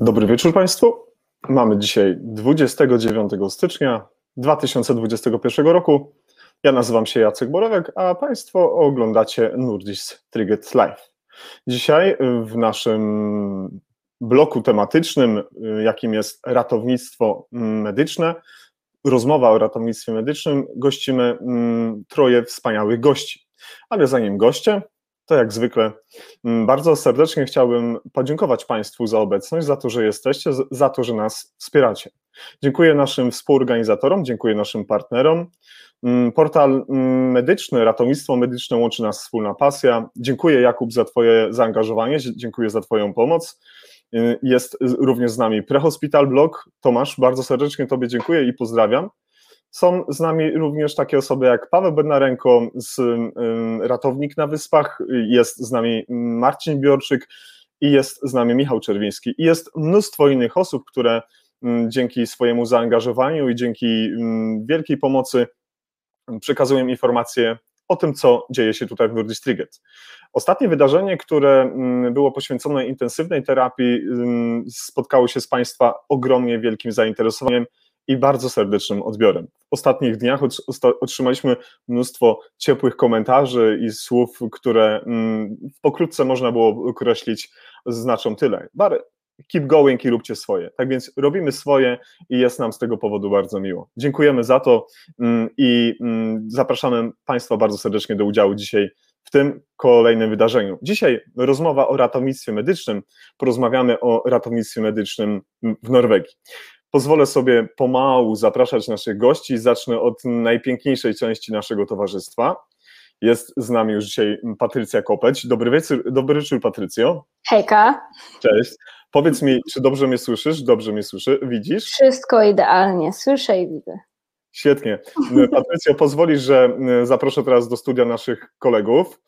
Dobry wieczór Państwu. Mamy dzisiaj 29 stycznia 2021 roku. Ja nazywam się Jacek Borowek, a Państwo oglądacie Nordisk Triget Live. Dzisiaj w naszym bloku tematycznym, jakim jest ratownictwo medyczne, rozmowa o ratownictwie medycznym, gościmy troje wspaniałych gości. Ale zanim goście, to jak zwykle bardzo serdecznie chciałbym podziękować Państwu za obecność, za to, że jesteście, za to, że nas wspieracie. Dziękuję naszym współorganizatorom, dziękuję naszym partnerom. Portal medyczny, ratownictwo medyczne łączy nas wspólna pasja. Dziękuję Jakub za Twoje zaangażowanie, dziękuję za Twoją pomoc. Jest również z nami Prehospital Blog. Tomasz, bardzo serdecznie Tobie dziękuję i pozdrawiam. Są z nami również takie osoby jak Paweł Bednarenko z Ratownik na Wyspach, jest z nami Marcin Biorczyk i jest z nami Michał Czerwiński. I jest mnóstwo innych osób, które dzięki swojemu zaangażowaniu i dzięki wielkiej pomocy przekazują informacje o tym, co dzieje się tutaj w Nordisk Triget. Ostatnie wydarzenie, które było poświęcone intensywnej terapii, spotkało się z Państwa ogromnie wielkim zainteresowaniem i bardzo serdecznym odbiorem. W ostatnich dniach otrzymaliśmy mnóstwo ciepłych komentarzy i słów, które pokrótce można było określić, znaczą tyle. Keep going i róbcie swoje. Tak więc robimy swoje i jest nam z tego powodu bardzo miło. Dziękujemy za to i zapraszamy Państwa bardzo serdecznie do udziału dzisiaj w tym kolejnym wydarzeniu. Dzisiaj rozmowa o ratownictwie medycznym. Porozmawiamy o ratownictwie medycznym w Norwegii. Pozwolę sobie pomału zapraszać naszych gości i zacznę od najpiękniejszej części naszego towarzystwa. Jest z nami już dzisiaj Patrycja Kopeć. Dobry wieczór, Patrycjo. Hejka. Cześć. Powiedz mi, czy dobrze mnie słyszysz? Dobrze mnie słyszy? Widzisz? Wszystko idealnie, słyszę i widzę. Świetnie. Patrycjo, pozwolisz, że zaproszę teraz do studia naszych kolegów.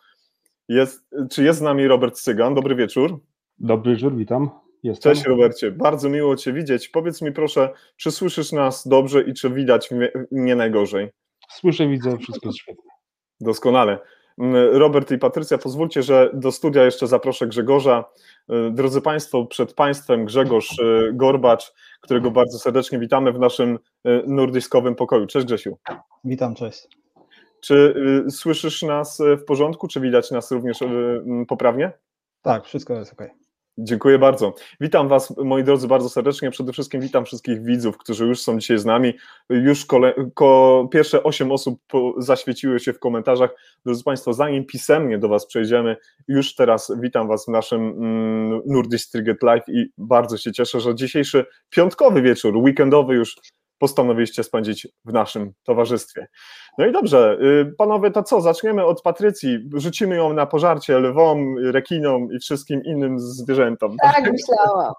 Czy jest z nami Robert Cygan? Dobry wieczór. Dobry wieczór, witam. Jestem. Cześć Robercie, bardzo miło Cię widzieć. Powiedz mi proszę, czy słyszysz nas dobrze i czy widać mnie najgorzej? Słyszę, widzę, wszystko jest świetnie. Doskonale. Robert i Patrycja, pozwólcie, że do studia jeszcze zaproszę Grzegorza. Drodzy Państwo, przed Państwem Grzegorz Gorbacz, którego bardzo serdecznie witamy w naszym nordyskowym pokoju. Cześć Grzesiu. Witam, cześć. Czy słyszysz nas w porządku, czy widać nas również poprawnie? Tak, wszystko jest ok. Dziękuję bardzo. Witam Was, moi drodzy, bardzo serdecznie. Przede wszystkim witam wszystkich widzów, którzy już są dzisiaj z nami. Już pierwsze 8 osób zaświeciły się w komentarzach. Drodzy Państwo, zanim pisemnie do Was przejdziemy, już teraz witam Was w naszym Nordisk Triget Live i bardzo się cieszę, że dzisiejszy piątkowy wieczór, weekendowy już postanowiliście spędzić w naszym towarzystwie. No i dobrze, panowie, to co? Zaczniemy od Patrycji. Rzucimy ją na pożarcie lwom, rekinom i wszystkim innym zwierzętom. Tak myślałam.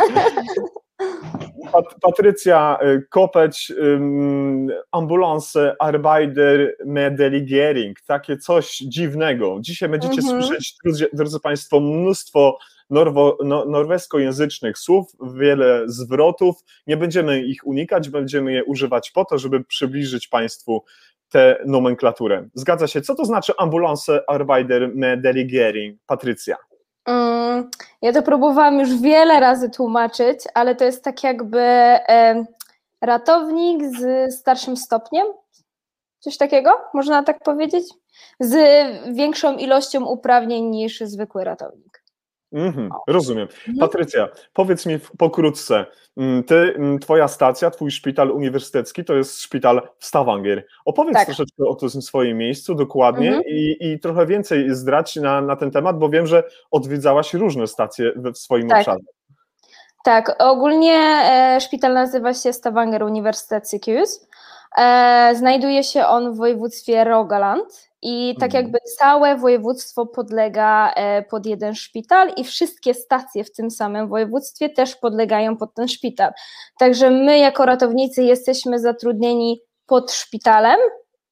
Patrycja Kopeć, Ambulance Arbeider med Delegering, takie coś dziwnego. Dzisiaj będziecie słyszeć, drodzy Państwo, mnóstwo norweskojęzycznych słów, wiele zwrotów. Nie będziemy ich unikać, będziemy je używać po to, żeby przybliżyć Państwu tę nomenklaturę. Zgadza się. Co to znaczy Ambulance Arbeider med Delegering? Patrycja. Ja to próbowałam już wiele razy tłumaczyć, ale to jest tak jakby ratownik z starszym stopniem, coś takiego, można tak powiedzieć, z większą ilością uprawnień niż zwykły ratownik. Rozumiem. Patrycja, powiedz mi pokrótce, twoja stacja, twój szpital uniwersytecki to jest szpital w Stavanger. Opowiedz troszeczkę o tym swoim miejscu dokładnie i trochę więcej zdradź na ten temat, bo wiem, że odwiedzałaś różne stacje w swoim obszarze. Tak, ogólnie szpital nazywa się Stavanger Universitetssykehus. Znajduje się on w województwie Rogaland i tak jakby całe województwo podlega pod jeden szpital i wszystkie stacje w tym samym województwie też podlegają pod ten szpital. Także my jako ratownicy jesteśmy zatrudnieni pod szpitalem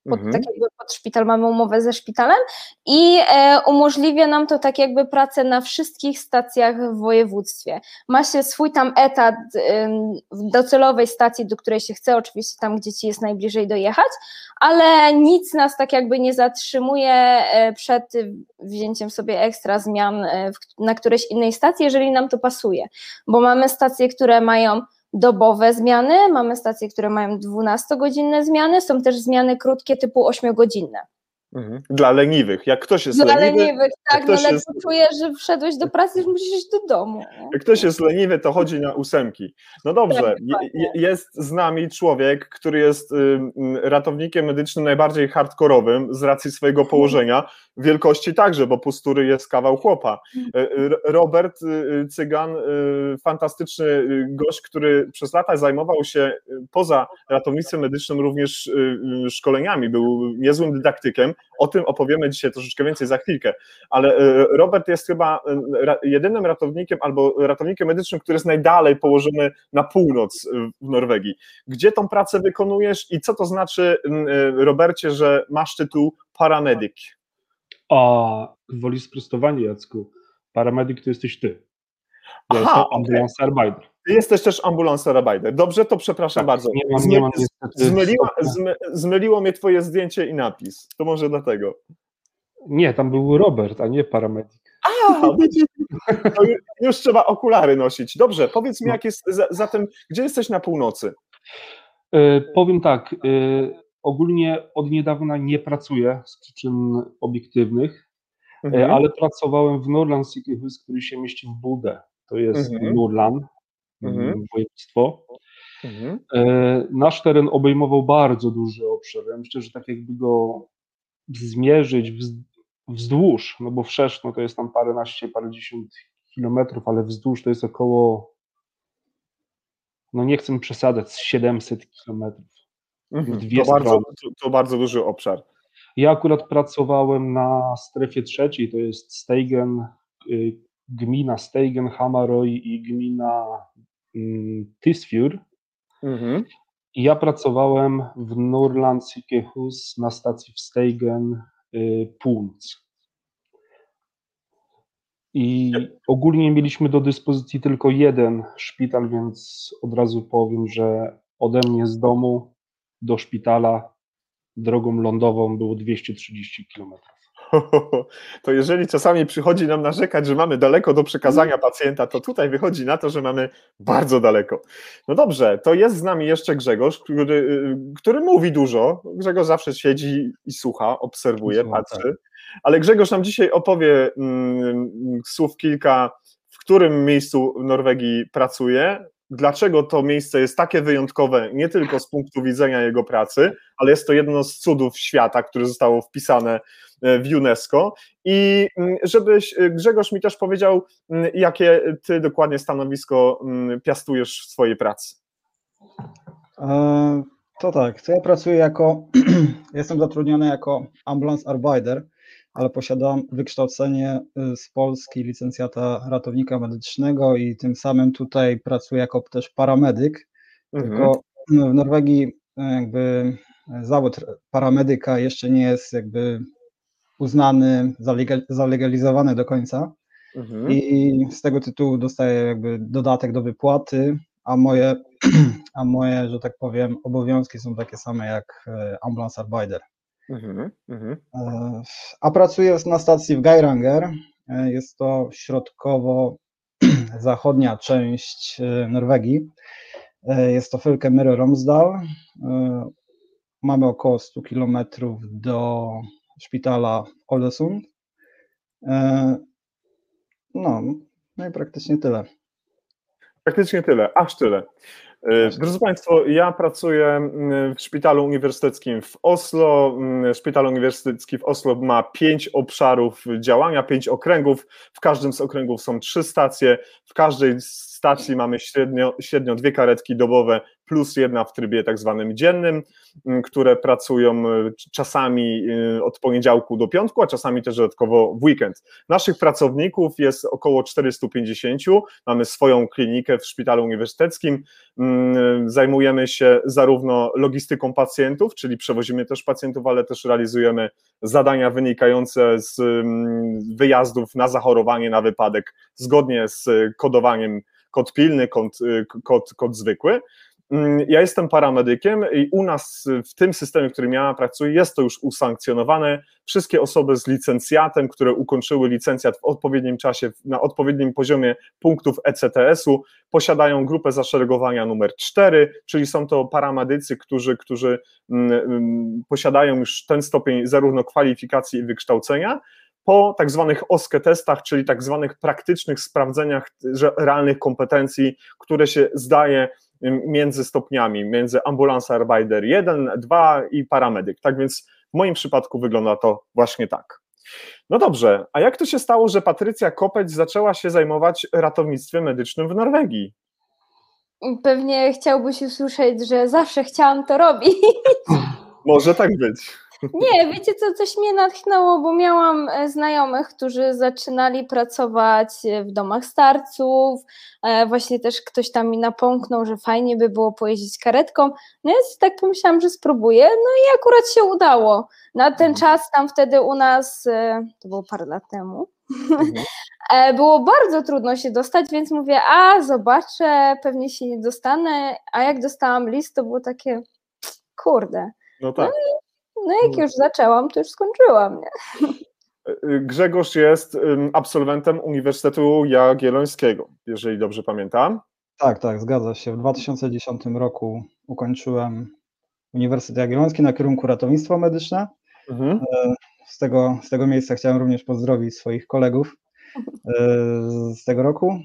tak jakby pod szpital, mamy umowę ze szpitalem i umożliwia nam to tak jakby pracę na wszystkich stacjach w województwie. Ma się swój tam etat w docelowej stacji, do której się chce, oczywiście tam, gdzie ci jest najbliżej dojechać, ale nic nas tak jakby nie zatrzymuje przed wzięciem sobie ekstra zmian na którejś innej stacji, jeżeli nam to pasuje, bo mamy stacje, które mają dobowe zmiany, mamy stacje, które mają 12-godzinne zmiany, są też zmiany krótkie typu 8-godzinne. Dla leniwych. Jak ktoś jest Dla leniwy, leniwych, tak, no ledwo czujesz, że wszedłeś do pracy, już musisz iść do domu. Jak ktoś jest leniwy, to chodzi na 8. No dobrze, Tak, jest z nami człowiek, który jest ratownikiem medycznym najbardziej hardkorowym z racji swojego położenia, wielkości także, bo pustury jest kawał chłopa. Robert Cygan, fantastyczny gość, który przez lata zajmował się poza ratownictwem medycznym również szkoleniami, był niezłym dydaktykiem. O tym opowiemy dzisiaj troszeczkę więcej za chwilkę, ale Robert jest chyba jedynym ratownikiem albo ratownikiem medycznym, który jest najdalej położony na północ w Norwegii. Gdzie tą pracę wykonujesz i co to znaczy, Robercie, że masz tytuł paramedyk? A woli sprostowanie, Jacku. Paramedyk to jesteś ty. Ja jestem ambulancearbeider. Ty jesteś też ambulancearbeider. Dobrze, to przepraszam Tak, bardzo. Nie mam niestety Zmyliło mnie twoje zdjęcie i napis. To może dlatego. Nie, tam był Robert, a nie paramedyk. To już trzeba okulary nosić. Dobrze, powiedz mi, jak jest zatem, gdzie jesteś na północy? Powiem tak, ogólnie od niedawna nie pracuję z przyczyn obiektywnych, ale pracowałem w Norland Sykehus, który się mieści w Bodø. To jest Nordland, województwo. Nasz teren obejmował bardzo duży obszar. Ja myślę, że tak jakby go zmierzyć wzdłuż, no bo wszerz no to jest tam parędziesiąt kilometrów, ale wzdłuż to jest około, no nie chcę przesadzać, 700 kilometrów. To bardzo duży obszar. Ja akurat pracowałem na strefie trzeciej, to jest Steigen, gmina Steigen, Hamarøy i gmina Tysfjord. I ja pracowałem w Norland Sykehus na stacji w Steigen Północ. I ogólnie mieliśmy do dyspozycji tylko jeden szpital, więc od razu powiem, że ode mnie z domu do szpitala drogą lądową było 230 km. To jeżeli czasami przychodzi nam narzekać, że mamy daleko do przekazania pacjenta, to tutaj wychodzi na to, że mamy bardzo daleko. No dobrze, to jest z nami jeszcze Grzegorz, który mówi dużo. Grzegorz zawsze siedzi i słucha, obserwuje, patrzy. Ale Grzegorz nam dzisiaj opowie słów kilka, w którym miejscu w Norwegii pracuje, dlaczego to miejsce jest takie wyjątkowe, nie tylko z punktu widzenia jego pracy, ale jest to jedno z cudów świata, które zostało wpisane w UNESCO. I żebyś, Grzegorz, mi też powiedział, jakie ty dokładnie stanowisko piastujesz w swojej pracy. To tak, to ja pracuję jestem zatrudniony jako ambulancearbeider, ale posiadam wykształcenie z Polski licencjata ratownika medycznego i tym samym tutaj pracuję jako też paramedyk, tylko w Norwegii jakby zawód paramedyka jeszcze nie jest jakby uznany, zalegalizowany do końca i z tego tytułu dostaję jakby dodatek do wypłaty, a moje, że tak powiem, obowiązki są takie same jak ambulancearbeider. A pracuję na stacji w Geiranger. Jest to środkowo-zachodnia część Norwegii. Jest to Fylke Møre og Romsdal. Mamy około 100 km do szpitala Ålesund. No i praktycznie tyle. Praktycznie tyle, aż tyle. Drodzy Państwo, ja pracuję w Szpitalu Uniwersyteckim w Oslo. Szpital Uniwersytecki w Oslo ma 5 obszarów działania, 5 okręgów. W każdym z okręgów są 3 stacje. W każdej stacji mamy średnio 2 karetki dobowe plus jedna w trybie tak zwanym dziennym, które pracują czasami od poniedziałku do piątku, a czasami też dodatkowo w weekend. Naszych pracowników jest około 450, mamy swoją klinikę w szpitalu uniwersyteckim, zajmujemy się zarówno logistyką pacjentów, czyli przewozimy też pacjentów, ale też realizujemy zadania wynikające z wyjazdów na zachorowanie, na wypadek, zgodnie z kodowaniem kod pilny, kod zwykły. Ja jestem paramedykiem i u nas w tym systemie, w którym ja pracuję, jest to już usankcjonowane. Wszystkie osoby z licencjatem, które ukończyły licencjat w odpowiednim czasie, na odpowiednim poziomie punktów ECTS-u, posiadają grupę zaszeregowania numer 4, czyli są to paramedycy, którzy posiadają już ten stopień zarówno kwalifikacji i wykształcenia, po tak zwanych OSKE testach, czyli tak zwanych praktycznych sprawdzeniach realnych kompetencji, które się zdaje między stopniami, między Ambulancearbeiter 1, 2 i paramedyk. Tak więc w moim przypadku wygląda to właśnie tak. No dobrze, a jak to się stało, że Patrycja Kopeć zaczęła się zajmować ratownictwem medycznym w Norwegii? Pewnie chciałbyś usłyszeć, że zawsze chciałam to robić. Może tak być. Nie, wiecie co, coś mnie natchnęło, bo miałam znajomych, którzy zaczynali pracować w domach starców, właśnie też ktoś tam mi napomknął, że fajnie by było pojeździć karetką, no więc tak pomyślałam, że spróbuję, no i akurat się udało. Na ten czas tam wtedy u nas, to było parę lat temu, było bardzo trudno się dostać, więc mówię, zobaczę, pewnie się nie dostanę, a jak dostałam list, to było takie, kurde. No tak. No jak już zaczęłam, to już skończyłam, nie? Grzegorz jest absolwentem Uniwersytetu Jagiellońskiego, jeżeli dobrze pamiętam. Tak, zgadza się. W 2010 roku ukończyłem Uniwersytet Jagielloński na kierunku ratownictwo medyczne. Z tego miejsca chciałem również pozdrowić swoich kolegów z tego roku.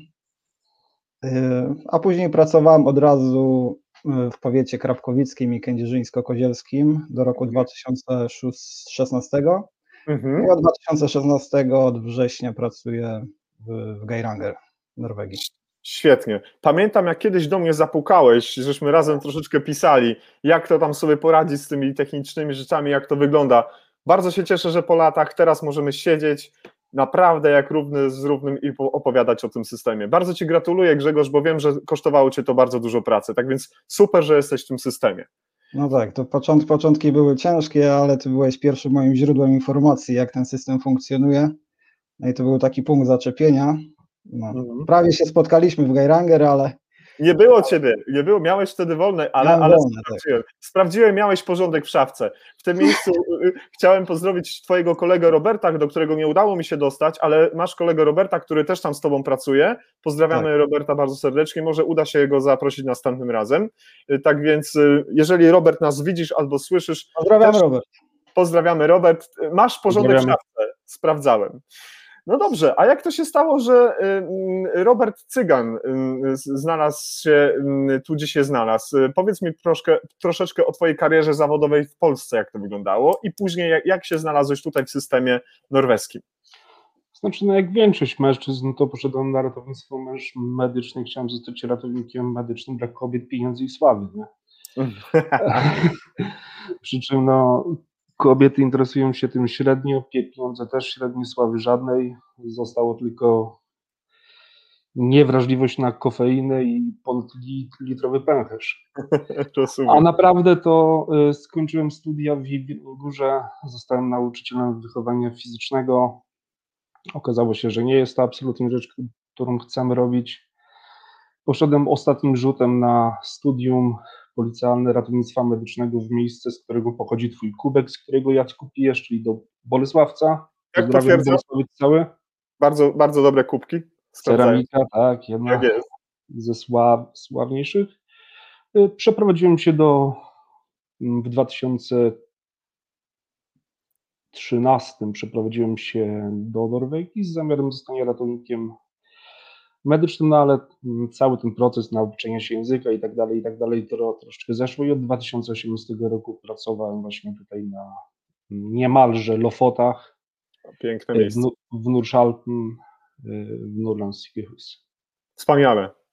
A później pracowałem od razu w powiecie krapkowickim i kędzierzyńsko-kozielskim do roku 2016. I od 2016 od września pracuję w Geiranger w Norwegii. Świetnie. Pamiętam, jak kiedyś do mnie zapukałeś, żeśmy razem troszeczkę pisali, jak to tam sobie poradzić z tymi technicznymi rzeczami, jak to wygląda. Bardzo się cieszę, że po latach teraz możemy siedzieć naprawdę jak równy z równym i opowiadać o tym systemie. Bardzo Ci gratuluję, Grzegorz, bo wiem, że kosztowało Cię to bardzo dużo pracy, tak więc super, że jesteś w tym systemie. No tak, to początki były ciężkie, ale Ty byłeś pierwszym moim źródłem informacji, jak ten system funkcjonuje. No i to był taki punkt zaczepienia. No, prawie się spotkaliśmy w Geiranger, ale... Nie było Ciebie, nie było, miałeś wtedy wolne, ale sprawdziłem, miałeś porządek w szafce. W tym miejscu chciałem pozdrowić Twojego kolegę Roberta, do którego nie udało mi się dostać, ale masz kolegę Roberta, który też tam z Tobą pracuje. Pozdrawiamy Roberta bardzo serdecznie, może uda się go zaprosić następnym razem. Tak więc, jeżeli Robert nas widzisz albo słyszysz... Pozdrawiamy, Robert. Pozdrawiamy, Robert. Masz porządek w szafce, sprawdzałem. No dobrze, a jak to się stało, że Robert Cygan znalazł się, tu dzisiaj znalazł? Powiedz mi troszeczkę o Twojej karierze zawodowej w Polsce, jak to wyglądało i później jak się znalazłeś tutaj w systemie norweskim? Znaczy, no jak większość mężczyzn, to poszedłem na ratownictwo medyczne, chciałem zostać ratownikiem medycznym dla kobiet, pieniędzy i sławy, nie? Przy czym no, kobiety interesują się tym średnio, pieniądze też średnio, sławy żadnej. Zostało tylko niewrażliwość na kofeinę i ponadlitrowy pęcherz. A naprawdę to skończyłem studia w Górze, zostałem nauczycielem wychowania fizycznego. Okazało się, że nie jest to absolutnie rzecz, którą chcemy robić. Poszedłem ostatnim rzutem na studium policjalne ratownictwa medycznego w miejsce, z którego pochodzi Twój kubek, z którego Jacku pijesz, czyli do Bolesławca. Pozdrawiam Bolesławiec cały. Bardzo, bardzo dobre kubki. Ceramika, tak, jedna ze sławniejszych. Przeprowadziłem się w 2013 przeprowadziłem się do Norwegii z zamiarem zostania ratownikiem medycznym, no ale cały ten proces nauczenia się języka i tak dalej, to troszeczkę zeszło i od 2018 roku pracowałem właśnie tutaj na niemalże Lofotach. Piękne miejsce. W Nurszalten, w Nordlandssykehus. Wspaniale.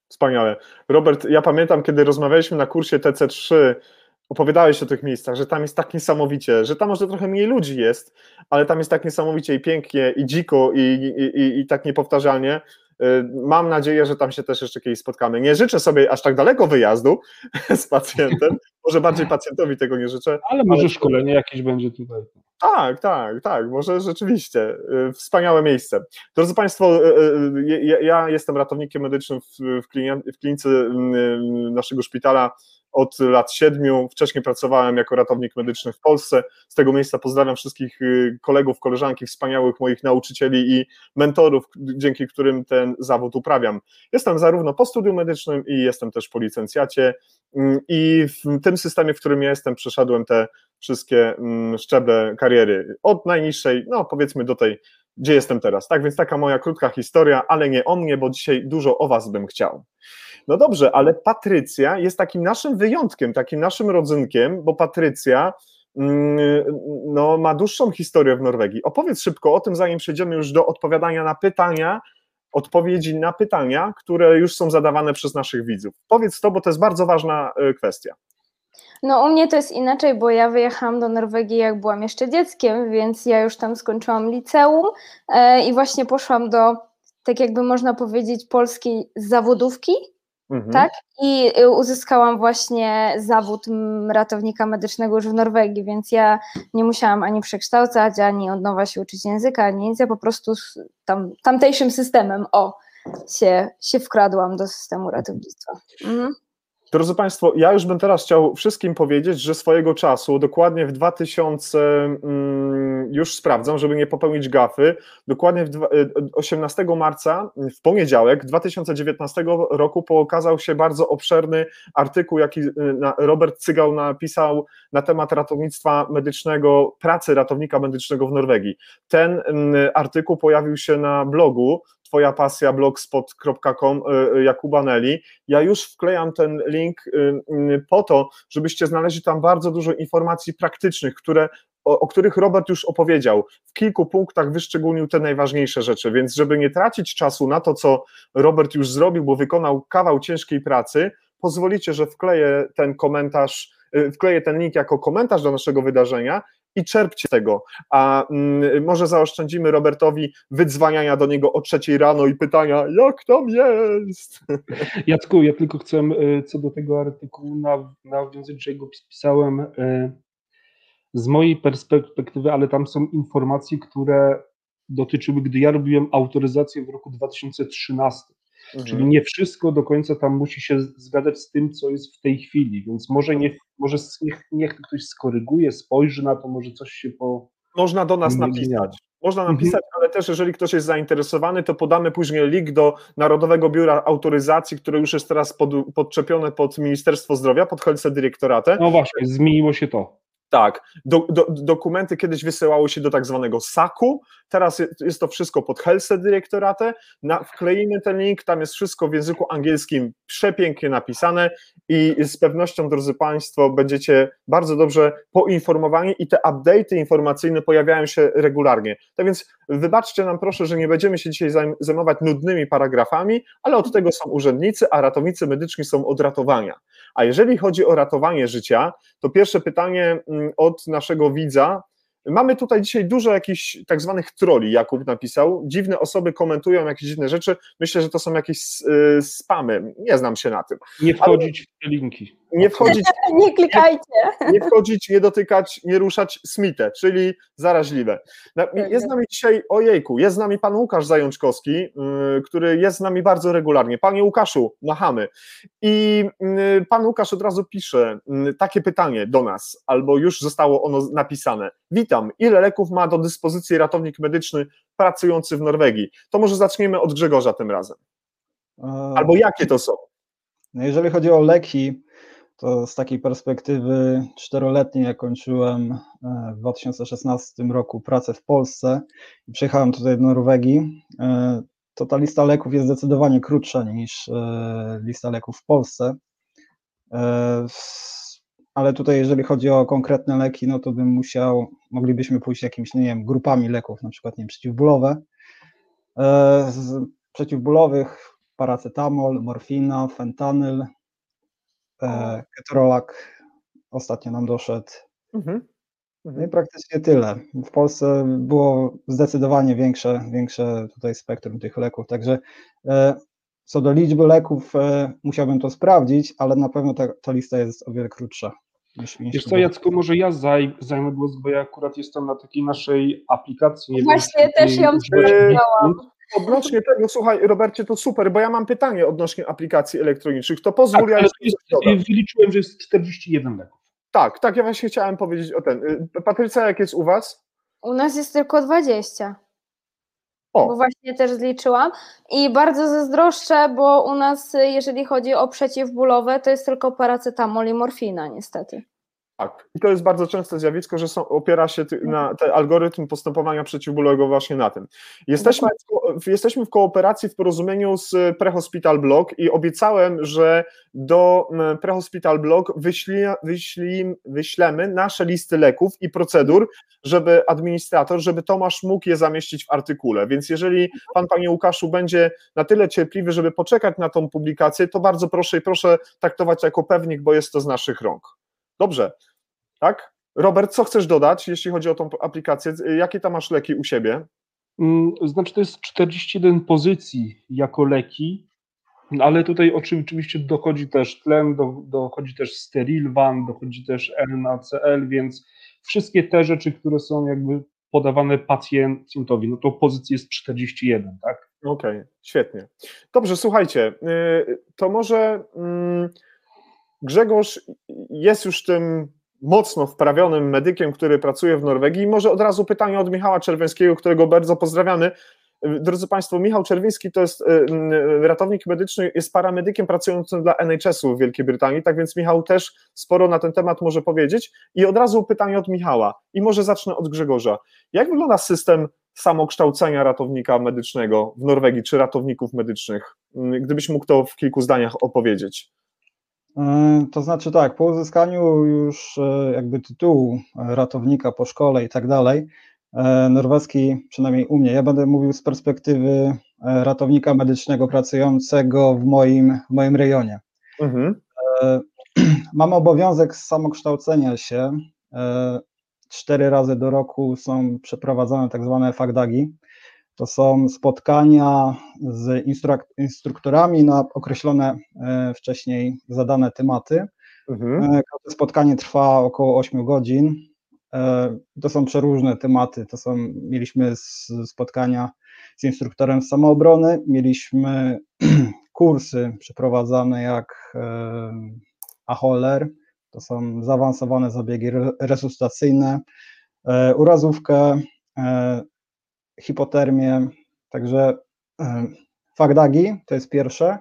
Wspaniale. Robert, ja pamiętam, kiedy rozmawialiśmy na kursie TC3, opowiadałeś o tych miejscach, że tam jest tak niesamowicie, że tam może trochę mniej ludzi jest, ale tam jest tak niesamowicie i pięknie, i dziko, i tak niepowtarzalnie. Mam nadzieję, że tam się też jeszcze kiedyś spotkamy. Nie życzę sobie aż tak daleko wyjazdu z pacjentem, może bardziej pacjentowi tego nie życzę. Ale może szkolenie jakieś będzie tutaj. Tak, może rzeczywiście. Wspaniałe miejsce. Drodzy Państwo, ja jestem ratownikiem medycznym w klinice naszego szpitala od lat 7. Wcześniej pracowałem jako ratownik medyczny w Polsce. Z tego miejsca pozdrawiam wszystkich kolegów, koleżanki, wspaniałych moich nauczycieli i mentorów, dzięki którym ten zawód uprawiam. Jestem zarówno po studium medycznym i jestem też po licencjacie i w tym systemie, w którym ja jestem, przeszedłem te wszystkie szczeble kariery. Od najniższej, no powiedzmy do tej, gdzie jestem teraz. Tak więc taka moja krótka historia, ale nie o mnie, bo dzisiaj dużo o Was bym chciał. No dobrze, ale Patrycja jest takim naszym wyjątkiem, takim naszym rodzynkiem, bo Patrycja no, ma dłuższą historię w Norwegii. Opowiedz szybko o tym, zanim przejdziemy już do odpowiadania na pytania, odpowiedzi na pytania, które już są zadawane przez naszych widzów. Powiedz to, bo to jest bardzo ważna kwestia. No u mnie to jest inaczej, bo ja wyjechałam do Norwegii jak byłam jeszcze dzieckiem, więc ja już tam skończyłam liceum i właśnie poszłam do, tak jakby można powiedzieć, polskiej zawodówki, tak? I uzyskałam właśnie zawód ratownika medycznego już w Norwegii, więc ja nie musiałam ani przekształcać, ani od nowa się uczyć języka, ani nic, ja po prostu tamtejszym systemem się wkradłam do systemu ratownictwa. Drodzy Państwo, ja już bym teraz chciał wszystkim powiedzieć, że swojego czasu, dokładnie w 2000, już sprawdzam, żeby nie popełnić gafy, dokładnie 18 marca, w poniedziałek 2019 roku pokazał się bardzo obszerny artykuł, jaki Robert Cygał napisał na temat ratownictwa medycznego, pracy ratownika medycznego w Norwegii. Ten artykuł pojawił się na blogu Twoja pasja, blogspot.com Jakuba Nelly. Ja już wklejam ten link po to, żebyście znaleźli tam bardzo dużo informacji praktycznych, o których Robert już opowiedział. W kilku punktach wyszczególnił te najważniejsze rzeczy, więc żeby nie tracić czasu na to, co Robert już zrobił, bo wykonał kawał ciężkiej pracy, pozwolicie, że wkleję ten link jako komentarz do naszego wydarzenia i czerpcie tego, a może zaoszczędzimy Robertowi wydzwaniania do niego o 3 rano i pytania, jak tam jest? Jacku, ja tylko chcę co do tego artykułu nawiązać, że go pisałem z mojej perspektywy, ale tam są informacje, które dotyczyły, gdy ja robiłem autoryzację w roku 2013. Czyli nie wszystko do końca tam musi się zgadzać z tym, co jest w tej chwili, więc niech ktoś skoryguje, spojrzy na to, może coś się Można do nas napisać. Można napisać, ale też jeżeli ktoś jest zainteresowany, to podamy później link do Narodowego Biura Autoryzacji, które już jest teraz podczepione pod Ministerstwo Zdrowia, pod Helse-Dyrektoratem. No właśnie, zmieniło się to. Tak, dokumenty kiedyś wysyłały się do tak zwanego SAK-u, teraz jest to wszystko pod Helse-Dyrektoratem, wkleimy ten link, tam jest wszystko w języku angielskim przepięknie napisane i z pewnością, drodzy Państwo, będziecie bardzo dobrze poinformowani i te update'y informacyjne pojawiają się regularnie. Tak więc wybaczcie nam proszę, że nie będziemy się dzisiaj zajmować nudnymi paragrafami, ale od tego są urzędnicy, a ratownicy medyczni są od ratowania. A jeżeli chodzi o ratowanie życia, to pierwsze pytanie od naszego widza. Mamy tutaj dzisiaj dużo jakichś tak zwanych trolli, Jakub napisał. Dziwne osoby komentują jakieś dziwne rzeczy. Myślę, że to są jakieś spamy. Nie znam się na tym. Nie wchodzić w te linki. Nie wchodzić, nie klikajcie. Nie wchodzić, nie dotykać, nie ruszać, smite, czyli zaraźliwe. Jest z nami dzisiaj, ojejku, jest z nami pan Łukasz Zajączkowski, który jest z nami bardzo regularnie. Panie Łukaszu, machamy. I pan Łukasz od razu pisze takie pytanie do nas, albo już zostało ono napisane. Witam, ile leków ma do dyspozycji ratownik medyczny pracujący w Norwegii? To może zaczniemy od Grzegorza tym razem. Albo jakie to są? No jeżeli chodzi o leki, to z takiej perspektywy 4-letniej, jak kończyłem w 2016 roku pracę w Polsce i przyjechałem tutaj do Norwegii, to ta lista leków jest zdecydowanie krótsza niż lista leków w Polsce. Ale tutaj jeżeli chodzi o konkretne leki, no to moglibyśmy pójść jakimiś, nie wiem, grupami leków, na przykład, nie wiem, przeciwbólowe. Z przeciwbólowych paracetamol, morfina, fentanyl, ketorolak ostatnio nam doszedł. No i praktycznie tyle. W Polsce było zdecydowanie większe tutaj spektrum tych leków, także co do liczby leków musiałbym to sprawdzić, ale na pewno ta lista jest o wiele krótsza. Wiesz co, Jacku, może ja zajmę głos, bo ja akurat jestem na takiej naszej aplikacji. Nie Właśnie, wiem, też ją sprawdzałam. Odnośnie tego, słuchaj, Robercie, to super, bo ja mam pytanie odnośnie aplikacji elektronicznych. To pozwól, ja jeszcze wyliczyłem, że jest 41 leków. Tak, ja właśnie chciałem powiedzieć o ten. Patrycja, jak jest u was? U nas jest tylko 20. O. Bo właśnie też zliczyłam i bardzo zazdroszczę, bo u nas, jeżeli chodzi o przeciwbólowe, to jest tylko paracetamol i morfina niestety. Tak, i to jest bardzo częste zjawisko, że opiera się na ten algorytm postępowania przeciwbólowego właśnie na tym. Jesteśmy w kooperacji, w porozumieniu z Prehospital Blog i obiecałem, że do Prehospital Blog wyślemy nasze listy leków i procedur, żeby Tomasz mógł je zamieścić w artykule, więc jeżeli pan, panie Łukaszu, będzie na tyle cierpliwy, żeby poczekać na tą publikację, to bardzo proszę i proszę traktować jako pewnik, bo jest to z naszych rąk. Dobrze, tak? Robert, co chcesz dodać, jeśli chodzi o tą aplikację? Jakie tam masz leki u siebie? Znaczy to jest 41 pozycji jako leki, ale tutaj oczywiście dochodzi też tlen, dochodzi też sterilwan, dochodzi też NaCl, więc wszystkie te rzeczy, które są jakby podawane pacjentowi, no to pozycji jest 41, tak? Okej, świetnie. Dobrze, słuchajcie, to może Grzegorz jest już tym mocno wprawionym medykiem, który pracuje w Norwegii. I może od razu pytanie od Michała Czerwińskiego, którego bardzo pozdrawiamy. Drodzy Państwo, Michał Czerwiński to jest ratownik medyczny, jest paramedykiem pracującym dla NHS-u w Wielkiej Brytanii, tak więc Michał też sporo na ten temat może powiedzieć. I od razu pytanie od Michała i może zacznę od Grzegorza. Jak wygląda system samokształcenia ratownika medycznego w Norwegii, czy ratowników medycznych? Gdybyś mógł to w kilku zdaniach opowiedzieć. To znaczy tak, po uzyskaniu już jakby tytułu ratownika po szkole i tak dalej, norweski, przynajmniej u mnie, ja będę mówił z perspektywy ratownika medycznego pracującego w moim rejonie. Mam obowiązek samokształcenia się. 4 razy do roku są przeprowadzane tak zwane fagdagi. To są spotkania z instruktorami na określone wcześniej zadane tematy. Każde spotkanie trwa około 8 godzin. To są przeróżne tematy. Mieliśmy spotkania z instruktorem samoobrony, mieliśmy kursy przeprowadzane jak AHOLER, to są zaawansowane zabiegi resuscytacyjne, urazówkę, hipotermię, także fagdagi to jest pierwsze.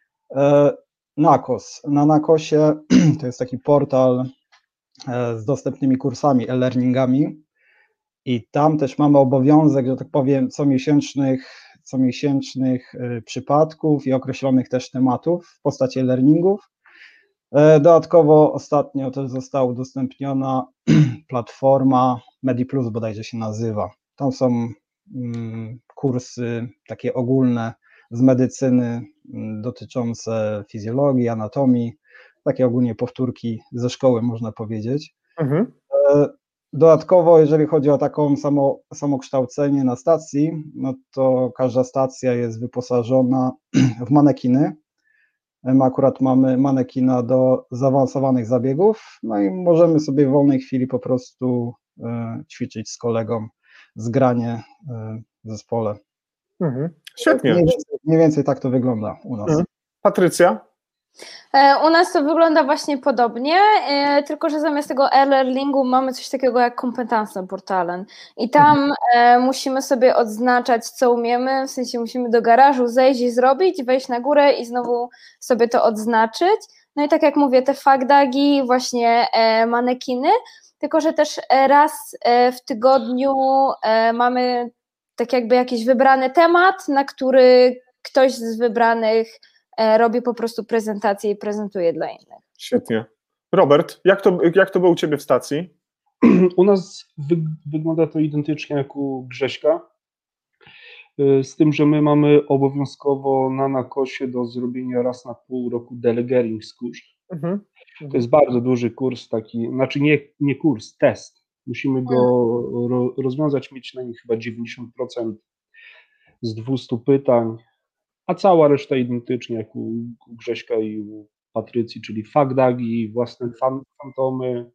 NAKOS. Na NAKOSie to jest taki portal z dostępnymi kursami, e-learningami i tam też mamy obowiązek, że tak powiem, comiesięcznych przypadków i określonych też tematów w postaci e-learningów. Dodatkowo ostatnio też została udostępniona platforma MediPlus bodajże się nazywa. Tam są kursy takie ogólne z medycyny dotyczące fizjologii, anatomii, takie ogólnie powtórki ze szkoły można powiedzieć. Dodatkowo jeżeli chodzi o taką samokształcenie na stacji, no to każda stacja jest wyposażona w manekiny. My akurat mamy manekina do zaawansowanych zabiegów, no i możemy sobie w wolnej chwili po prostu ćwiczyć z kolegą zgranie w zespole. Świetnie. Mniej więcej tak to wygląda u nas. Patrycja? U nas to wygląda właśnie podobnie, tylko że zamiast tego e-learningu mamy coś takiego jak kompetencje-portalen i tam musimy sobie odznaczać, co umiemy, w sensie musimy do garażu zejść i zrobić, wejść na górę i znowu sobie to odznaczyć. No i tak jak mówię, te fagdagi, właśnie manekiny, tylko że też raz w tygodniu mamy tak jakby jakiś wybrany temat, na który ktoś z wybranych robi po prostu prezentację i prezentuje dla innych. Świetnie. Robert, jak to było u Ciebie w stacji? U nas wygląda to identycznie jak u Grześka. Z tym, że my mamy obowiązkowo na NAKOS-ie do zrobienia raz na pół roku delegating z kurs. To jest bardzo duży kurs taki, znaczy nie kurs, test. Musimy go rozwiązać, mieć na nim chyba 90% z 200 pytań, a cała reszta identycznie jak u Grześka i u Patrycji, czyli FACDAGI, własne fantomy.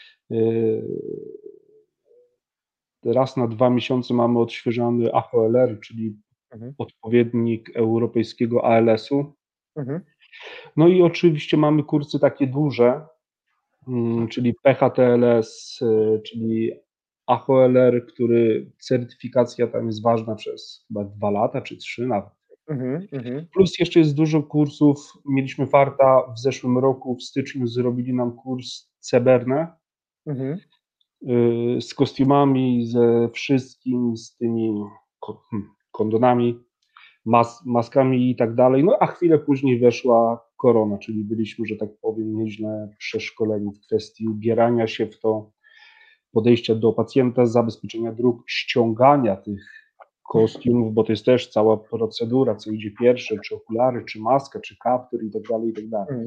Raz na 2 miesiące mamy odświeżany AHLR, czyli odpowiednik europejskiego ALS-u. No i oczywiście mamy kursy takie duże, czyli PHTLS, czyli AHLR, który certyfikacja tam jest ważna przez chyba 2 lata czy 3 nawet. Plus jeszcze jest dużo kursów. Mieliśmy farta w zeszłym roku, w styczniu zrobili nam kurs CBRNE z kostiumami, ze wszystkim, z tymi kondonami, maskami i tak dalej. No a chwilę później weszła korona, czyli byliśmy, że tak powiem, nieźle przeszkoleni w kwestii ubierania się w to, podejścia do pacjenta, zabezpieczenia dróg, ściągania tych kostiumów, bo to jest też cała procedura, co idzie pierwsze, czy okulary, czy maska, czy kaptur i tak dalej, i tak dalej.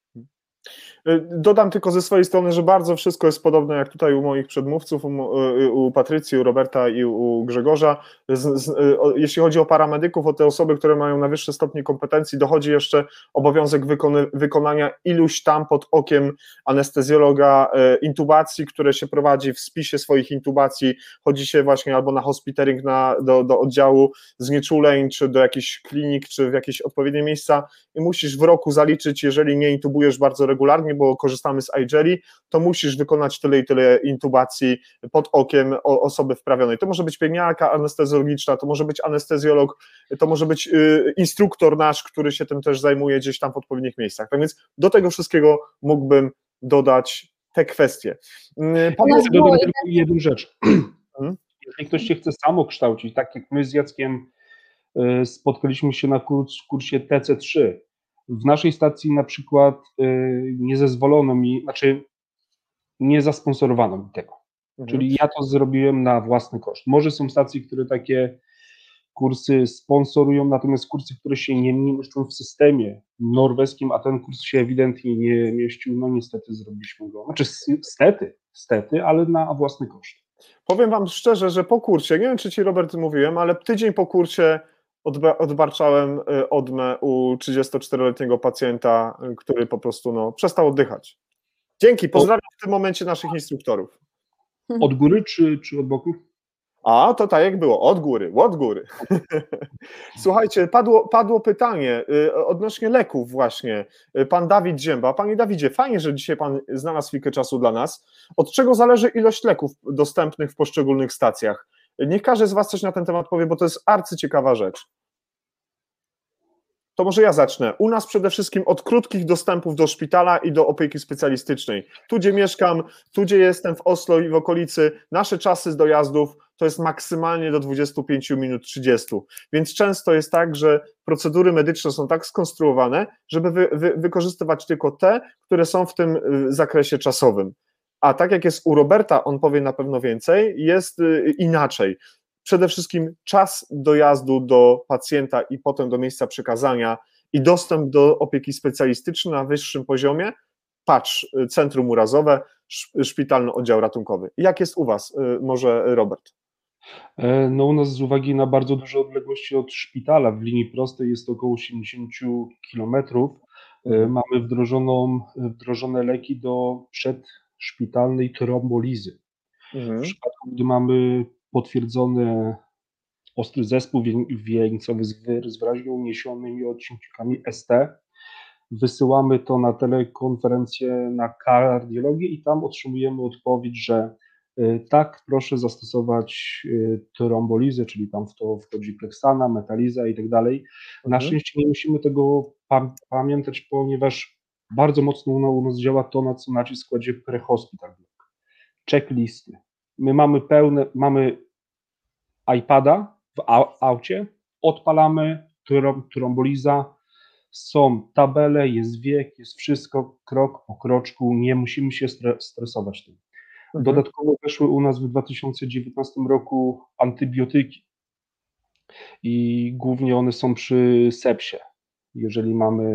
Dodam tylko ze swojej strony, że bardzo wszystko jest podobne jak tutaj u moich przedmówców, u Patrycji, u Roberta i u Grzegorza. Jeśli chodzi o paramedyków, o te osoby, które mają najwyższe stopnie kompetencji, dochodzi jeszcze obowiązek wykonania iluś tam pod okiem anestezjologa intubacji, które się prowadzi w spisie swoich intubacji. Chodzi się właśnie albo na hospitering do oddziału znieczuleń, czy do jakichś klinik, czy w jakieś odpowiednie miejsca i musisz w roku zaliczyć, jeżeli nie intubujesz bardzo regularnie, bo korzystamy z iGeli, to musisz wykonać tyle i tyle intubacji pod okiem osoby wprawionej. To może być pielęgniarka anestezjologiczna, to może być anestezjolog, to może być instruktor nasz, który się tym też zajmuje gdzieś tam w odpowiednich miejscach. Tak więc do tego wszystkiego mógłbym dodać te kwestie. Dodam tylko jedną rzecz. Jeśli ktoś się chce samokształcić, tak jak my z Jackiem spotkaliśmy się na kursie TC3, w naszej stacji na przykład nie zezwolono mi, znaczy nie zasponsorowano mi tego. Czyli ja to zrobiłem na własny koszt. Może są stacje, które takie kursy sponsorują, natomiast kursy, które się nie mieszczą w systemie norweskim, a ten kurs się ewidentnie nie mieścił, no niestety zrobiliśmy go. Znaczy stety, ale na własny koszt. Powiem wam szczerze, że po kursie, nie wiem czy ci Robert mówiłem, ale tydzień po kursie odbarczałem odmę u 34-letniego pacjenta, który po prostu przestał oddychać. Dzięki, pozdrawiam w tym momencie naszych instruktorów. Od góry czy od boku? A, to tak jak było, od góry. Słuchajcie, padło pytanie odnośnie leków właśnie. Pan Dawid Zięba. Panie Dawidzie, fajnie, że dzisiaj pan znalazł chwilkę czasu dla nas. Od czego zależy ilość leków dostępnych w poszczególnych stacjach? Niech każdy z was coś na ten temat powie, bo to jest arcyciekawa rzecz. To może ja zacznę. U nas przede wszystkim od krótkich dostępów do szpitala i do opieki specjalistycznej. Tu, gdzie mieszkam, tu, gdzie jestem w Oslo i w okolicy, nasze czasy z dojazdów to jest maksymalnie do 25 minut 30. Więc często jest tak, że procedury medyczne są tak skonstruowane, żeby wykorzystywać tylko te, które są w tym zakresie czasowym. A tak jak jest u Roberta, on powie na pewno więcej, jest inaczej. Przede wszystkim czas dojazdu do pacjenta i potem do miejsca przekazania i dostęp do opieki specjalistycznej na wyższym poziomie, centrum urazowe, szpitalny oddział ratunkowy. Jak jest u was? Może Robert? No u nas z uwagi na bardzo duże odległości od szpitala w linii prostej jest około 80 km. Mamy wdrożone leki do przedszpitalnej trombolizy. W przypadku, gdy mamy potwierdzony ostry zespół wieńcowy z wyraźnie uniesionymi odcinkami ST, wysyłamy to na telekonferencję na kardiologię i tam otrzymujemy odpowiedź, że tak, proszę zastosować trombolizę, czyli tam w to wchodzi Plexana, Metaliza i tak dalej. Na szczęście nie musimy tego pamiętać, ponieważ bardzo mocno u nas działa to, na co nacisk kładzie pre-hospital. Checklisty. My mamy iPada w aucie, odpalamy tromboliza, są tabele, jest wiek, jest wszystko krok po kroczku, nie musimy się stresować tym. Dodatkowo weszły u nas w 2019 roku antybiotyki. i głównie one są przy sepsie. Jeżeli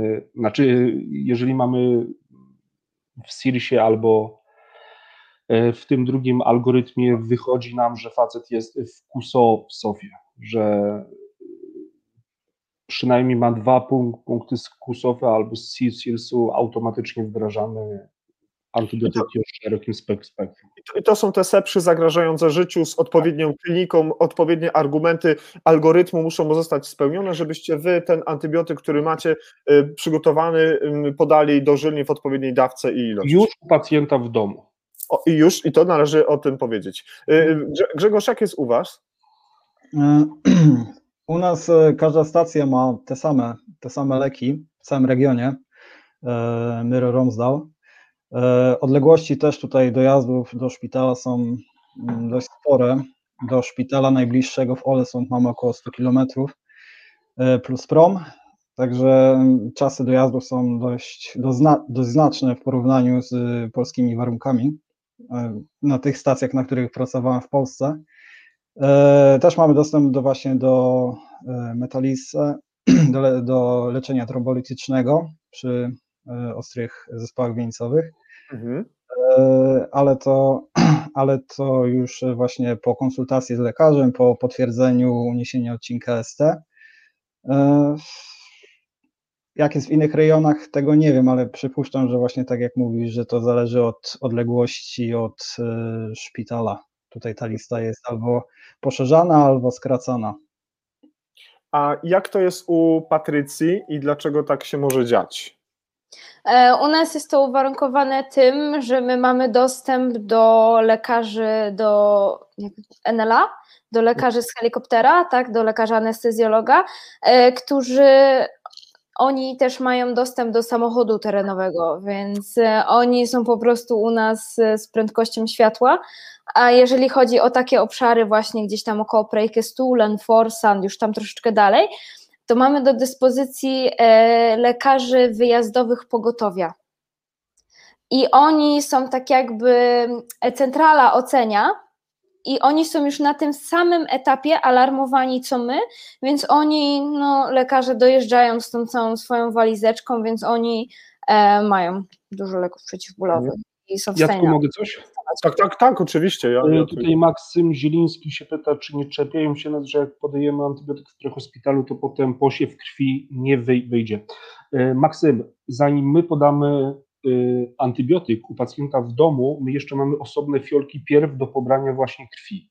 mamy w Sirsie albo w tym drugim algorytmie wychodzi nam, że facet jest w QSO w SOFie, że przynajmniej ma 2 punkty z QSOFa albo z Sirsu, automatycznie wdrażamy antybiotyki o szerokim spektrum. I to są te sepsy zagrażające życiu z odpowiednią kliniką, odpowiednie argumenty algorytmu muszą zostać spełnione, żebyście wy ten antybiotyk, który macie przygotowany, podali dożylnie w odpowiedniej dawce i ilości. Już u pacjenta w domu. I to należy o tym powiedzieć. Grzegorz, jak jest u was? U nas każda stacja ma te same leki w całym regionie, Møre og Romsdal. Odległości też tutaj dojazdów do szpitala są dość spore. Do szpitala najbliższego w Ålesund mamy około 100 km plus prom, także czasy dojazdu są dość znaczne w porównaniu z polskimi warunkami na tych stacjach, na których pracowałem w Polsce. Też mamy dostęp do metalisy, do leczenia trombolitycznego przy ostrych zespołach wieńcowych, ale to już właśnie po konsultacji z lekarzem, po potwierdzeniu uniesienia odcinka ST. Jak jest w innych rejonach, tego nie wiem, ale przypuszczam, że właśnie tak jak mówisz, że to zależy od odległości od szpitala. Tutaj ta lista jest albo poszerzana, albo skracana. A jak to jest u Patrycji i dlaczego tak się może dziać? U nas jest to uwarunkowane tym, że my mamy dostęp do lekarzy, do NLA, do lekarzy z helikoptera, tak, do lekarza anestezjologa, którzy oni też mają dostęp do samochodu terenowego, więc oni są po prostu u nas z prędkością światła, a jeżeli chodzi o takie obszary właśnie gdzieś tam około Preikestolen, Forsand, już tam troszeczkę dalej, to mamy do dyspozycji lekarzy wyjazdowych pogotowia. I oni są tak jakby, centrala ocenia i oni są już na tym samym etapie alarmowani co my, więc oni, lekarze dojeżdżają z tą całą swoją walizeczką, więc oni mają dużo leków przeciwbólowych i są w stanie. Ja tu mogę coś? Tak, oczywiście. Tutaj Maksym Zieliński się pyta, czy nie czepiają się nas, że jak podajemy antybiotyk w prehospitalu, to potem posiew krwi nie wyjdzie. Maksym, zanim my podamy antybiotyk u pacjenta w domu, my jeszcze mamy osobne fiolki pierw do pobrania właśnie krwi.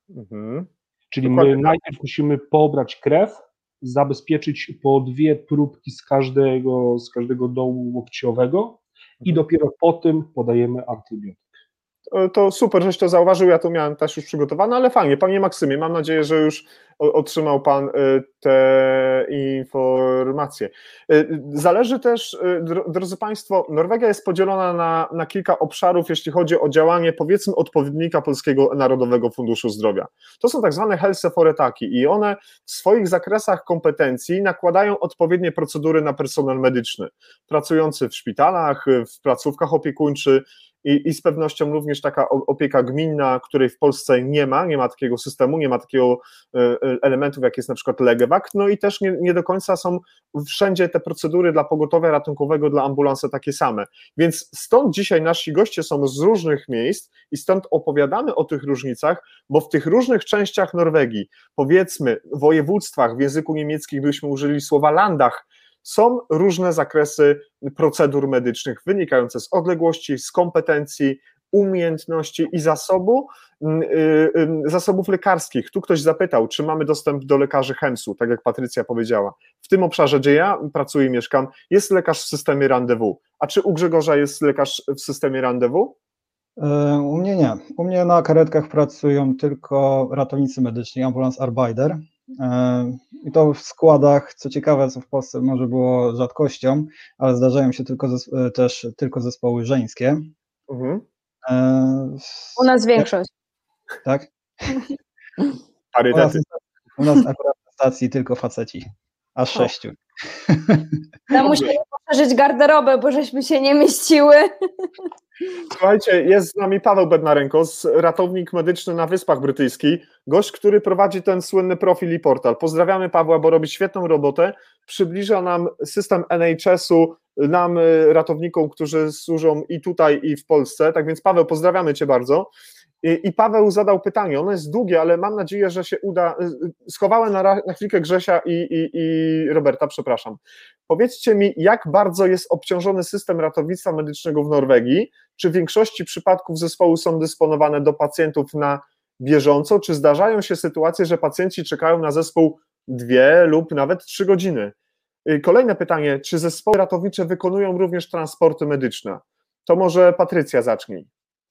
Czyli dokładnie my najpierw musimy pobrać krew, zabezpieczyć po 2 próbki z każdego dołu łokciowego i dopiero po tym podajemy antybiotyk. To super, żeś to zauważył, ja to miałem też już przygotowane, ale fajnie. Panie Maksymie, mam nadzieję, że już otrzymał Pan te informacje. Zależy też, drodzy Państwo, Norwegia jest podzielona na kilka obszarów, jeśli chodzi o działanie, powiedzmy, odpowiednika Polskiego Narodowego Funduszu Zdrowia. To są tak zwane helseforetaki i one w swoich zakresach kompetencji nakładają odpowiednie procedury na personel medyczny, pracujący w szpitalach, w placówkach opiekuńczych, i z pewnością również taka opieka gminna, której w Polsce nie ma takiego systemu, nie ma takiego elementów, jak jest na przykład Legevakt, no i też nie do końca są wszędzie te procedury dla pogotowia ratunkowego, dla ambulansa takie same, więc stąd dzisiaj nasi goście są z różnych miejsc i stąd opowiadamy o tych różnicach, bo w tych różnych częściach Norwegii, powiedzmy województwach, w języku niemieckim byśmy użyli słowa Landach, są różne zakresy procedur medycznych wynikające z odległości, z kompetencji, umiejętności i zasobów lekarskich. Tu ktoś zapytał, czy mamy dostęp do lekarzy HEMS-u, tak jak Patrycja powiedziała. W tym obszarze, gdzie ja pracuję i mieszkam, jest lekarz w systemie rendezvous. A czy u Grzegorza jest lekarz w systemie rendezvous? U mnie nie. U mnie na karetkach pracują tylko ratownicy medyczni, ambulans Arbeider. I to w składach, co ciekawe, co w Polsce może było rzadkością, ale zdarzają się też tylko zespoły żeńskie. U nas większość. Tak? Parytety. U nas akurat na stacji tylko faceci, aż 6. Musimy poszerzyć garderobę, bo żeśmy się nie mieściły. Słuchajcie, jest z nami Paweł Bednarenkos, ratownik medyczny na Wyspach Brytyjskich, gość, który prowadzi ten słynny profil i portal. Pozdrawiamy Pawła, bo robi świetną robotę, przybliża nam system NHS-u, nam ratownikom, którzy służą i tutaj, i w Polsce. Tak więc Paweł, pozdrawiamy Cię bardzo. I Paweł zadał pytanie, ono jest długie, ale mam nadzieję, że się uda. Schowałem na chwilkę Grzesia i Roberta, przepraszam. Powiedzcie mi, jak bardzo jest obciążony system ratownictwa medycznego w Norwegii? Czy w większości przypadków zespoły są dysponowane do pacjentów na bieżąco? Czy zdarzają się sytuacje, że pacjenci czekają na zespół 2 lub nawet 3 godziny? Kolejne pytanie, czy zespoły ratownicze wykonują również transporty medyczne? To może Patrycja zacznij.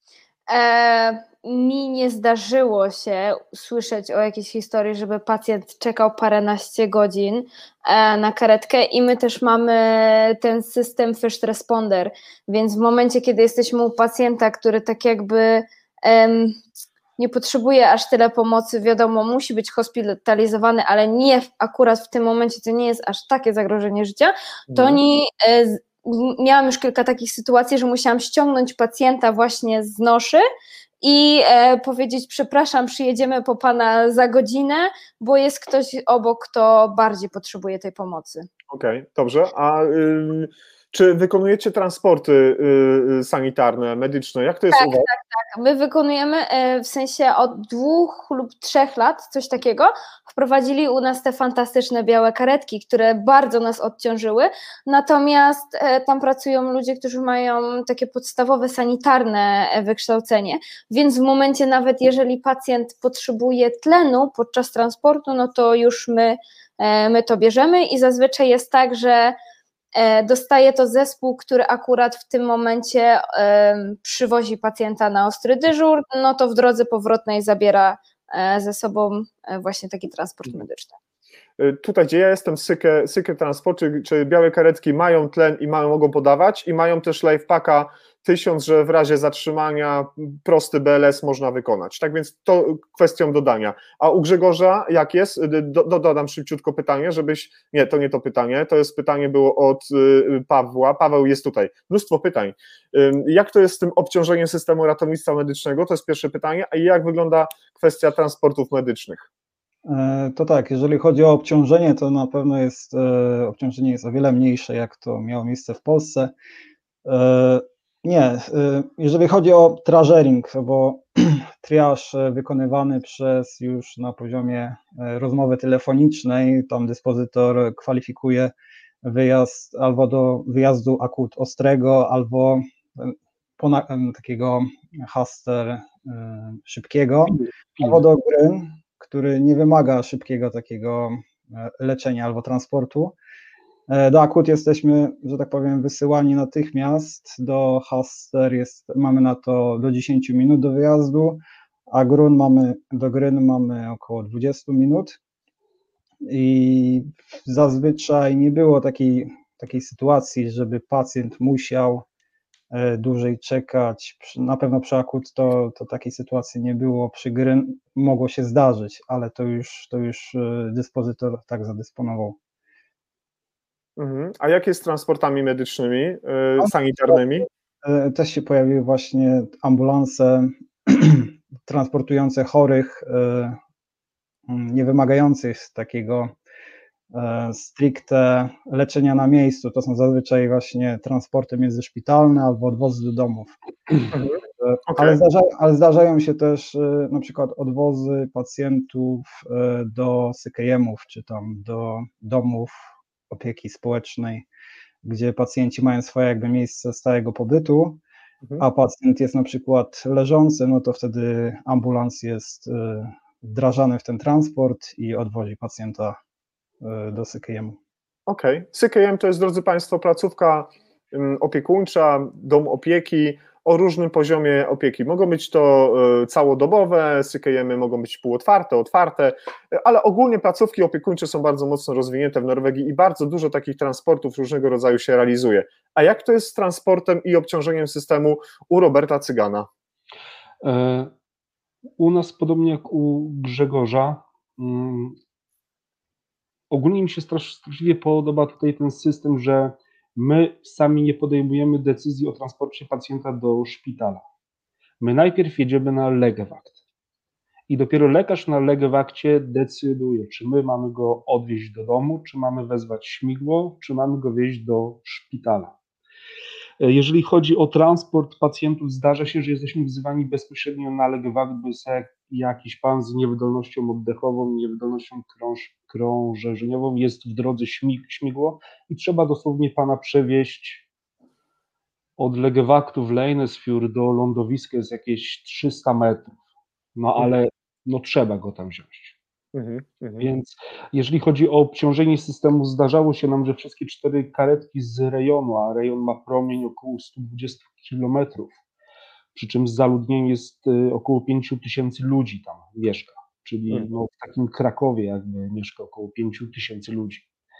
Mi nie zdarzyło się słyszeć o jakiejś historii, żeby pacjent czekał paręnaście godzin na karetkę i my też mamy ten system First Responder, więc w momencie, kiedy jesteśmy u pacjenta, który tak jakby nie potrzebuje aż tyle pomocy, wiadomo, musi być hospitalizowany, ale nie akurat w tym momencie, to nie jest aż takie zagrożenie życia, to oni... Miałam już kilka takich sytuacji, że musiałam ściągnąć pacjenta właśnie z noszy i powiedzieć, przepraszam, przyjedziemy po pana za godzinę, bo jest ktoś obok, kto bardziej potrzebuje tej pomocy. Okej, dobrze. A czy wykonujecie transporty sanitarne, medyczne? Jak to jest u was? Tak. My wykonujemy w sensie od 2 lub 3 lat, coś takiego. Wprowadzili u nas te fantastyczne białe karetki, które bardzo nas odciążyły, natomiast tam pracują ludzie, którzy mają takie podstawowe sanitarne wykształcenie, więc w momencie nawet jeżeli pacjent potrzebuje tlenu podczas transportu, no to już my to bierzemy i zazwyczaj jest tak, że dostaje to zespół, który akurat w tym momencie przywozi pacjenta na ostry dyżur, no to w drodze powrotnej zabiera ze sobą właśnie taki transport medyczny. Tutaj, gdzie ja jestem, Sykę Transport, czy białe karetki mają tlen i mogą podawać i mają też lifepacka 1000, że w razie zatrzymania prosty BLS można wykonać. Tak więc to kwestią dodania. A u Grzegorza jak jest? Dodam szybciutko pytanie, żebyś... Nie, to nie to pytanie, to jest pytanie było od Pawła. Paweł jest tutaj. Mnóstwo pytań. Jak to jest z tym obciążeniem systemu ratownictwa medycznego? To jest pierwsze pytanie. A jak wygląda kwestia transportów medycznych? To tak, jeżeli chodzi o obciążenie, to na pewno obciążenie jest o wiele mniejsze, jak to miało miejsce w Polsce. Nie, jeżeli chodzi o triaging, bo triaż wykonywany już na poziomie rozmowy telefonicznej, tam dyspozytor kwalifikuje wyjazd albo do wyjazdu akut ostrego, albo takiego haster szybkiego, albo do gryn, który nie wymaga szybkiego takiego leczenia albo transportu. Do akut jesteśmy, że tak powiem, wysyłani natychmiast, do haster mamy na to do 10 minut do wyjazdu, a do gryn mamy około 20 minut i zazwyczaj nie było takiej sytuacji, żeby pacjent musiał dłużej czekać. Na pewno przy akut to takiej sytuacji nie było, przy gryn mogło się zdarzyć, ale to już dyspozytor tak zadysponował. A jak jest z transportami medycznymi, sanitarnymi? Też się pojawiły właśnie ambulanse transportujące chorych, nie wymagających takiego stricte leczenia na miejscu. To są zazwyczaj właśnie transporty międzyszpitalne albo odwozy do domów. Okay. Ale zdarzają się też na przykład odwozy pacjentów do CKM-ów, czy tam do domów opieki społecznej, gdzie pacjenci mają swoje jakby miejsce stałego pobytu, a pacjent jest na przykład leżący, no to wtedy ambulans jest wdrażany w ten transport i odwozi pacjenta do CKM-u. Okej. CKM to jest, drodzy Państwo, placówka opiekuńcza, dom opieki o różnym poziomie opieki. Mogą być to całodobowe, CKM-y mogą być półotwarte, otwarte, ale ogólnie placówki opiekuńcze są bardzo mocno rozwinięte w Norwegii i bardzo dużo takich transportów różnego rodzaju się realizuje. A jak to jest z transportem i obciążeniem systemu u Roberta Cygana? U nas, podobnie jak u Grzegorza, ogólnie mi się straszliwie podoba tutaj ten system, że My sami nie podejmujemy decyzji o transporcie pacjenta do szpitala. My najpierw jedziemy na legewakt i dopiero lekarz na legewakcie decyduje, czy my mamy go odwieźć do domu, czy mamy wezwać śmigło, czy mamy go wieźć do szpitala. Jeżeli chodzi o transport pacjentów, zdarza się, że jesteśmy wzywani bezpośrednio na legewakt, bo jest jakiś pan z niewydolnością oddechową, niewydolnością krążeniową, jest w drodze śmigło i trzeba dosłownie pana przewieźć od legewaktu w Leinesfjord do lądowiska, jest jakieś 300 metrów, no ale no trzeba go tam wziąć. Więc jeżeli chodzi o obciążenie systemu, zdarzało się nam, że wszystkie 4 karetki z rejonu, a rejon ma promień około 120 km, przy czym zaludnienie jest około 5000 ludzi tam mieszka, czyli no w takim Krakowie jakby mieszka około 5000 ludzi.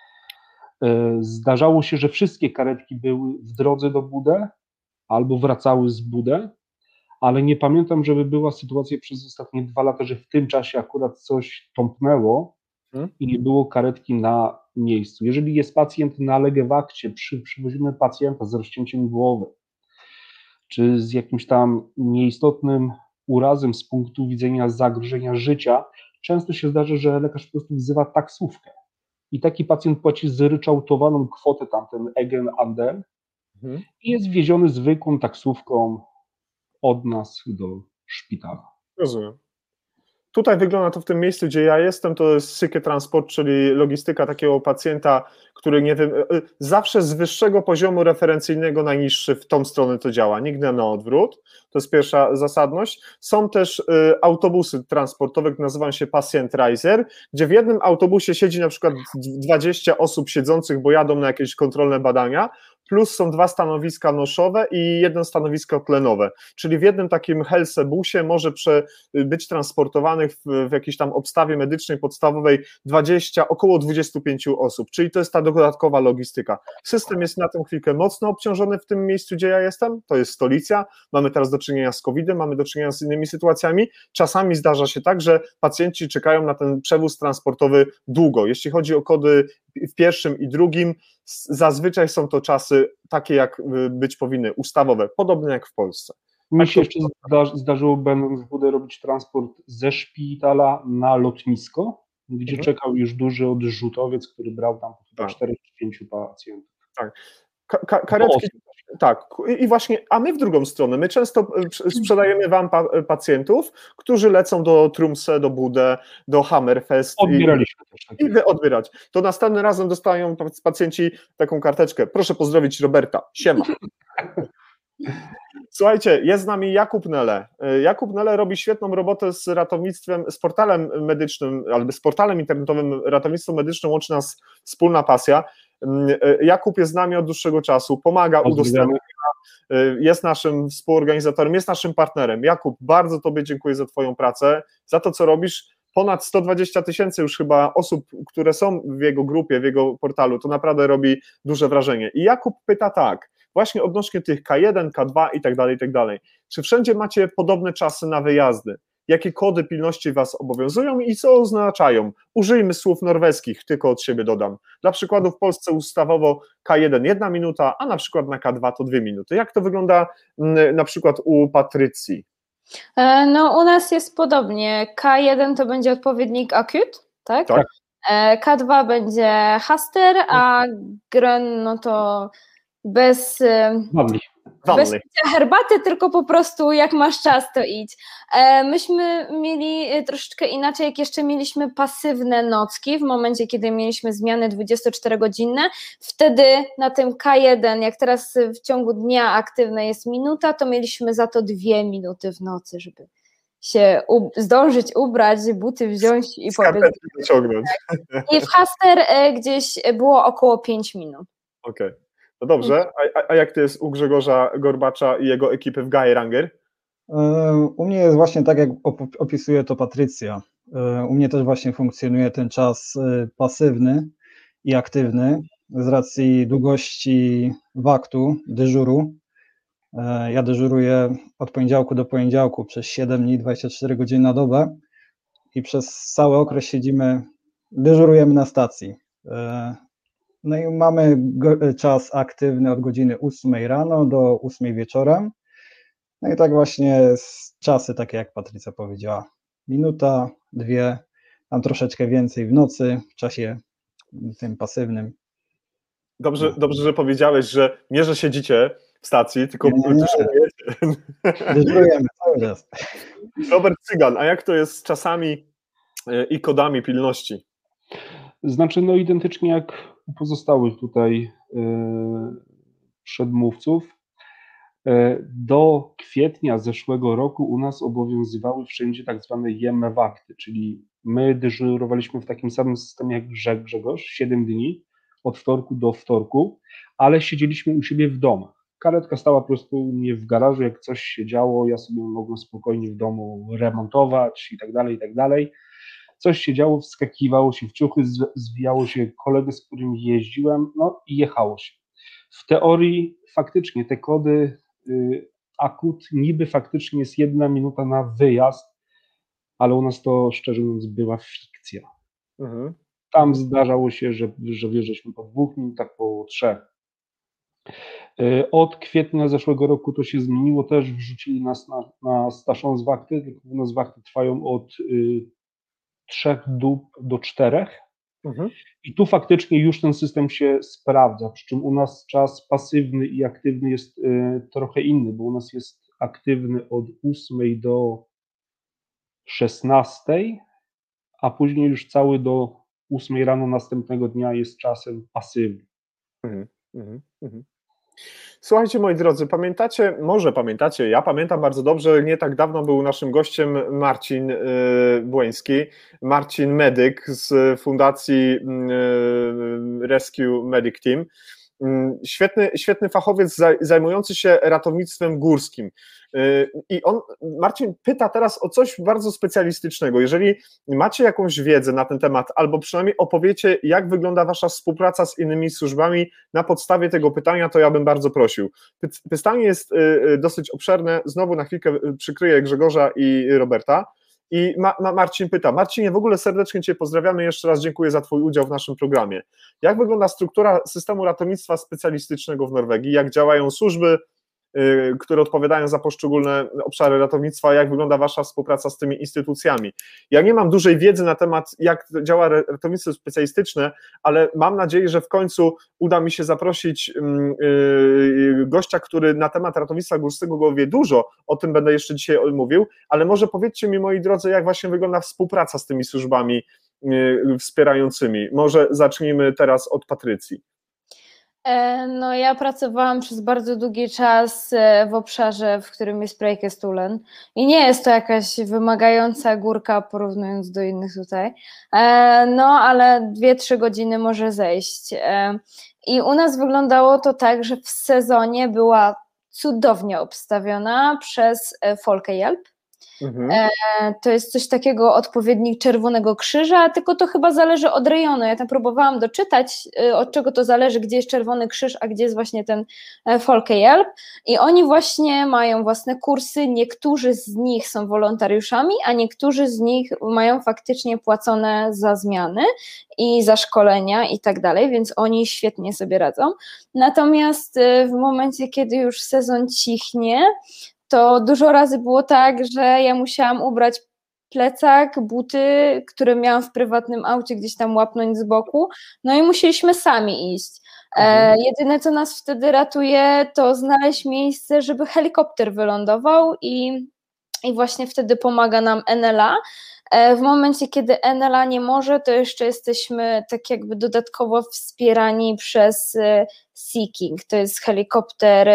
Zdarzało się, że wszystkie karetki były w drodze do Budę albo wracały z Budę, ale nie pamiętam, żeby była sytuacja przez ostatnie 2 lata, że w tym czasie akurat coś tąpnęło i nie było karetki na miejscu. Jeżeli jest pacjent na legewakcie, przywozimy pacjenta z rozcięciem głowy, czy z jakimś tam nieistotnym urazem z punktu widzenia zagrożenia życia, często się zdarza, że lekarz po prostu wzywa taksówkę i taki pacjent płaci zryczałtowaną kwotę, tamten Egen Andel, i jest wieziony zwykłą taksówką od nas do szpitala. Rozumiem. Tutaj wygląda to w tym miejscu, gdzie ja jestem, to jest Syke Transport, czyli logistyka takiego pacjenta, który nie wiem, zawsze z wyższego poziomu referencyjnego na niższy w tą stronę to działa, nigdy na odwrót. To jest pierwsza zasadność. Są też autobusy transportowe, które nazywają się Patient Riser, gdzie w jednym autobusie siedzi na przykład 20 osób siedzących, bo jadą na jakieś kontrolne badania, plus są 2 stanowiska noszowe i 1 stanowisko tlenowe, czyli w jednym takim helsebusie może być transportowanych w jakiejś tam obstawie medycznej podstawowej około 25 osób, czyli to jest ta dodatkowa logistyka. System jest na tę chwilkę mocno obciążony w tym miejscu, gdzie ja jestem, to jest stolica, mamy teraz do czynienia z COVID-em, mamy do czynienia z innymi sytuacjami, czasami zdarza się tak, że pacjenci czekają na ten przewóz transportowy długo, jeśli chodzi o kody w pierwszym i drugim, zazwyczaj są to czasy takie, jak być powinny, ustawowe, podobne jak w Polsce. Mi się jeszcze zdarzyło, będąc w Budę, robić transport ze szpitala na lotnisko, gdzie czekał już duży odrzutowiec, który brał tam chyba 4 czy 5 pacjentów. Tak. Karetki, tak, i właśnie, a my w drugą stronę, my często sprzedajemy wam pacjentów, którzy lecą do Tromsø, do Budę, do Hammerfest Odbieraliśmy też i wy odbierać. To następnym razem dostają pacjenci taką karteczkę, proszę pozdrowić Roberta, siema. Słuchajcie, jest z nami Jakub Nele. Jakub Nele robi świetną robotę z ratownictwem, z portalem medycznym, albo z portalem internetowym Ratownictwo Medyczne łączy nas wspólna pasja. Jakub jest z nami od dłuższego czasu, pomaga, udostępnia, jest naszym współorganizatorem, jest naszym partnerem. Jakub, bardzo Tobie dziękuję za Twoją pracę, za to, co robisz. Ponad 120 000 już chyba osób, które są w jego grupie, w jego portalu, to naprawdę robi duże wrażenie. I Jakub pyta tak, właśnie odnośnie tych K1, K2 i tak dalej, czy wszędzie macie podobne czasy na wyjazdy? Jakie kody pilności Was obowiązują i co oznaczają? Użyjmy słów norweskich, tylko od siebie dodam. Dla przykładu w Polsce ustawowo K1 1 minuta, a na przykład na K2 to 2 minuty. Jak to wygląda na przykład u Patrycji? No u nas jest podobnie. K1 to będzie odpowiednik akut, tak? Tak. K2 będzie Haster, a Grön no to bez picia herbaty, tylko po prostu jak masz czas, to idź. Myśmy mieli troszeczkę inaczej, jak jeszcze mieliśmy pasywne nocki, w momencie, kiedy mieliśmy zmiany 24-godzinne, wtedy na tym K1, jak teraz w ciągu dnia aktywne jest minuta, to mieliśmy za to 2 minuty w nocy, żeby się zdążyć ubrać, buty wziąć i wyciągnąć. I w Haster gdzieś było około 5 minut. Okej. No dobrze, a jak to jest u Grzegorza Gorbacza i jego ekipy w Geiranger? U mnie jest właśnie tak, jak opisuje to Patrycja. U mnie też właśnie funkcjonuje ten czas pasywny i aktywny z racji długości waktu, dyżuru. Ja dyżuruję od poniedziałku do poniedziałku przez 7 dni, 24 godziny na dobę i przez cały okres dyżurujemy na stacji. No i mamy czas aktywny od godziny 8 rano do 8 wieczorem. No i tak właśnie czasy, takie jak Patrycja powiedziała, minuta, dwie, tam troszeczkę więcej w nocy, w czasie tym pasywnym. Dobrze, że powiedziałeś, że nie, że siedzicie w stacji, tylko dyżurujecie. Dyżurujemy cały czas. Robert Cygan, a jak to jest z czasami i kodami pilności? Znaczy, no identycznie jak u pozostałych tutaj przedmówców. Do kwietnia zeszłego roku u nas obowiązywały wszędzie tak zwane jemme wakty, czyli my dyżurowaliśmy w takim samym systemie jak Grzegorz, 7 dni, od wtorku do wtorku, ale siedzieliśmy u siebie w domach. Karetka stała po prostu u mnie w garażu, jak coś się działo, ja sobie mogłem spokojnie w domu remontować i tak dalej, i tak dalej. Coś się działo, wskakiwało się w ciuchy, zwijało się kolegę, z którym jeździłem, no i jechało się. W teorii faktycznie te kody akut niby faktycznie jest 1 minuta na wyjazd, ale u nas to szczerze mówiąc była fikcja. Tam zdarzało się, że wjeżdżaliśmy po 2 minutach, po 3. Od kwietnia zeszłego roku to się zmieniło, też wrzucili nas na station z wakty, tylko u nas wakty trwają od 3 dób do 4. I tu faktycznie już ten system się sprawdza, przy czym u nas czas pasywny i aktywny jest trochę inny, bo u nas jest aktywny od 8 do 16, a później już cały do 8 rano następnego dnia jest czasem pasywny. Słuchajcie, moi drodzy, może pamiętacie, ja pamiętam bardzo dobrze, nie tak dawno był naszym gościem Marcin Błoński, Marcin medyk z fundacji Rescue Medic Team. Świetny fachowiec zajmujący się ratownictwem górskim. I Marcin pyta teraz o coś bardzo specjalistycznego. Jeżeli macie jakąś wiedzę na ten temat, albo przynajmniej opowiecie, jak wygląda wasza współpraca z innymi służbami na podstawie tego pytania, to ja bym bardzo prosił. Pytanie jest dosyć obszerne, znowu na chwilkę przykryję Grzegorza i Roberta. I Marcin pyta, Marcinie, w ogóle serdecznie Cię pozdrawiamy, jeszcze raz dziękuję za Twój udział w naszym programie. Jak wygląda struktura systemu ratownictwa specjalistycznego w Norwegii? Jak działają służby, które odpowiadają za poszczególne obszary ratownictwa? Jak wygląda Wasza współpraca z tymi instytucjami? Ja nie mam dużej wiedzy na temat, jak działa ratownictwo specjalistyczne, ale mam nadzieję, że w końcu uda mi się zaprosić gościa, który na temat ratownictwa górskiego wie dużo, o tym będę jeszcze dzisiaj mówił, ale może powiedzcie mi, moi drodzy, jak właśnie wygląda współpraca z tymi służbami wspierającymi. Może zacznijmy teraz od Patrycji. No ja pracowałam przez bardzo długi czas w obszarze, w którym jest Preikestolen i nie jest to jakaś wymagająca górka porównując do innych tutaj, no ale 2-3 godziny może zejść i u nas wyglądało to tak, że w sezonie była cudownie obstawiona przez Folkehjälp. To jest coś takiego, odpowiednik Czerwonego Krzyża, tylko to chyba zależy od rejonu. Ja tam próbowałam doczytać, od czego to zależy, gdzie jest Czerwony Krzyż, a gdzie jest właśnie ten Folkehjälp i oni właśnie mają własne kursy, niektórzy z nich są wolontariuszami, a niektórzy z nich mają faktycznie płacone za zmiany i za szkolenia i tak dalej, więc oni świetnie sobie radzą. Natomiast w momencie, kiedy już sezon cichnie, to dużo razy było tak, że ja musiałam ubrać plecak, buty, które miałam w prywatnym aucie, gdzieś tam łapnąć z boku, no i musieliśmy sami iść. Jedyne, co nas wtedy ratuje, to znaleźć miejsce, żeby helikopter wylądował i właśnie wtedy pomaga nam NLA. W momencie, kiedy NLA nie może, to jeszcze jesteśmy tak jakby dodatkowo wspierani przez Sea King, to jest helikopter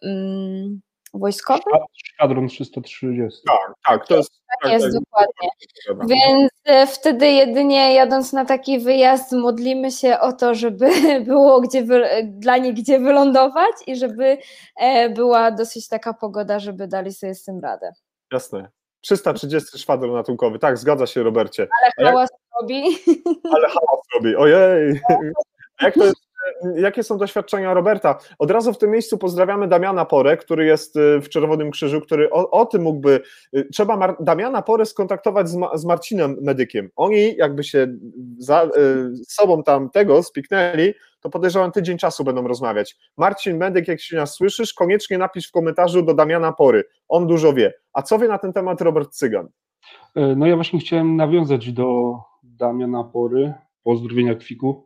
wojskowy? Szwadron 330. Tak, to jest. Tak jest, dokładnie. Więc wtedy jedynie jadąc na taki wyjazd modlimy się o to, żeby było dla nich gdzie wylądować i żeby była dosyć taka pogoda, żeby dali sobie z tym radę. Jasne. 330 szwadron ratunkowy, tak, zgadza się, Robercie. Ale hałas robi. Ale hałas robi, ojej. A jak to jest jakie są doświadczenia Roberta? Od razu w tym miejscu pozdrawiamy Damiana Porę, który jest w Czerwonym Krzyżu, który o tym mógłby, trzeba Damiana Porę skontaktować z Marcinem Medykiem. Oni jakby się z sobą tam tego spiknęli, to podejrzewam tydzień czasu będą rozmawiać. Marcin Medyk, jak się nas słyszysz, koniecznie napisz w komentarzu do Damiana Pory, on dużo wie. A co wie na ten temat Robert Cygan? No ja właśnie chciałem nawiązać do Damiana Pory, pozdrowienia Kwiku,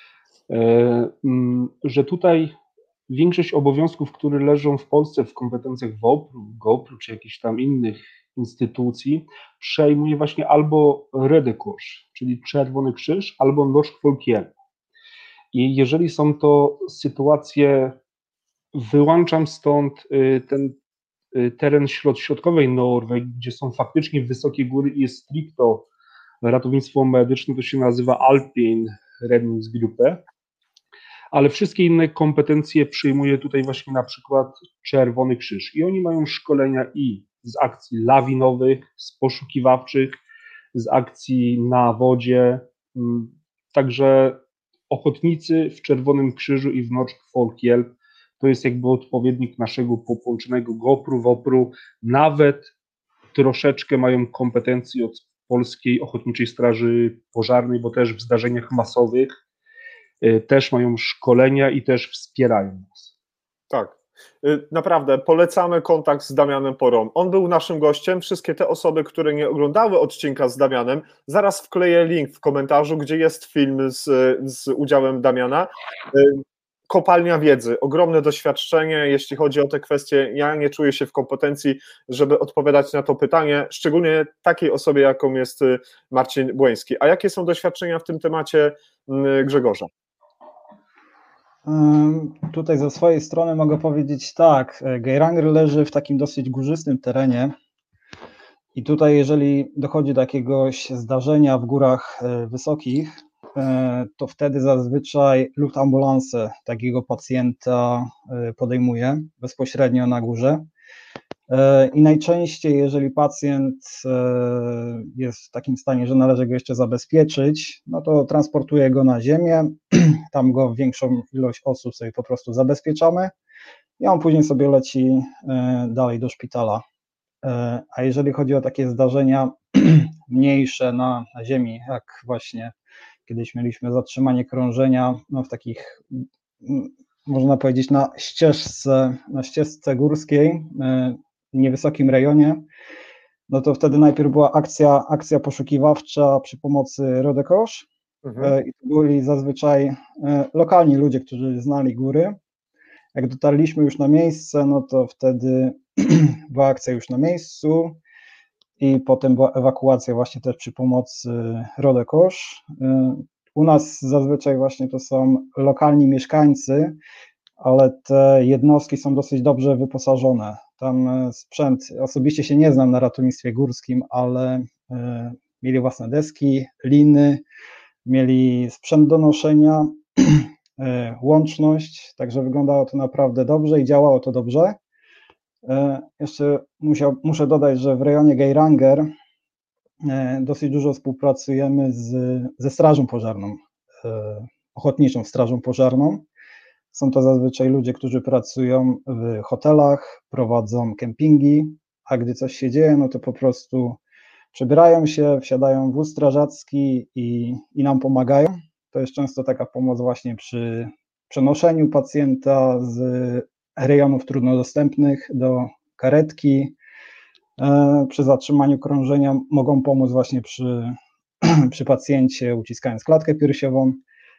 że tutaj większość obowiązków, które leżą w Polsce w kompetencjach WOPR-u, GOPR-u czy jakichś tam innych instytucji, przejmuje właśnie albo Röde Kors, czyli Czerwony Krzyż, albo Norsk Folkehjälp. I jeżeli są to sytuacje, wyłączam stąd ten teren środkowej Norwegii, gdzie są faktycznie wysokie góry i jest stricto ratownictwo medyczne, to się nazywa Alpin Redningsgruppe, ale wszystkie inne kompetencje przyjmuje tutaj właśnie na przykład Czerwony Krzyż i oni mają szkolenia i z akcji lawinowych, z poszukiwawczych, z akcji na wodzie, także ochotnicy w Czerwonym Krzyżu i w Norsk Folkehjälp to jest jakby odpowiednik naszego połączonego GOPR-u, WOPR-u, nawet troszeczkę mają kompetencji od Polskiej Ochotniczej Straży Pożarnej, bo też w zdarzeniach masowych też mają szkolenia i też wspierają nas. Tak, naprawdę polecamy kontakt z Damianem Porą. On był naszym gościem. Wszystkie te osoby, które nie oglądały odcinka z Damianem, zaraz wkleję link w komentarzu, gdzie jest film z udziałem Damiana. Kopalnia wiedzy, ogromne doświadczenie, jeśli chodzi o te kwestie. Ja nie czuję się w kompetencji, żeby odpowiadać na to pytanie, szczególnie takiej osobie, jaką jest Marcin Błoński. A jakie są doświadczenia w tym temacie Grzegorza? Tutaj ze swojej strony mogę powiedzieć tak, Geiranger leży w takim dosyć górzystym terenie i tutaj jeżeli dochodzi do jakiegoś zdarzenia w górach wysokich, to wtedy zazwyczaj Luftambulance takiego pacjenta podejmuje bezpośrednio na górze. I najczęściej, jeżeli pacjent jest w takim stanie, że należy go jeszcze zabezpieczyć, no to transportuje go na ziemię, tam go większą ilość osób sobie po prostu zabezpieczamy i on później sobie leci dalej do szpitala. A jeżeli chodzi o takie zdarzenia mniejsze na ziemi, jak właśnie kiedyś mieliśmy zatrzymanie krążenia, no w takich, można powiedzieć, na ścieżce górskiej, niewysokim rejonie, no to wtedy najpierw była akcja poszukiwawcza przy pomocy Röde Kors. I to byli zazwyczaj lokalni ludzie, którzy znali góry. Jak dotarliśmy już na miejsce, no to wtedy była akcja już na miejscu i potem była ewakuacja właśnie też przy pomocy Röde Kors. U nas zazwyczaj właśnie to są lokalni mieszkańcy, ale te jednostki są dosyć dobrze wyposażone. Tam sprzęt, osobiście się nie znam na ratownictwie górskim, ale mieli własne deski, liny, mieli sprzęt do noszenia, łączność, także wyglądało to naprawdę dobrze i działało to dobrze. Jeszcze muszę dodać, że w rejonie Geiranger dosyć dużo współpracujemy ze Strażą Pożarną, Ochotniczą Strażą Pożarną. Są to zazwyczaj ludzie, którzy pracują w hotelach, prowadzą kempingi, a gdy coś się dzieje, no to po prostu przebierają się, wsiadają w wóz strażacki i nam pomagają. To jest często taka pomoc właśnie przy przenoszeniu pacjenta z rejonów trudno dostępnych do karetki. Przy zatrzymaniu krążenia mogą pomóc właśnie przy pacjencie, uciskając klatkę piersiową.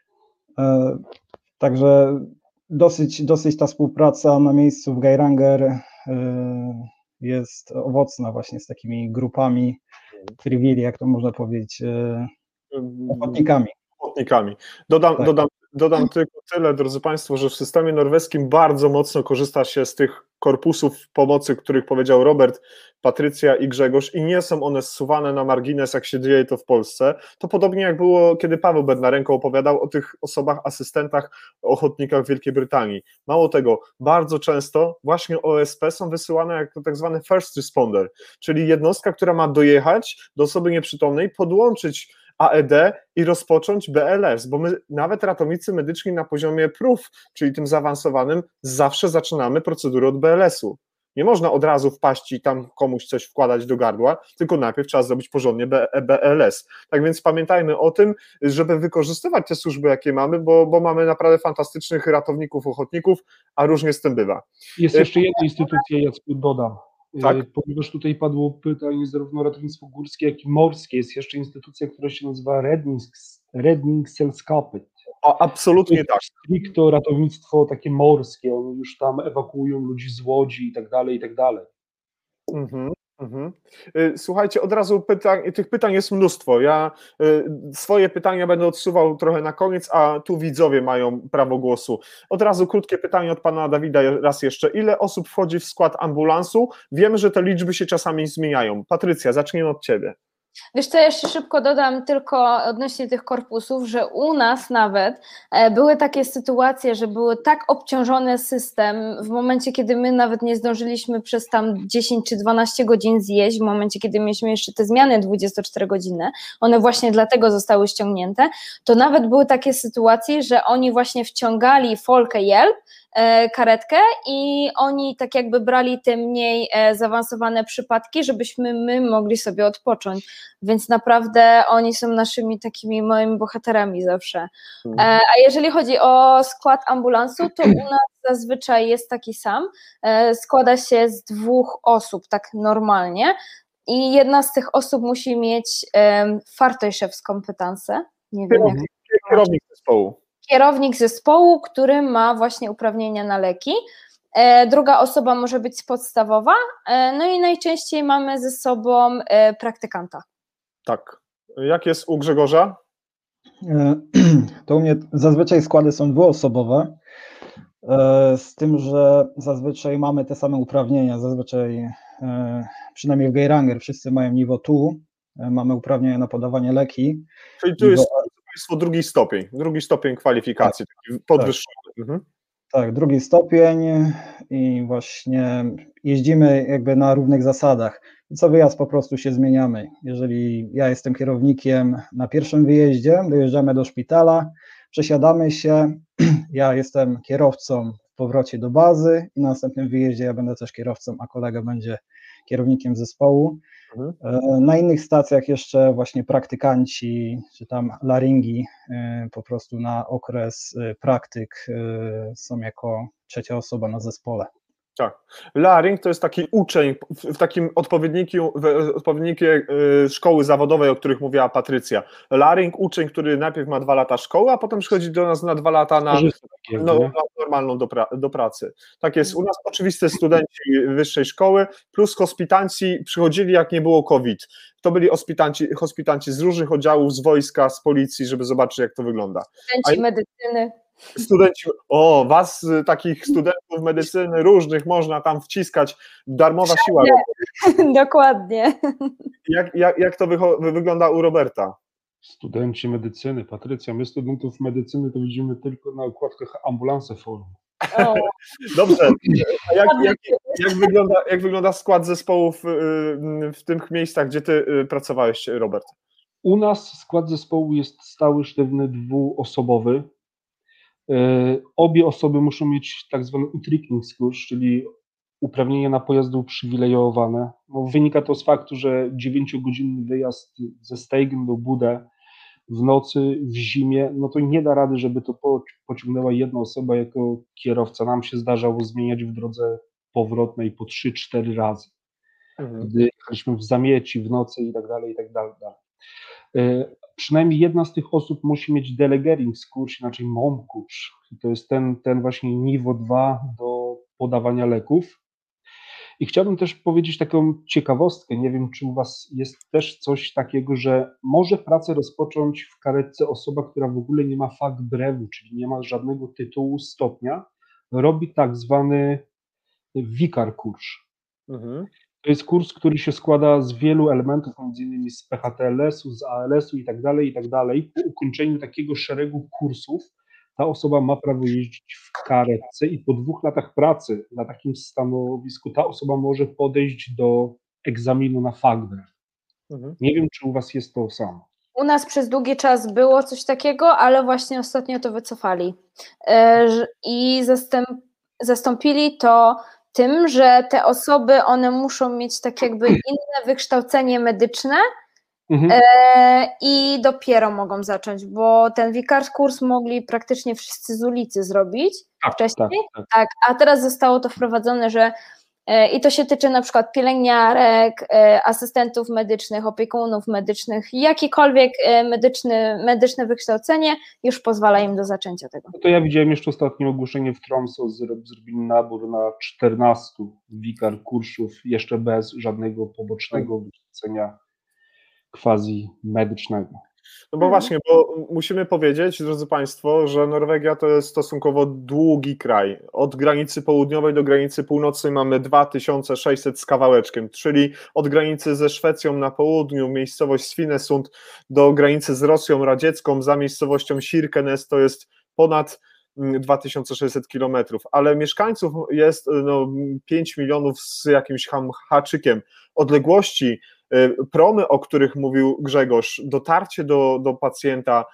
Także dosyć ta współpraca na miejscu w Geiranger jest owocna właśnie z takimi grupami frivilli, jak to można powiedzieć, ochotnikami. Dodam tylko tyle, drodzy Państwo, że w systemie norweskim bardzo mocno korzysta się z tych korpusów pomocy, których powiedział Robert, Patrycja i Grzegorz, i nie są one zsuwane na margines, jak się dzieje to w Polsce. To podobnie jak było, kiedy Paweł Bednarenko opowiadał o tych osobach, asystentach, ochotnikach w Wielkiej Brytanii. Mało tego, bardzo często właśnie OSP są wysyłane jako tak zwany first responder, czyli jednostka, która ma dojechać do osoby nieprzytomnej, podłączyć AED i rozpocząć BLS, bo my, nawet ratownicy medyczni na poziomie prób, czyli tym zaawansowanym, zawsze zaczynamy procedurę od BLS-u. Nie można od razu wpaść i tam komuś coś wkładać do gardła, tylko najpierw trzeba zrobić porządnie BLS. Tak więc pamiętajmy o tym, żeby wykorzystywać te służby, jakie mamy, bo mamy naprawdę fantastycznych ratowników, ochotników, a różnie z tym bywa. Jest jeszcze jedna instytucja, Jacku, dodam. Tak? Ponieważ tutaj padło pytanie zarówno ratownictwo górskie, jak i morskie, jest jeszcze instytucja, która się nazywa Räddningssällskapet. Absolutnie tak. Stricto ratownictwo takie morskie, oni już tam ewakuują ludzi z łodzi i tak dalej, i tak dalej. Słuchajcie, od razu tych pytań jest mnóstwo. Ja swoje pytania będę odsuwał trochę na koniec, a tu widzowie mają prawo głosu. Od razu krótkie pytanie od pana Dawida raz jeszcze. Ile osób wchodzi w skład ambulansu? Wiemy, że te liczby się czasami zmieniają. Patrycja, zaczniemy od ciebie. Wiesz co, jeszcze szybko dodam tylko odnośnie tych korpusów, że u nas nawet były takie sytuacje, że był tak obciążony system w momencie, kiedy my nawet nie zdążyliśmy przez tam 10 czy 12 godzin zjeść, w momencie, kiedy mieliśmy jeszcze te zmiany 24-godzinne, one właśnie dlatego zostały ściągnięte, to nawet były takie sytuacje, że oni właśnie wciągali Folke Jelb, karetkę i oni tak jakby brali te mniej zaawansowane przypadki, żebyśmy my mogli sobie odpocząć, więc naprawdę oni są naszymi takimi moimi bohaterami zawsze. A jeżeli chodzi o skład ambulansu, to u nas zazwyczaj jest taki sam, składa się z 2 osób tak normalnie i jedna z tych osób musi mieć fartojszewską nie wiem jak Kierownik zespołu. Kierownik zespołu, który ma właśnie uprawnienia na leki. Druga osoba może być podstawowa, no i najczęściej mamy ze sobą praktykanta. Tak. Jak jest u Grzegorza? To u mnie zazwyczaj składy są 2-osobowe, z tym, że zazwyczaj mamy te same uprawnienia, zazwyczaj przynajmniej w Geiranger wszyscy mają niveau 2, mamy uprawnienia na podawanie leki. Czyli tu jest drugi stopień kwalifikacji, tak, taki podwyższony. Tak, 2. stopień i właśnie jeździmy jakby na równych zasadach. I co wyjazd po prostu się zmieniamy. Jeżeli ja jestem kierownikiem na pierwszym wyjeździe, dojeżdżamy do szpitala, przesiadamy się, ja jestem kierowcą w powrocie do bazy i na następnym wyjeździe ja będę też kierowcą, a kolega będzie kierownikiem zespołu. Na innych stacjach jeszcze właśnie praktykanci, czy tam laringi po prostu na okres praktyk są jako 3. osoba na zespole. Tak. Laring to jest taki uczeń w takim odpowiedniku szkoły zawodowej, o których mówiła Patrycja. Laring, uczeń, który najpierw ma 2 lata szkoły, a potem przychodzi do nas na 2 lata na normalną do pracy. Tak jest. U nas oczywiście studenci wyższej szkoły plus hospitanci przychodzili, jak nie było COVID. To byli hospitanci z różnych oddziałów, z wojska, z policji, żeby zobaczyć, jak to wygląda. Studenci medycyny. Studenci, was, takich studentów medycyny różnych można tam wciskać, darmowa siła. Dokładnie. Jak to wygląda u Roberta? Studenci medycyny, Patrycja, my studentów medycyny to widzimy tylko na okładkach Ambulance Forum. Dobrze, a jak wygląda skład zespołów w tych miejscach, gdzie ty pracowałeś, Robert? U nas skład zespołu jest stały, sztywny, 2-osobowy. Obie osoby muszą mieć tak zwany utricking skurs, czyli uprawnienia na pojazdy uprzywilejowane. Wynika to z faktu, że 9-godzinny wyjazd ze Steigen do Budę w nocy, w zimie, no to nie da rady, żeby to pociągnęła jedna osoba jako kierowca. Nam się zdarzało zmieniać w drodze powrotnej po 3-4 razy. Gdy jechaliśmy w zamieci, w nocy i tak dalej, i tak dalej. Przynajmniej jedna z tych osób musi mieć delegering skurs, inaczej MOM kurs. To jest ten właśnie niveau 2 do podawania leków. I chciałbym też powiedzieć taką ciekawostkę, nie wiem, czy u was jest też coś takiego, że może pracę rozpocząć w karetce osoba, która w ogóle nie ma Fachbrewu, czyli nie ma żadnego tytułu, stopnia, robi tak zwany Wikar kurs. To jest kurs, który się składa z wielu elementów, między innymi z PHTLS-u, z ALS-u i tak dalej, i tak dalej. Po ukończeniu takiego szeregu kursów ta osoba ma prawo jeździć w karetce i po 2 latach pracy na takim stanowisku ta osoba może podejść do egzaminu na Fachbrew. Nie wiem, czy u was jest to samo. U nas przez długi czas było coś takiego, ale właśnie ostatnio to wycofali i zastąpili to tym, że te osoby, one muszą mieć tak jakby inne wykształcenie medyczne i dopiero mogą zacząć, bo ten wikar kurs mogli praktycznie wszyscy z ulicy zrobić wcześniej, tak, a teraz zostało to wprowadzone, że i to się tyczy na przykład pielęgniarek, asystentów medycznych, opiekunów medycznych, jakiekolwiek medyczne wykształcenie już pozwala im do zaczęcia tego. No to ja widziałem jeszcze ostatnie ogłoszenie w Tromsø, zrobili nabór na 14 wikar kursów, jeszcze bez żadnego pobocznego wykształcenia quasi medycznego. No bo właśnie, bo musimy powiedzieć, drodzy Państwo, że Norwegia to jest stosunkowo długi kraj. Od granicy południowej do granicy północnej mamy 2600 z kawałeczkiem, czyli od granicy ze Szwecją na południu, miejscowość Svinesund, do granicy z Rosją radziecką, za miejscowością Kirkenes to jest ponad 2600 kilometrów, ale mieszkańców jest 5 milionów z jakimś haczykiem. Odległości, promy, o których mówił Grzegorz, dotarcie do pacjenta,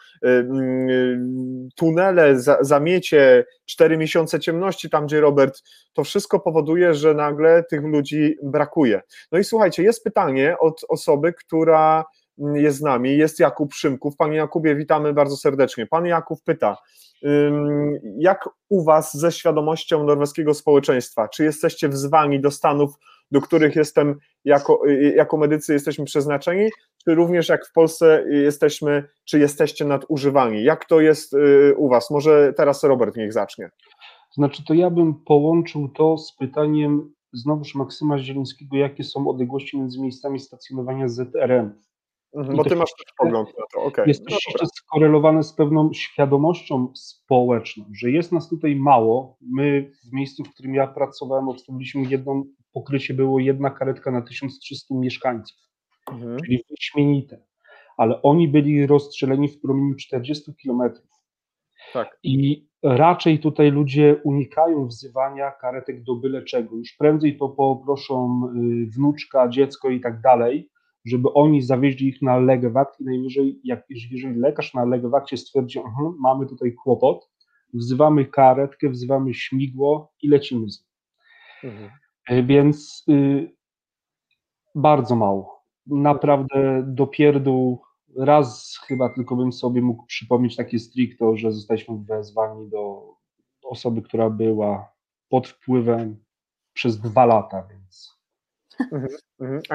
tunele, zamiecie, 4 miesiące ciemności tam, gdzie Robert, to wszystko powoduje, że nagle tych ludzi brakuje. No i słuchajcie, jest pytanie od osoby, która jest z nami, jest Jakub Szymków. Panie Jakubie, witamy bardzo serdecznie. Pan Jakub pyta, jak u Was ze świadomością norweskiego społeczeństwa? Czy jesteście wzwani do stanów, do których jako medycy jesteśmy przeznaczeni, czy również jak w Polsce jesteście nadużywani? Jak to jest u Was? Może teraz Robert niech zacznie. Znaczy, to ja bym połączył to z pytaniem znowuż Maksyma Zielińskiego, jakie są odległości między miejscami stacjonowania ZRM. Bo ty masz też pogląd na to, okej. Jest to jeszcze skorelowane z pewną świadomością społeczną, że jest nas tutaj mało. My w miejscu, w którym ja pracowałem, obstawiliśmy pokrycie było 1 karetka na 1300 mieszkańców, czyli wyśmienite, ale oni byli rozstrzeleni w promieniu 40 kilometrów. Tak. I raczej tutaj ludzie unikają wzywania karetek do byle czego. Już prędzej to poproszą wnuczka, dziecko i tak dalej, żeby oni zawieźli ich na legewakt i najwyżej, jeżeli lekarz na legewakcie stwierdzi, mamy tutaj kłopot, wzywamy karetkę, wzywamy śmigło i lecimy z nim. Więc bardzo mało. Naprawdę do pierdół. Raz chyba tylko bym sobie mógł przypomnieć takie stricto, że zostaliśmy wezwani do osoby, która była pod wpływem przez 2 lata, więc... A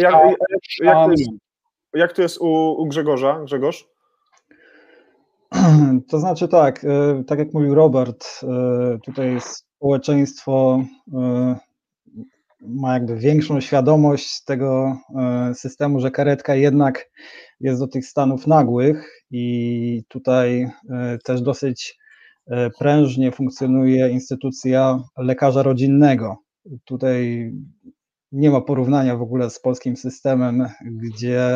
jak to jest u Grzegorza? Grzegorz? To znaczy tak jak mówił Robert, tutaj społeczeństwo ma jakby większą świadomość tego systemu, że karetka jednak jest do tych stanów nagłych i tutaj też dosyć prężnie funkcjonuje instytucja lekarza rodzinnego. Tutaj nie ma porównania w ogóle z polskim systemem, gdzie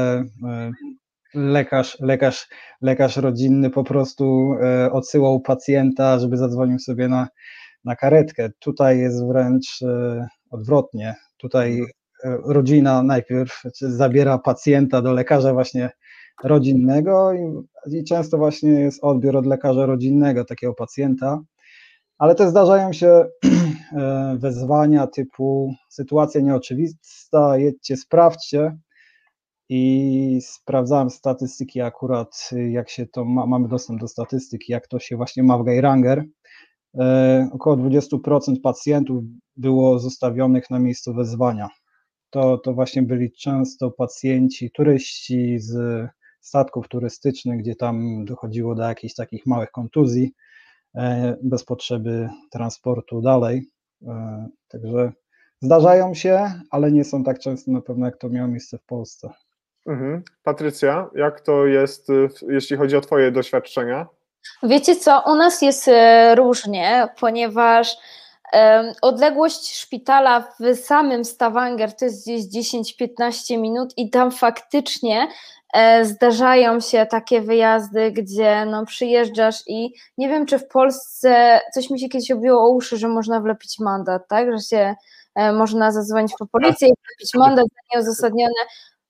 lekarz rodzinny po prostu odsyłał pacjenta, żeby zadzwonił sobie na karetkę. Tutaj jest wręcz odwrotnie. Tutaj rodzina najpierw zabiera pacjenta do lekarza właśnie rodzinnego i często właśnie jest odbiór od lekarza rodzinnego takiego pacjenta, ale też zdarzają się wezwania typu sytuacja nieoczywista, jedźcie, sprawdźcie. I sprawdzałem statystyki akurat, jak się to mamy dostęp do statystyki, jak to się właśnie ma w Geiranger. Około 20% pacjentów było zostawionych na miejscu wezwania. To właśnie byli często pacjenci, turyści z statków turystycznych, gdzie tam dochodziło do jakichś takich małych kontuzji bez potrzeby transportu dalej. Także zdarzają się, ale nie są tak często na pewno, jak to miało miejsce w Polsce. Patrycja, jak to jest, jeśli chodzi o Twoje doświadczenia? Wiecie co, u nas jest różnie, ponieważ odległość szpitala w samym Stavanger to jest gdzieś 10-15 minut i tam faktycznie zdarzają się takie wyjazdy, gdzie przyjeżdżasz i nie wiem, czy w Polsce coś mi się kiedyś obiło o uszy, że można wlepić mandat, tak, że się można zadzwonić po policję i wlepić mandat za nieuzasadnione.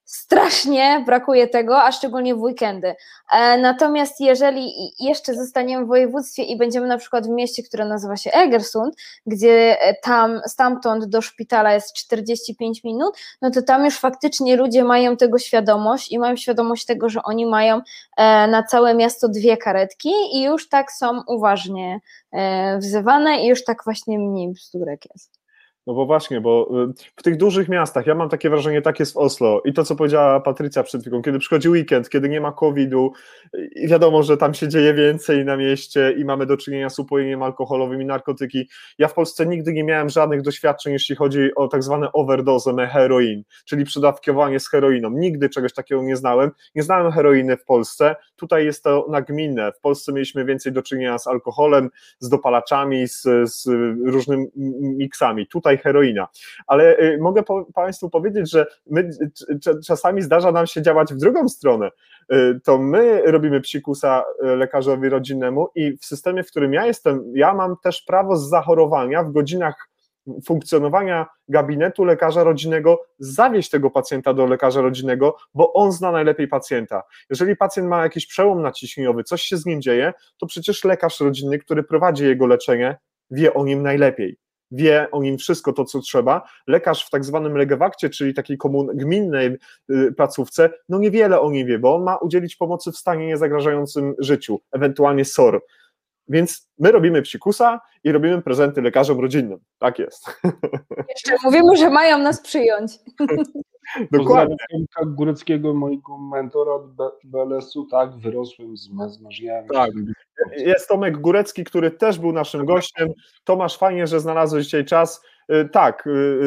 strasznie brakuje tego, a szczególnie w weekendy. Natomiast jeżeli jeszcze zostaniemy w województwie i będziemy na przykład w mieście, które nazywa się Egersund, gdzie stamtąd do szpitala jest 45 minut, no to tam już faktycznie ludzie mają tego świadomość i mają świadomość tego, że oni mają na całe miasto 2 karetki i już tak są uważnie wzywane i już tak właśnie mniej bzdurek jest. No bo właśnie, bo w tych dużych miastach, ja mam takie wrażenie, tak jest w Oslo i to, co powiedziała Patrycja przed chwilą, kiedy przychodzi weekend, kiedy nie ma COVID-u i wiadomo, że tam się dzieje więcej na mieście i mamy do czynienia z upojeniem alkoholowym i narkotyki. Ja w Polsce nigdy nie miałem żadnych doświadczeń, jeśli chodzi o tak zwane overdose heroin, czyli przedawkowanie z heroiną. Nigdy czegoś takiego nie znałem. Nie znałem heroiny w Polsce. Tutaj jest to nagminne. W Polsce mieliśmy więcej do czynienia z alkoholem, z dopalaczami, z różnymi miksami. Tutaj heroina, ale mogę Państwu powiedzieć, że my czasami zdarza nam się działać w drugą stronę. To my robimy psikusa lekarzowi rodzinnemu i w systemie, w którym ja jestem, ja mam też prawo z zachorowania w godzinach funkcjonowania gabinetu lekarza rodzinnego zawieźć tego pacjenta do lekarza rodzinnego, bo on zna najlepiej pacjenta. Jeżeli pacjent ma jakiś przełom naciśnieniowy, coś się z nim dzieje, to przecież lekarz rodzinny, który prowadzi jego leczenie, wie o nim najlepiej. Wie o nim wszystko to, co trzeba. Lekarz w tak zwanym legewakcie, czyli takiej gminnej placówce, no niewiele o nim wie, bo on ma udzielić pomocy w stanie niezagrażającym życiu, ewentualnie SOR. Więc my robimy psikusa i robimy prezenty lekarzom rodzinnym. Tak jest. Jeszcze mówimy, że mają nas przyjąć. Dokładnie. Tomka Góreckiego, mojego mentora od BLS-u, tak, wyrosłem z mężem. Tak. Jest Tomek Górecki, który też był naszym gościem. Tomasz, fajnie, że znalazłeś dzisiaj czas. Tak,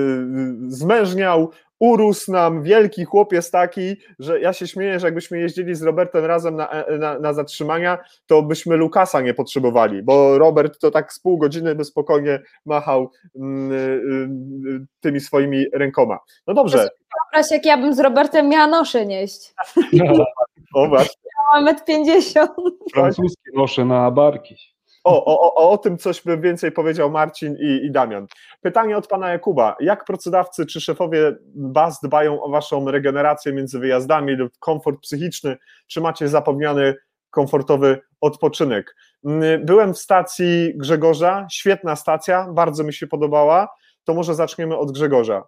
zmężniał, urósł nam, wielki chłopiec taki, że ja się śmieję, że jakbyśmy jeździli z Robertem razem na zatrzymania, to byśmy Lukasa nie potrzebowali, bo Robert to tak z pół godziny by spokojnie machał tymi swoimi rękoma. No dobrze. Wyobraź, jak ja bym z Robertem miała nosze nieść. O właśnie. Miałam 1,50 m. Francuskie nosze na barki. O tym coś by więcej powiedział Marcin i Damian. Pytanie od pana Jakuba. Jak pracodawcy czy szefowie baz dbają o waszą regenerację między wyjazdami lub komfort psychiczny? Czy macie zapewniony komfortowy odpoczynek? Byłem w stacji Grzegorza, świetna stacja, bardzo mi się podobała. To może zaczniemy od Grzegorza.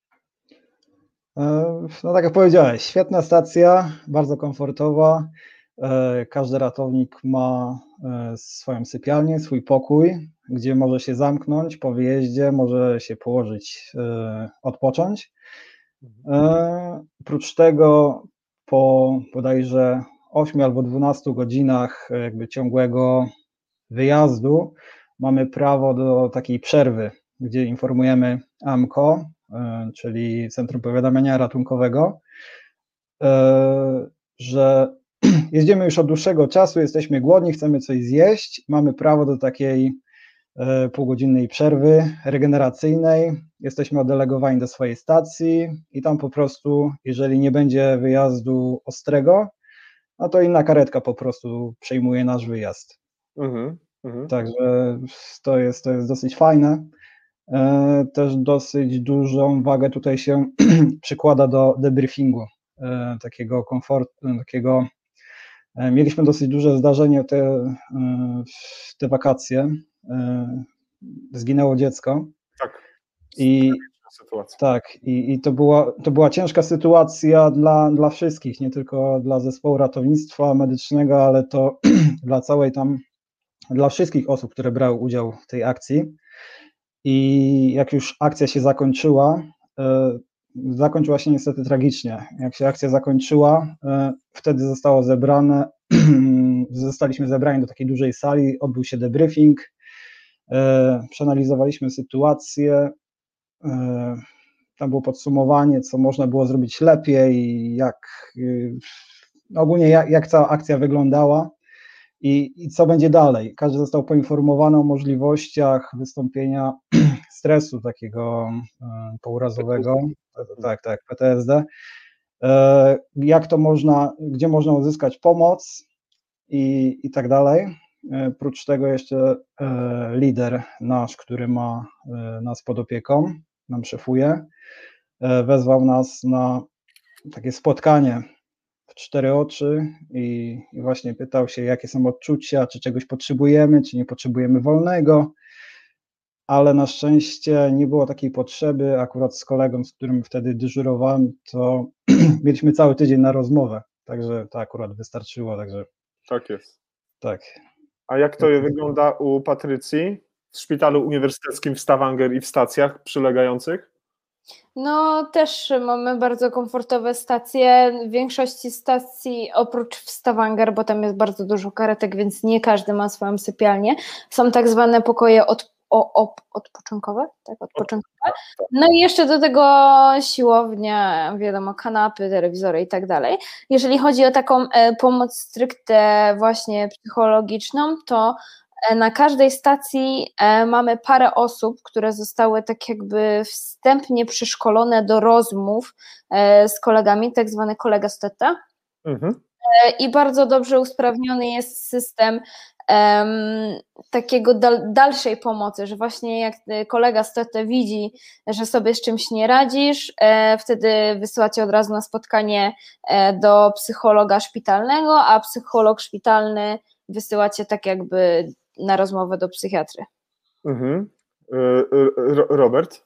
No tak jak powiedziałeś, świetna stacja, bardzo komfortowa. Każdy ratownik ma swoją sypialnię, swój pokój, gdzie może się zamknąć po wyjeździe, może się położyć, odpocząć. Oprócz tego po bodajże 8 albo 12 godzinach jakby ciągłego wyjazdu mamy prawo do takiej przerwy, gdzie informujemy AMCO, czyli Centrum Powiadamiania Ratunkowego, że jeździmy już od dłuższego czasu, jesteśmy głodni, chcemy coś zjeść, mamy prawo do takiej półgodzinnej przerwy regeneracyjnej, jesteśmy oddelegowani do swojej stacji i tam po prostu, jeżeli nie będzie wyjazdu ostrego, no to inna karetka po prostu przejmuje nasz wyjazd. Także to jest dosyć fajne. Też dosyć dużą wagę tutaj się przykłada do debriefingu, takiego komfortu, takiego. Mieliśmy dosyć duże zdarzenie te wakacje. Zginęło dziecko. Tak. Sytuacja. Tak, i to była ciężka sytuacja dla wszystkich, nie tylko dla zespołu ratownictwa medycznego, ale to dla wszystkich osób, które brały udział w tej akcji. I jak już akcja się zakończyła się niestety tragicznie. Jak się akcja zakończyła, wtedy zostaliśmy zebrani do takiej dużej sali, odbył się debriefing, przeanalizowaliśmy sytuację, tam było podsumowanie, co można było zrobić lepiej, ogólnie jak cała akcja wyglądała i co będzie dalej. Każdy został poinformowany o możliwościach wystąpienia stresu takiego pourazowego, tak, PTSD, jak to gdzie można uzyskać pomoc i tak dalej. Prócz tego jeszcze lider nasz, który ma nas pod opieką, nam szefuje, wezwał nas na takie spotkanie w 4 oczy i właśnie pytał się, jakie są odczucia, czy czegoś potrzebujemy, czy nie potrzebujemy wolnego, ale na szczęście nie było takiej potrzeby. Akurat z kolegą, z którym wtedy dyżurowałem, to mieliśmy cały tydzień na rozmowę, także to akurat wystarczyło, także Tak jest. tak. A jak to wygląda u Patrycji w szpitalu uniwersyteckim w Stavanger i w stacjach przylegających? No też mamy bardzo komfortowe stacje. W większości stacji, oprócz w Stavanger, bo tam jest bardzo dużo karetek, więc nie każdy ma swoją sypialnię, są tak zwane pokoje odpoczynkowe, tak, odpoczynkowe. No i jeszcze do tego siłownia, wiadomo, kanapy, telewizory i tak dalej. Jeżeli chodzi o taką pomoc stricte właśnie psychologiczną, to na każdej stacji mamy parę osób, które zostały tak jakby wstępnie przeszkolone do rozmów z kolegami, tak zwany kolega steta. I bardzo dobrze usprawniony jest system takiego dalszej pomocy, że właśnie jak kolega steta widzi, że sobie z czymś nie radzisz, wtedy wysyła cię od razu na spotkanie do psychologa szpitalnego, a psycholog szpitalny wysyła cię tak jakby na rozmowę do psychiatry. Robert?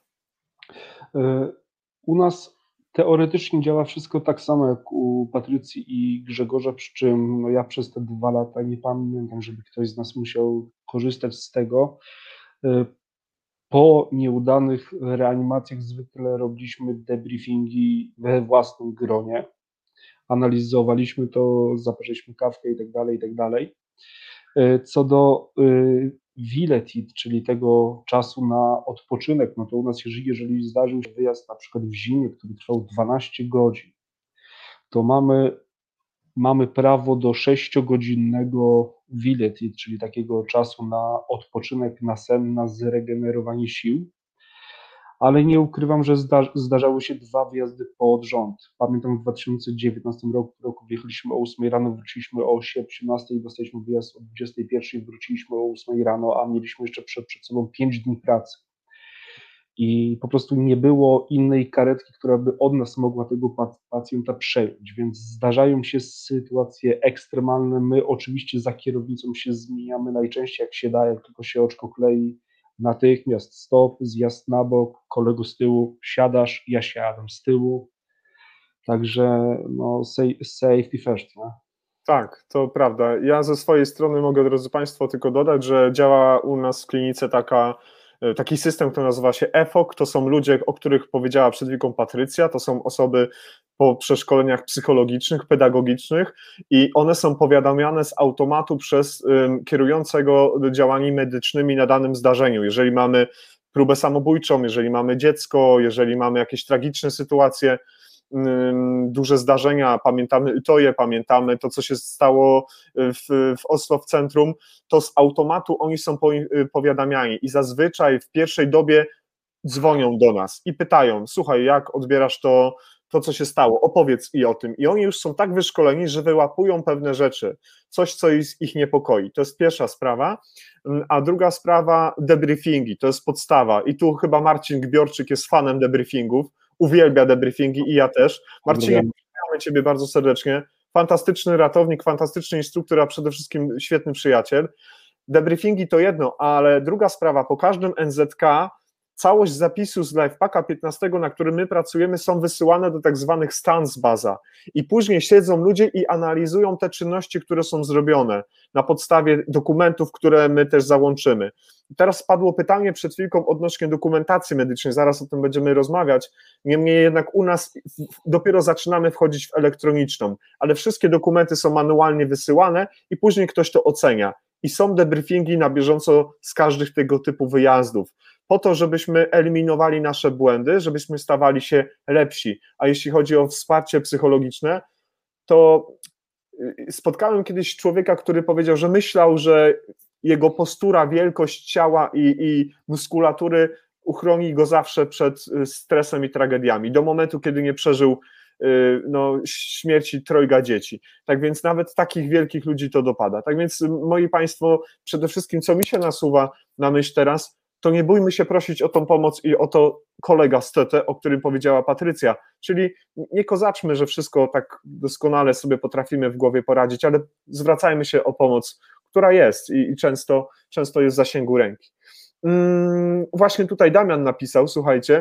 U nas teoretycznie działa wszystko tak samo jak u Patrycji i Grzegorza, przy czym no ja przez te 2 lata nie pamiętam, żeby ktoś z nas musiał korzystać z tego. Po nieudanych reanimacjach zwykle robiliśmy debriefingi we własnym gronie. Analizowaliśmy to, zapraszaliśmy kawkę i tak dalej. Co do Viletit, czyli tego czasu na odpoczynek, no to u nas, jeżeli zdarzył się wyjazd na przykład w zimie, który trwał 12 godzin, to mamy prawo do 6-godzinnego Viletit, czyli takiego czasu na odpoczynek, na sen, na zregenerowanie sił. Ale nie ukrywam, że zdarzały się 2 wyjazdy pod rząd. Pamiętam w 2019 roku wjechaliśmy o 8 rano, wróciliśmy o 18, dostaliśmy wyjazd o 21, wróciliśmy o 8 rano, a mieliśmy jeszcze przed sobą 5 dni pracy. I po prostu nie było innej karetki, która by od nas mogła tego pacjenta przejąć, więc zdarzają się sytuacje ekstremalne. My oczywiście za kierownicą się zmieniamy najczęściej jak się da, jak tylko się oczko klei. Natychmiast stop, zjazd na bok, kolego z tyłu, siadasz, ja siadam z tyłu, także no safety first, nie? Tak, to prawda. Ja ze swojej strony mogę, drodzy Państwo, tylko dodać, że działa u nas w klinice taki system, który nazywa się EFOK, to są ludzie, o których powiedziała przed chwilą Patrycja, to są osoby po przeszkoleniach psychologicznych, pedagogicznych i one są powiadamiane z automatu przez kierującego działaniami medycznymi na danym zdarzeniu. Jeżeli mamy próbę samobójczą, jeżeli mamy dziecko, jeżeli mamy jakieś tragiczne sytuacje, duże zdarzenia, pamiętamy Utoję, pamiętamy to, co się stało w Oslo w centrum, to z automatu oni są powiadamiani i zazwyczaj w pierwszej dobie dzwonią do nas i pytają, słuchaj, jak odbierasz to, co się stało, opowiedz i o tym. I oni już są tak wyszkoleni, że wyłapują pewne rzeczy, coś, co ich niepokoi. To jest pierwsza sprawa, a druga sprawa, debriefingi, to jest podstawa i tu chyba Marcin Gbiorczyk jest fanem debriefingów, uwielbia debriefingi i ja też. Marcinie, pozdrawiamy Ciebie bardzo serdecznie. Fantastyczny ratownik, fantastyczny instruktor, a przede wszystkim świetny przyjaciel. Debriefingi to jedno, ale druga sprawa, po każdym NZK całość zapisu z Lifepacka 15, na którym my pracujemy, są wysyłane do tak zwanych stans baza i później siedzą ludzie i analizują te czynności, które są zrobione na podstawie dokumentów, które my też załączymy. Teraz padło pytanie przed chwilką odnośnie dokumentacji medycznej, zaraz o tym będziemy rozmawiać, niemniej jednak u nas dopiero zaczynamy wchodzić w elektroniczną, ale wszystkie dokumenty są manualnie wysyłane i później ktoś to ocenia i są debriefingi na bieżąco z każdych tego typu wyjazdów, po to, żebyśmy eliminowali nasze błędy, żebyśmy stawali się lepsi, a jeśli chodzi o wsparcie psychologiczne, to spotkałem kiedyś człowieka, który powiedział, że myślał, że jego postura, wielkość ciała i muskulatury uchroni go zawsze przed stresem i tragediami, do momentu, kiedy nie przeżył śmierci 3 dzieci. Tak więc nawet takich wielkich ludzi to dopada. Tak więc, moi Państwo, przede wszystkim co mi się nasuwa na myśl teraz, to nie bójmy się prosić o tą pomoc i o to kolega z TT, o którym powiedziała Patrycja, czyli nie kozaczmy, że wszystko tak doskonale sobie potrafimy w głowie poradzić, ale zwracajmy się o pomoc, która jest i często jest w zasięgu ręki. Właśnie tutaj Damian napisał, słuchajcie,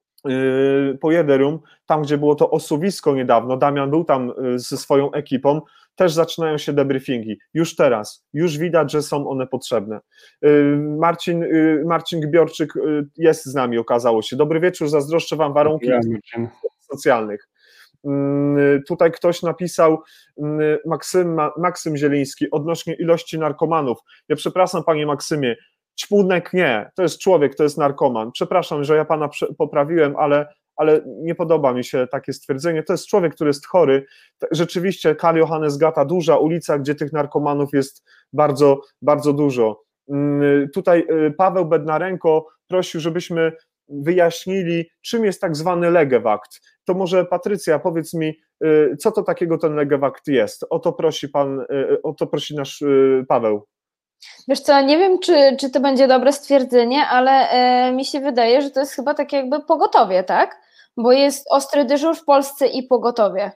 po Jederum, tam gdzie było to osuwisko niedawno, Damian był tam ze swoją ekipą, też zaczynają się debriefingi, już teraz, już widać, że są one potrzebne. Marcin Gbiorczyk jest z nami, okazało się. Dobry wieczór, zazdroszczę wam warunki socjalnych. Tutaj ktoś napisał, Maksym Zieliński, odnośnie ilości narkomanów. Ja przepraszam, panie Maksymie, ćpunek nie, to jest człowiek, to jest narkoman. Przepraszam, że ja pana poprawiłem, ale nie podoba mi się takie stwierdzenie. To jest człowiek, który jest chory. Rzeczywiście Karl Johannes Gata, duża ulica, gdzie tych narkomanów jest bardzo, bardzo dużo. Tutaj Paweł Bednarenko prosił, żebyśmy wyjaśnili, czym jest tak zwany Legewakt. To może Patrycja, powiedz mi, co to takiego ten Legewakt jest? O to prosi nasz Paweł. Wiesz co, nie wiem, czy to będzie dobre stwierdzenie, ale mi się wydaje, że to jest chyba takie jakby pogotowie, tak? Bo jest ostry dyżur w Polsce i pogotowie.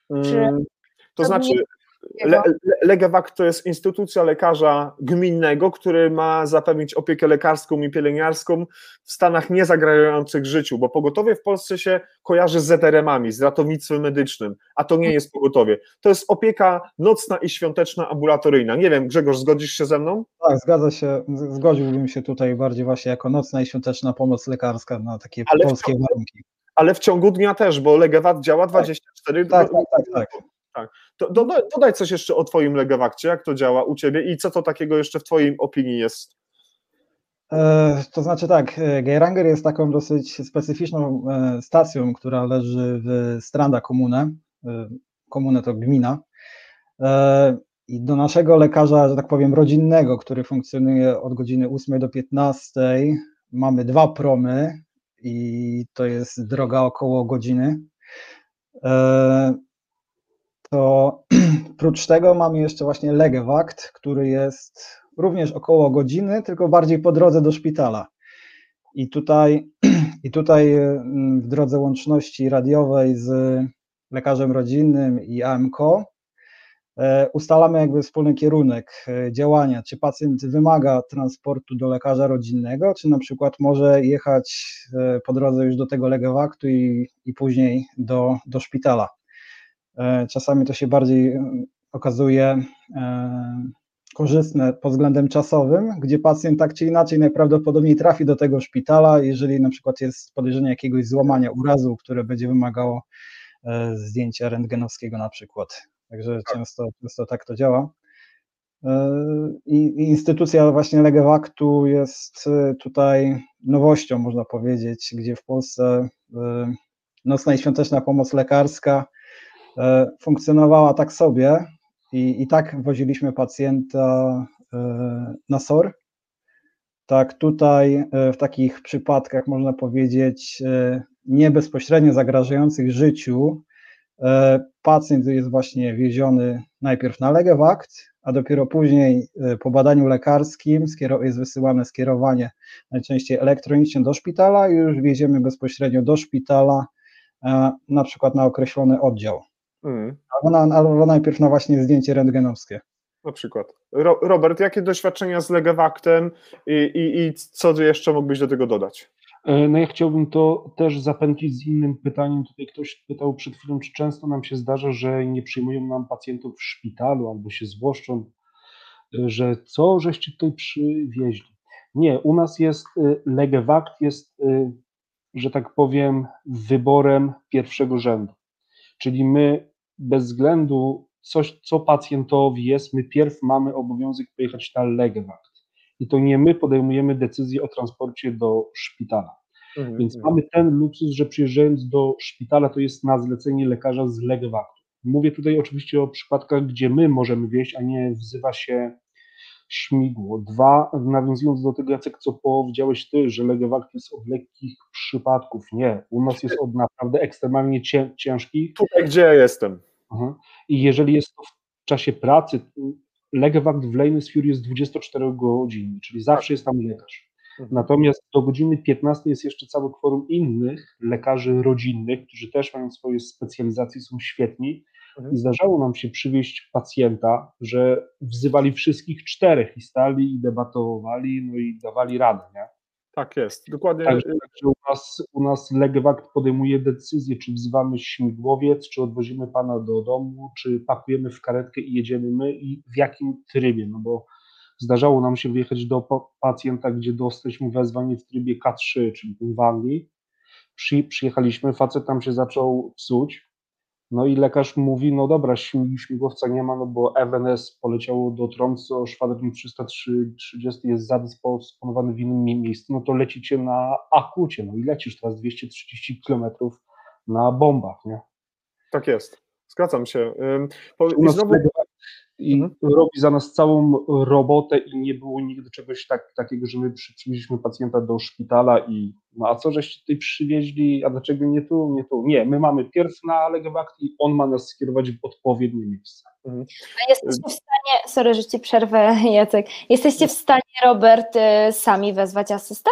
To znaczy, Legewakt to jest instytucja lekarza gminnego, który ma zapewnić opiekę lekarską i pielęgniarską w stanach niezagrażających życiu, bo pogotowie w Polsce się kojarzy z ZRM-ami, z ratownictwem medycznym, a to nie jest pogotowie. To jest opieka nocna i świąteczna, ambulatoryjna. Nie wiem, Grzegorz, zgodzisz się ze mną? Tak, zgadza się, zgodziłbym się tutaj bardziej właśnie jako nocna i świąteczna pomoc lekarska na takie polskie warunki. Ale w ciągu dnia też, bo Legewakt działa 24 Tak. To dodaj coś jeszcze o twoim Legewakcie, jak to działa u ciebie i co to takiego jeszcze w twojej opinii jest? To znaczy tak, Geiranger jest taką dosyć specyficzną stacją, która leży w Stranda Kommune. Kommune to gmina. I do naszego lekarza, że tak powiem, rodzinnego, który funkcjonuje od godziny 8 do 15, mamy 2 promy i to jest droga około godziny. To prócz tego mamy jeszcze właśnie Legewakt, który jest również około godziny, tylko bardziej po drodze do szpitala. I tutaj w drodze łączności radiowej z lekarzem rodzinnym i AMK ustalamy jakby wspólny kierunek działania, czy pacjent wymaga transportu do lekarza rodzinnego, czy na przykład może jechać po drodze już do tego Legewaktu i później do szpitala. Czasami to się bardziej okazuje korzystne pod względem czasowym, gdzie pacjent tak czy inaczej najprawdopodobniej trafi do tego szpitala, jeżeli na przykład jest podejrzenie jakiegoś złamania urazu, które będzie wymagało zdjęcia rentgenowskiego na przykład. Także często tak to działa. I instytucja właśnie Legewaktu jest tutaj nowością, można powiedzieć, gdzie w Polsce nocna i świąteczna pomoc lekarska funkcjonowała tak sobie i tak woziliśmy pacjenta na SOR. Tak tutaj w takich przypadkach, można powiedzieć, nie bezpośrednio zagrażających życiu, pacjent jest właśnie wieziony najpierw na Legewakt, a dopiero później po badaniu lekarskim jest wysyłane skierowanie najczęściej elektronicznie do szpitala i już wieziemy bezpośrednio do szpitala, na przykład na określony oddział. Albo najpierw na właśnie zdjęcie rentgenowskie. Na przykład. Robert, jakie doświadczenia z Legewaktem i co jeszcze mógłbyś do tego dodać? No ja chciałbym to też zapętlić z innym pytaniem. Tutaj ktoś pytał przed chwilą, czy często nam się zdarza, że nie przyjmują nam pacjentów w szpitalu albo się złoszczą, że co żeście tutaj przywieźli. Nie, u nas jest Legewakt jest, że tak powiem, wyborem pierwszego rzędu. Czyli my bez względu co pacjentowi jest, my pierw mamy obowiązek pojechać na Legewakt. I to nie my podejmujemy decyzję o transporcie do szpitala. Więc mamy ten luksus, że przyjeżdżając do szpitala, to jest na zlecenie lekarza z Legewaktu. Mówię tutaj oczywiście o przypadkach, gdzie my możemy wieść, a nie wzywa się śmigło. 2, nawiązując do tego, Jacek, co powiedziałeś ty, że Legewakt jest od lekkich przypadków. Nie, u nas jest od naprawdę ekstremalnie ciężkich. Tutaj, gdzie ja jestem. I jeżeli jest to w czasie pracy, Legewakt w Leynes Fury jest 24 godziny, czyli zawsze jest tam lekarz. Natomiast do godziny 15 jest jeszcze całe kworum innych lekarzy rodzinnych, którzy też mają swoje specjalizacje, są świetni. I zdarzało nam się przywieźć pacjenta, że wzywali wszystkich 4 i stali i debatowali, no i dawali radę, nie? Tak jest, dokładnie. Także u nas Legewakt podejmuje decyzję, czy wzywamy śmigłowiec, czy odwozimy pana do domu, czy pakujemy w karetkę i jedziemy my i w jakim trybie, no bo zdarzało nam się wyjechać do pacjenta, gdzie dostaliśmy wezwanie w trybie K3, czyli w Anglii. Przyjechaliśmy, facet tam się zaczął psuć, no i lekarz mówi, no dobra, śmigłowca nie ma, no bo EWNS poleciało do Tromsø, szwadron 330 jest zadysponowany w innym miejscu, no to lecicie na akucie, no i lecisz teraz 230 km na bombach, nie? Tak jest, zgadzam się. U nas robi za nas całą robotę i nie było nigdy czegoś takiego, że my przywieźliśmy pacjenta do szpitala i no a co żeście tutaj przywieźli, a dlaczego nie tu, nie tu? Nie, my mamy pierw na Legewakt i on ma nas skierować w odpowiednie miejsce. A jesteście w stanie, sorry, że ci przerwę, Jacek, jesteście w stanie, Robert, sami wezwać asystę?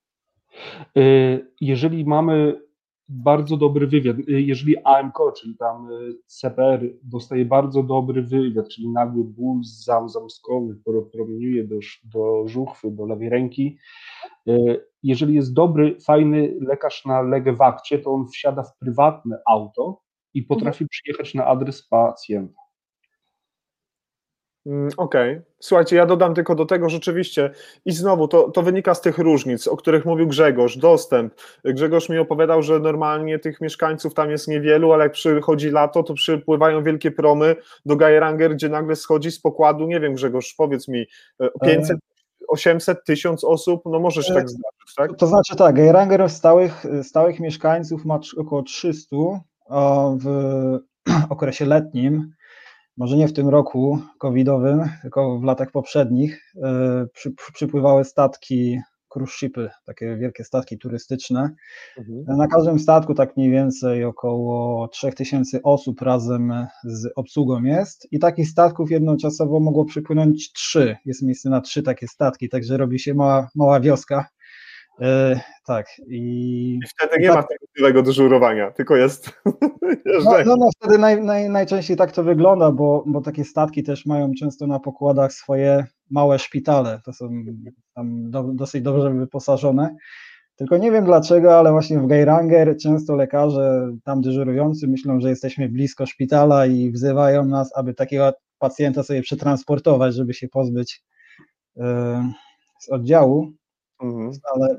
Jeżeli mamy bardzo dobry wywiad, jeżeli AMK, czyli tam CPR dostaje bardzo dobry wywiad, czyli nagły ból zamskowy, który promieniuje do żuchwy, do lewej ręki, jeżeli jest dobry, fajny lekarz na Legewakcie, to on wsiada w prywatne auto i potrafi przyjechać na adres pacjenta. Okej. Słuchajcie, ja dodam tylko do tego rzeczywiście i znowu to wynika z tych różnic, o których mówił Grzegorz, dostęp. Grzegorz mi opowiadał, że normalnie tych mieszkańców tam jest niewielu, ale jak przychodzi lato, to przypływają wielkie promy do Geiranger, gdzie nagle schodzi z pokładu, nie wiem Grzegorz, powiedz mi, 500, 800, 1000 osób, no może się tak zdarzyć, tak? To znaczy tak, Geiranger stałych mieszkańców ma około 300, a w okresie letnim, może nie w tym roku covidowym, tylko w latach poprzednich, przypływały statki, cruise shipy, takie wielkie statki turystyczne. Na każdym statku tak mniej więcej około 3000 osób razem z obsługą jest i takich statków jednoczasowo mogło przypłynąć 3. Jest miejsce na 3 takie statki, także robi się mała wioska. Tak. I wtedy nie ma tego tylego dyżurowania, tylko jest no wtedy najczęściej tak to wygląda, bo takie statki też mają często na pokładach swoje małe szpitale, to są tam dosyć dobrze wyposażone, tylko nie wiem dlaczego, ale właśnie w Geiranger często lekarze tam dyżurujący myślą, że jesteśmy blisko szpitala i wzywają nas, aby takiego pacjenta sobie przetransportować, żeby się pozbyć z oddziału, ale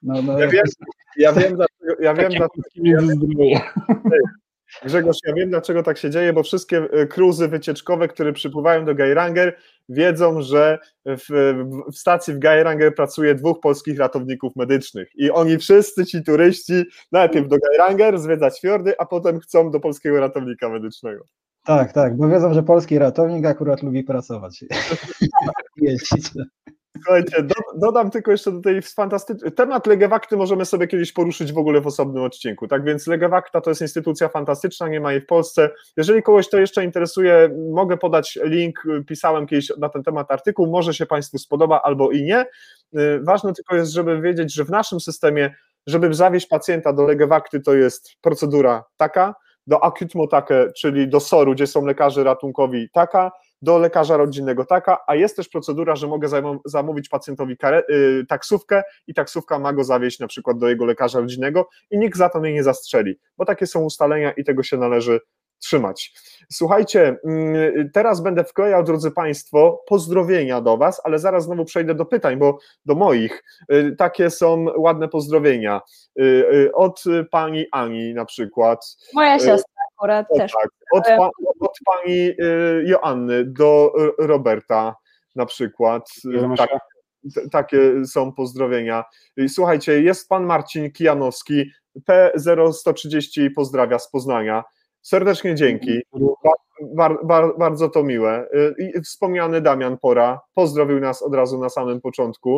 Grzegorz, ja wiem, dlaczego tak się dzieje, bo wszystkie cruzy wycieczkowe, które przypływają do Geiranger, wiedzą, że w stacji w Geiranger pracuje 2 polskich ratowników medycznych i oni wszyscy, ci turyści, najpierw do Geiranger zwiedzać fiordy, a potem chcą do polskiego ratownika medycznego. Tak, bo wiedzą, że polski ratownik akurat lubi pracować. Jeździć. Słuchajcie, dodam tylko jeszcze do tej fantastycznej... Temat Legewakty możemy sobie kiedyś poruszyć w ogóle w osobnym odcinku, tak więc Legewakta to jest instytucja fantastyczna, nie ma jej w Polsce. Jeżeli kogoś to jeszcze interesuje, mogę podać link, pisałem kiedyś na ten temat artykuł, może się Państwu spodoba albo i nie. Ważne tylko jest, żeby wiedzieć, że w naszym systemie, żeby zawieźć pacjenta do Legewakty, to jest procedura taka, do acute motake, czyli do SOR-u, gdzie są lekarze ratunkowi, taka, do lekarza rodzinnego taka, a jest też procedura, że mogę zamówić pacjentowi taksówkę i taksówka ma go zawieźć na przykład do jego lekarza rodzinnego i nikt za to mnie nie zastrzeli, bo takie są ustalenia i tego się należy trzymać. Słuchajcie, teraz będę wklejał, drodzy Państwo, pozdrowienia do Was, ale zaraz znowu przejdę do pytań, bo do moich. Takie są ładne pozdrowienia. Od pani Ani na przykład. Moja siostra akurat też. Tak, od pani Joanny do Roberta na przykład. Takie są pozdrowienia. Słuchajcie, jest pan Marcin Kijanowski, P0130 pozdrawia z Poznania. Serdecznie dzięki, bardzo to miłe. I wspomniany Damian Pora pozdrowił nas od razu na samym początku.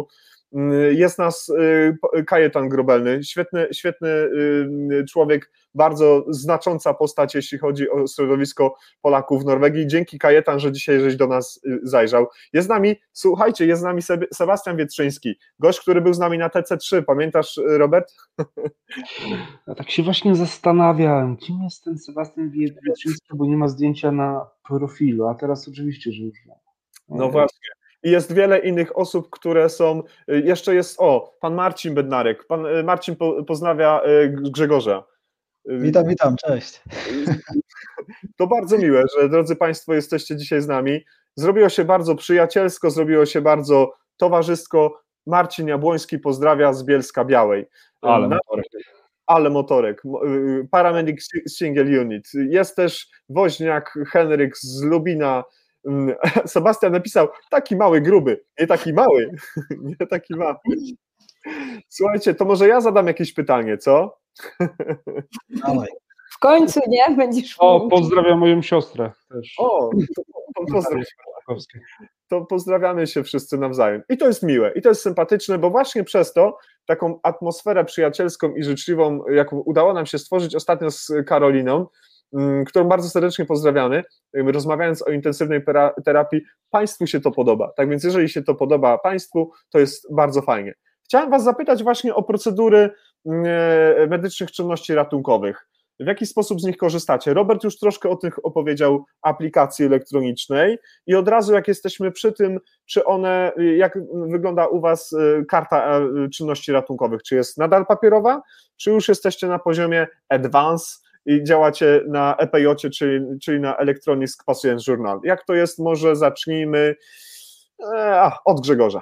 Jest nas Kajetan Grobelny, świetny człowiek, bardzo znacząca postać, jeśli chodzi o środowisko Polaków w Norwegii. Dzięki Kajetan, że dzisiaj żeś do nas zajrzał. Jest z nami, słuchajcie, jest z nami Sebastian Wietrzyński, gość, który był z nami na TC3. Pamiętasz, Robert? Ja tak się właśnie zastanawiałem, kim jest ten Sebastian Wietrzyński, bo nie ma zdjęcia na profilu, a teraz oczywiście, że już wiem. No właśnie. I jest wiele innych osób, które są, jeszcze jest, pan Marcin Bednarek, pan Marcin pozdrawia Grzegorza. Witam, cześć. To bardzo miłe, że drodzy Państwo jesteście dzisiaj z nami. Zrobiło się bardzo przyjacielsko, zrobiło się bardzo towarzysko. Marcin Jabłoński pozdrawia z Bielska Białej. Ale motorek. Paramedic Single Unit. Jest też woźniak Henryk z Lubina. Sebastian napisał, taki mały, gruby. Nie taki mały. Nie taki mały. Słuchajcie, to może ja zadam jakieś pytanie, co? Dawaj. W końcu, nie? Będziesz mówił. Pozdrawiam moją siostrę też. To pozdrawiamy się wszyscy nawzajem. I to jest miłe, i to jest sympatyczne, bo właśnie przez to taką atmosferę przyjacielską i życzliwą, jaką udało nam się stworzyć ostatnio z Karoliną, którą bardzo serdecznie pozdrawiamy, rozmawiając o intensywnej terapii, Państwu się to podoba. Tak więc jeżeli się to podoba Państwu, to jest bardzo fajnie. Chciałem Was zapytać właśnie o procedury medycznych czynności ratunkowych. W jaki sposób z nich korzystacie? Robert już troszkę o tych opowiedział, aplikacji elektronicznej, i od razu jak jesteśmy przy tym, czy one, jak wygląda u Was karta czynności ratunkowych? Czy jest nadal papierowa, czy już jesteście na poziomie advance i działacie na EPJ, czyli na Electronic Patient Journal? Jak to jest? Może zacznijmy od Grzegorza.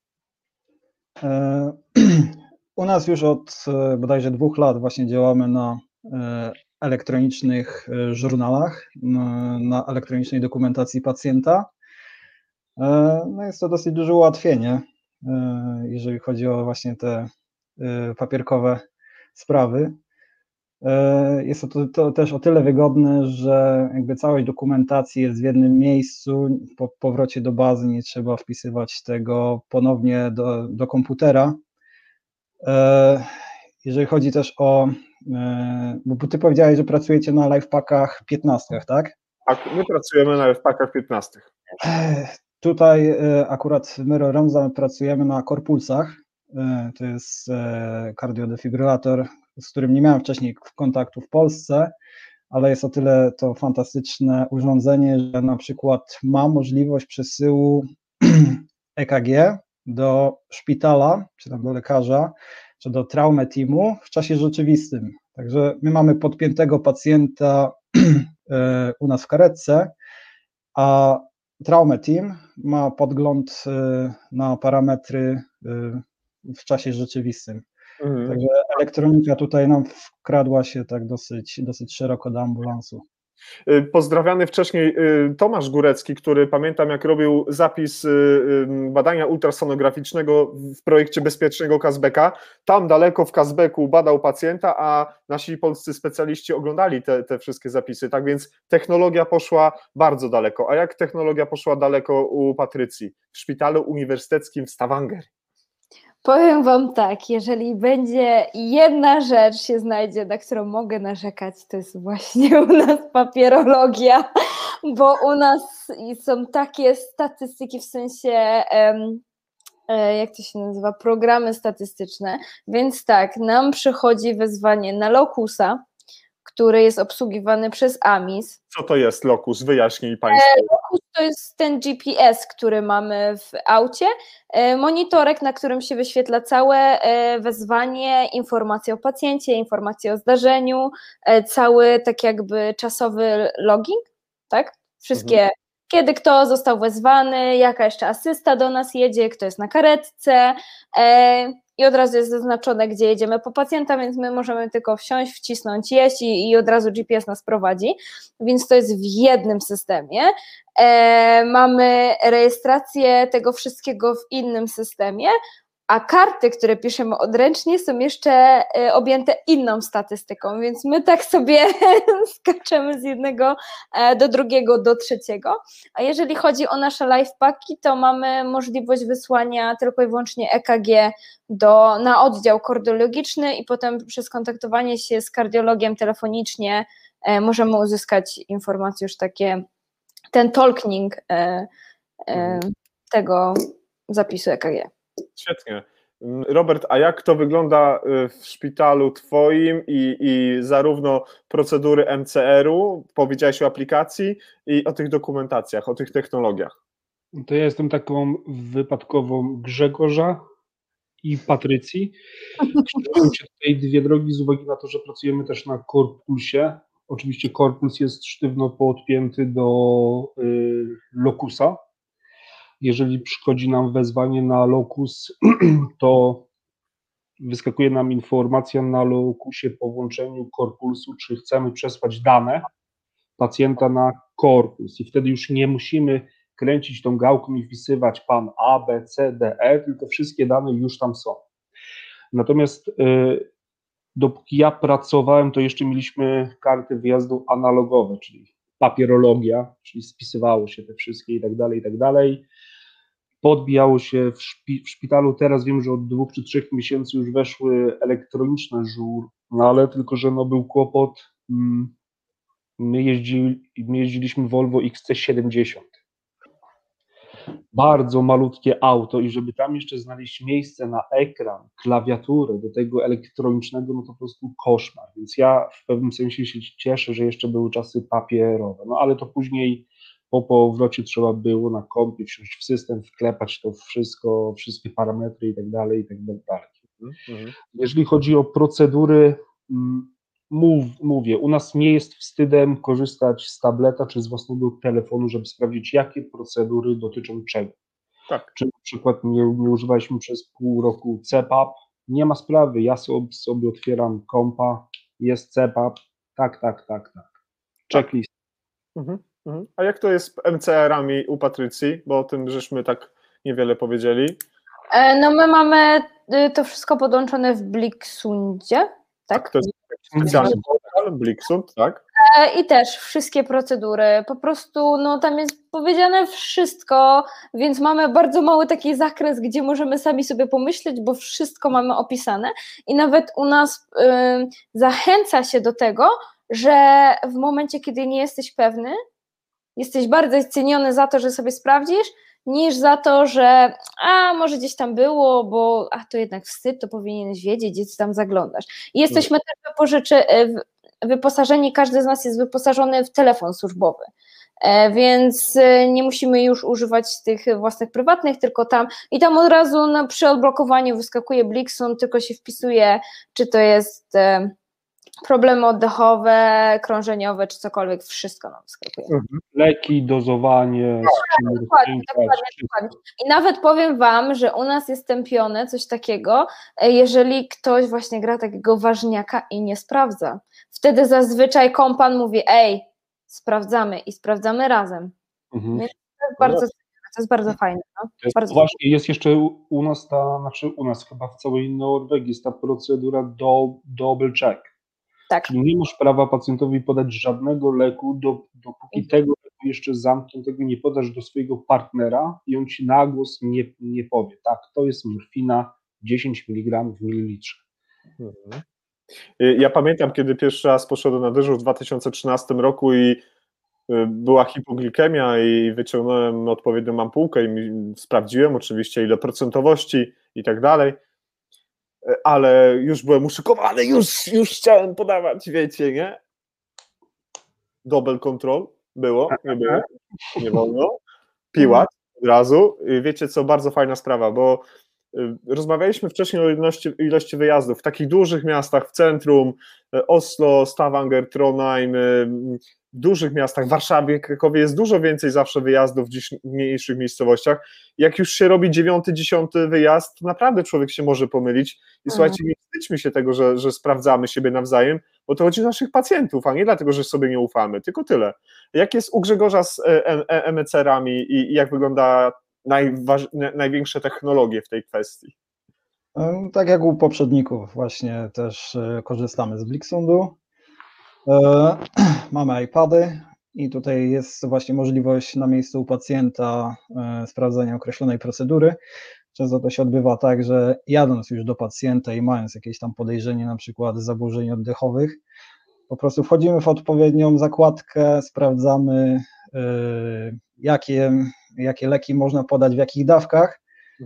U nas już od bodajże 2 lat właśnie działamy na elektronicznych żurnalach, na elektronicznej dokumentacji pacjenta. No jest to dosyć duże ułatwienie, jeżeli chodzi o właśnie te papierkowe sprawy. Jest to też o tyle wygodne, że jakby całość dokumentacji jest w jednym miejscu, po powrocie do bazy nie trzeba wpisywać tego ponownie do komputera. Jeżeli chodzi też o, bo Ty powiedziałeś, że pracujecie na LifePackach 15, tak? Tak, my pracujemy na LifePackach 15. Tutaj akurat my Romza pracujemy na Corpulsach. To jest kardiodefibrylator, z którym nie miałem wcześniej kontaktu w Polsce, ale jest o tyle to fantastyczne urządzenie, że na przykład ma możliwość przesyłu EKG do szpitala, czy tam do lekarza, czy do trauma teamu w czasie rzeczywistym. Także my mamy podpiętego pacjenta u nas w karetce, a trauma team ma podgląd na parametry w czasie rzeczywistym. Także elektronika tutaj nam wkradła się tak dosyć szeroko do ambulansu. Pozdrawiany wcześniej Tomasz Górecki, który pamiętam, jak robił zapis badania ultrasonograficznego w projekcie bezpiecznego Kazbeka. Tam daleko w Kazbeku badał pacjenta, a nasi polscy specjaliści oglądali te wszystkie zapisy. Tak więc technologia poszła bardzo daleko. A jak technologia poszła daleko u Patrycji? W szpitalu uniwersyteckim w Stavanger. Powiem Wam tak, jeżeli będzie jedna rzecz się znajdzie, na którą mogę narzekać, to jest właśnie u nas papierologia, bo u nas są takie statystyki, w sensie, jak to się nazywa, programy statystyczne, więc tak, nam przychodzi wezwanie na Locusa, który jest obsługiwany przez AMIS. Co to jest Locus? Wyjaśnij Państwu. Locus to jest ten GPS, który mamy w aucie, monitorek, na którym się wyświetla całe wezwanie, informacje o pacjencie, informacje o zdarzeniu, cały tak jakby czasowy logging, tak? Wszystkie, kiedy kto został wezwany, jaka jeszcze asysta do nas jedzie, kto jest na karetce, i od razu jest zaznaczone, gdzie jedziemy po pacjenta, więc my możemy tylko wsiąść, wcisnąć jeść i od razu GPS nas prowadzi, więc to jest w jednym systemie. Mamy rejestrację tego wszystkiego w innym systemie, a karty, które piszemy odręcznie, są jeszcze objęte inną statystyką, więc my tak sobie skaczemy z jednego do drugiego, do trzeciego. A jeżeli chodzi o nasze livepacki, to mamy możliwość wysłania tylko i wyłącznie EKG na oddział kardiologiczny i potem przez kontaktowanie się z kardiologiem telefonicznie możemy uzyskać informacje już takie, ten talking tego zapisu EKG. Świetnie. Robert, a jak to wygląda w szpitalu twoim i zarówno procedury MCR-u, powiedziałeś o aplikacji i o tych dokumentacjach, o tych technologiach? To ja jestem taką wypadkową Grzegorza i Patrycji. Krzyżują się tutaj dwie drogi z uwagi na to, że pracujemy też na Corpulsie. Oczywiście Corpuls jest sztywno podpięty do Locusa. Jeżeli przychodzi nam wezwanie na Locus, to wyskakuje nam informacja na Locusie po włączeniu Corpulsu, czy chcemy przesłać dane pacjenta na Corpus i wtedy już nie musimy kręcić tą gałką i wpisywać pan A, B, C, D, E, tylko wszystkie dane już tam są. Natomiast dopóki ja pracowałem, to jeszcze mieliśmy karty wyjazdu analogowe, czyli papierologia, czyli spisywało się te wszystkie i tak dalej. Podbijało się w szpitalu, teraz wiem, że od 2 czy 3 miesięcy już weszły elektroniczne żurnale, tylko że był kłopot, my jeździliśmy Volvo XC70, bardzo malutkie auto i żeby tam jeszcze znaleźć miejsce na ekran, klawiaturę do tego elektronicznego, no to po prostu koszmar, więc ja w pewnym sensie się cieszę, że jeszcze były czasy papierowe, no ale to później po powrocie trzeba było na kompie wsiąść w system, wklepać to wszystko, wszystkie parametry i tak dalej. Jeżeli chodzi o procedury, mówię, u nas nie jest wstydem korzystać z tableta czy z własnego telefonu, żeby sprawdzić, jakie procedury dotyczą czego. Tak. Czy na przykład nie używaliśmy przez pół roku CPAP, nie ma sprawy, ja sobie otwieram kompa, jest CPAP, tak. Checklist. A jak to jest z MCR-ami u Patrycji, bo o tym żeśmy tak niewiele powiedzieli? No my mamy to wszystko podłączone w Blicksundzie, tak? To jest specjalny portal, Blicksund, tak? I też wszystkie procedury, po prostu no tam jest powiedziane wszystko, więc mamy bardzo mały taki zakres, gdzie możemy sami sobie pomyśleć, bo wszystko mamy opisane i nawet u nas zachęca się do tego, że w momencie, kiedy nie jesteś pewny, jesteś bardziej ceniony za to, że sobie sprawdzisz, niż za to, że może gdzieś tam było, bo to jednak wstyd, to powinieneś wiedzieć, gdzie ty tam zaglądasz. I jesteśmy też wyposażeni, każdy z nas jest wyposażony w telefon służbowy, więc nie musimy już używać tych własnych prywatnych, tylko tam i tam od razu przy odblokowaniu wyskakuje Blicksun, tylko się wpisuje, czy to jest problemy oddechowe, krążeniowe, czy cokolwiek, wszystko nam wyskakuje. Leki, dozowanie, dokładnie. I nawet powiem wam, że u nas jest tępione coś takiego, jeżeli ktoś właśnie gra takiego ważniaka i nie sprawdza. Wtedy zazwyczaj kompan mówi, sprawdzamy i sprawdzamy razem. Więc to jest bardzo fajne. No? Właśnie jest jeszcze u nas u nas chyba w całej Norwegii jest ta procedura double check. Tak. Czyli nie masz prawa pacjentowi podać żadnego leku, dopóki tego leku jeszcze zamkniętego nie podasz do swojego partnera i on ci na głos nie powie, tak, to jest morfina 10 mg w mililitrze. Ja pamiętam, kiedy pierwszy raz poszedłem na dyżur w 2013 roku i była hipoglikemia i wyciągnąłem odpowiednią ampułkę i sprawdziłem oczywiście ile procentowości i tak dalej, ale już byłem uszykowany, już chciałem podawać, wiecie, nie? Double control było, nie było, nie wolno, piłat od razu. Wiecie co, bardzo fajna sprawa, bo rozmawialiśmy wcześniej o ilości wyjazdów w takich dużych miastach, w centrum, Oslo, Stavanger, Trondheim, w dużych miastach, w Warszawie, Krakowie jest dużo więcej zawsze wyjazdów niż w mniejszych miejscowościach. Jak już się robi 9., 10. wyjazd, to naprawdę człowiek się może pomylić i słuchajcie, nie wstydźmy się tego, że sprawdzamy siebie nawzajem, bo to chodzi o naszych pacjentów, a nie dlatego, że sobie nie ufamy, tylko tyle. Jak jest u Grzegorza z MCR-ami i jak wygląda największe technologie w tej kwestii? Tak jak u poprzedników, właśnie też korzystamy z Blicksundu. Mamy iPady i tutaj jest właśnie możliwość na miejscu u pacjenta sprawdzenia określonej procedury. Często to się odbywa tak, że jadąc już do pacjenta i mając jakieś tam podejrzenie na przykład zaburzeń oddechowych, po prostu wchodzimy w odpowiednią zakładkę, sprawdzamy jakie leki można podać, w jakich dawkach.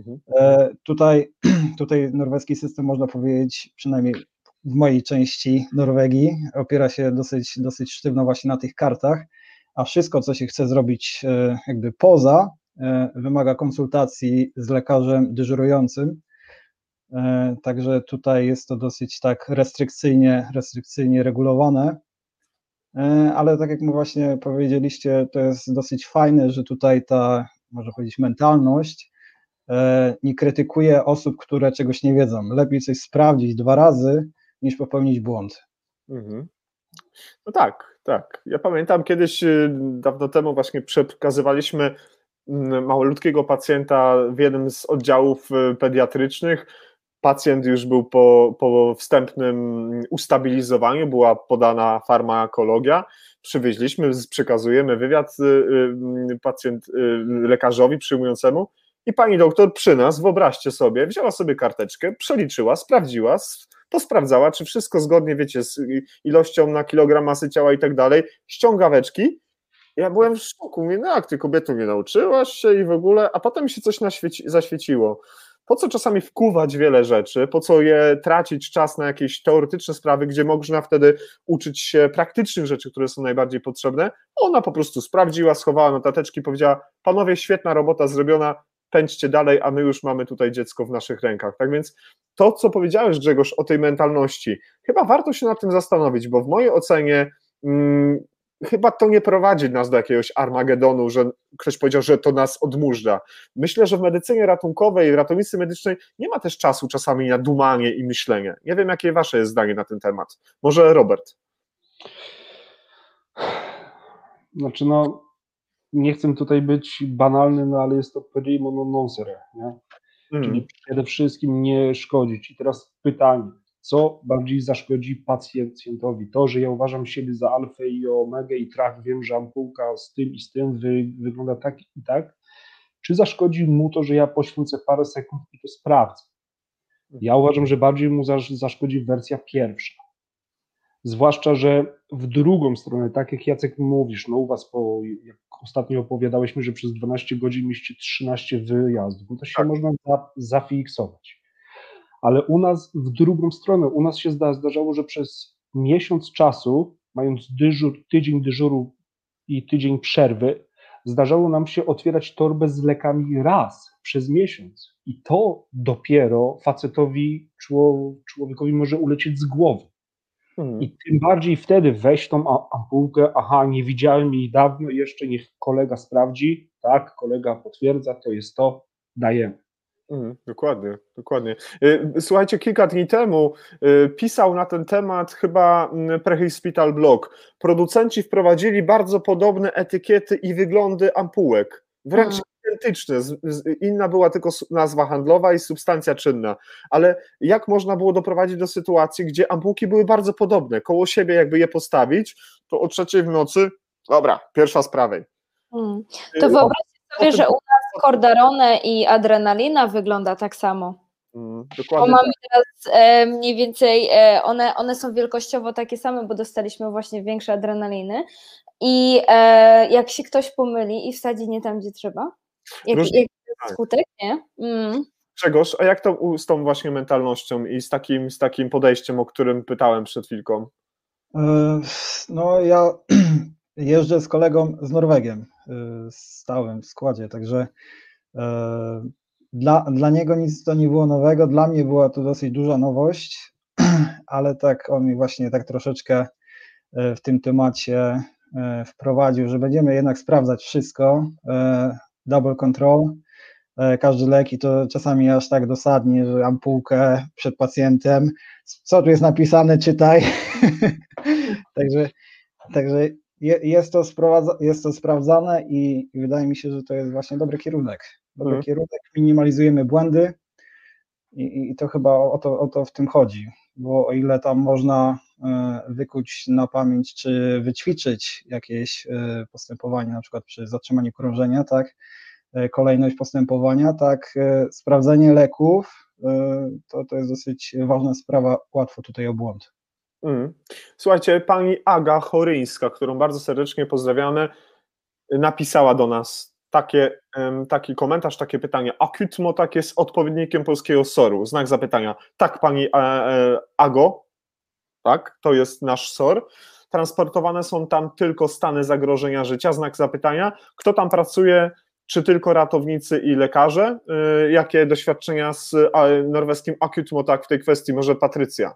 Tutaj norweski system, można powiedzieć, przynajmniej w mojej części Norwegii, opiera się dosyć sztywno właśnie na tych kartach, a wszystko, co się chce zrobić jakby poza, wymaga konsultacji z lekarzem dyżurującym. Także tutaj jest to dosyć tak restrykcyjnie regulowane. Ale tak jak mu właśnie powiedzieliście, to jest dosyć fajne, że tutaj ta, można powiedzieć, mentalność nie krytykuje osób, które czegoś nie wiedzą. Lepiej coś sprawdzić 2 razy, niż popełnić błąd. No tak. Ja pamiętam kiedyś, dawno temu właśnie przekazywaliśmy malutkiego pacjenta w jednym z oddziałów pediatrycznych. Pacjent już był po wstępnym ustabilizowaniu, była podana farmakologia, przywieźliśmy, przekazujemy wywiad lekarzowi przyjmującemu i pani doktor przy nas, wyobraźcie sobie, wzięła sobie karteczkę, przeliczyła, sprawdziła, posprawdzała, czy wszystko zgodnie, wiecie, z ilością na kilogram masy ciała i tak dalej, ściągaweczki. Ja byłem w szoku, mówię, no jak ty kobieto nie nauczyłaś się i w ogóle, a potem się coś zaświeciło. Po co czasami wkuwać wiele rzeczy, po co je tracić czas na jakieś teoretyczne sprawy, gdzie można wtedy uczyć się praktycznych rzeczy, które są najbardziej potrzebne. Ona po prostu sprawdziła, schowała notateczki, powiedziała, panowie, świetna robota zrobiona, pędźcie dalej, a my już mamy tutaj dziecko w naszych rękach. Tak więc to, co powiedziałeś, Grzegorz, o tej mentalności, chyba warto się nad tym zastanowić, bo w mojej ocenie chyba to nie prowadzi nas do jakiegoś Armagedonu, że ktoś powiedział, że to nas odmurza. Myślę, że w medycynie ratunkowej, w ratownictwie medycznej nie ma też czasu czasami na dumanie i myślenie. Nie wiem, jakie wasze jest zdanie na ten temat. Może Robert? Znaczy, no, nie chcę tutaj być banalny, no ale jest to primo non nocere, nie? Czyli przede wszystkim nie szkodzić. I teraz pytanie, co bardziej zaszkodzi pacjentowi? To, że ja uważam siebie za alfę i omegę i wiem, że ampułka z tym i z tym wygląda tak i tak, czy zaszkodzi mu to, że ja poświęcę parę sekund i to sprawdzę? Ja uważam, że bardziej mu zaszkodzi wersja pierwsza. Zwłaszcza, że w drugą stronę, tak jak Jacek mówisz, no u was, jak ostatnio opowiadałeś mi, że przez 12 godzin mieści 13 wyjazdów, no to się można zafiksować. Ale u nas w drugą stronę, u nas się zdarzało, że przez miesiąc czasu, mając tydzień dyżuru i tydzień przerwy, zdarzało nam się otwierać torbę z lekami raz przez miesiąc. I to dopiero facetowi, człowiekowi może ulecieć z głowy. I tym bardziej wtedy weź tą ampułkę, nie widziałem jej dawno, jeszcze niech kolega sprawdzi, tak, kolega potwierdza, to jest to, dajemy. Dokładnie. Słuchajcie, kilka dni temu pisał na ten temat chyba Prehospital Blog. Producenci wprowadzili bardzo podobne etykiety i wyglądy ampułek, wręcz identyczne, inna była tylko nazwa handlowa i substancja czynna, ale jak można było doprowadzić do sytuacji, gdzie ampułki były bardzo podobne, koło siebie jakby je postawić, to o 3:00 w nocy, dobra, pierwsza z prawej. To wyobraźcie sobie, że u nas Cordarone i adrenalina wygląda tak samo. Dokładnie. Bo mamy teraz mniej więcej, one są wielkościowo takie same, bo dostaliśmy właśnie większe adrenaliny i jak się ktoś pomyli i wsadzi nie tam, gdzie trzeba, jaki skutek, nie? Grzegorz, a jak to z tą właśnie mentalnością i z takim podejściem, o którym pytałem przed chwilką? No ja jeżdżę z kolegą z Norwegiem, stałem w składzie, także dla niego nic to nie było nowego, dla mnie była to dosyć duża nowość, ale tak on mi właśnie tak troszeczkę w tym temacie wprowadził, że będziemy jednak sprawdzać wszystko, double control, każdy lek i to czasami aż tak dosadnie, że ampułkę przed pacjentem, co tu jest napisane, czytaj. Także jest to sprawdzane i wydaje mi się, że to jest właśnie dobry kierunek. Minimalizujemy błędy, I to chyba o to w tym chodzi, bo o ile tam można wykuć na pamięć czy wyćwiczyć jakieś postępowanie, na przykład przy zatrzymaniu krążenia, tak, kolejność postępowania, tak, sprawdzenie leków, to jest dosyć ważna sprawa, łatwo tutaj o błąd. Słuchajcie, pani Aga Choryńska, którą bardzo serdecznie pozdrawiamy, napisała do nas taki komentarz, takie pytanie. Acute Motac jest odpowiednikiem polskiego SOR-u? Znak zapytania. Tak, pani Ago, tak, to jest nasz SOR. Transportowane są tam tylko stany zagrożenia życia, znak zapytania. Kto tam pracuje? Czy tylko ratownicy i lekarze? Jakie doświadczenia z norweskim Acute Motac w tej kwestii? Może Patrycja?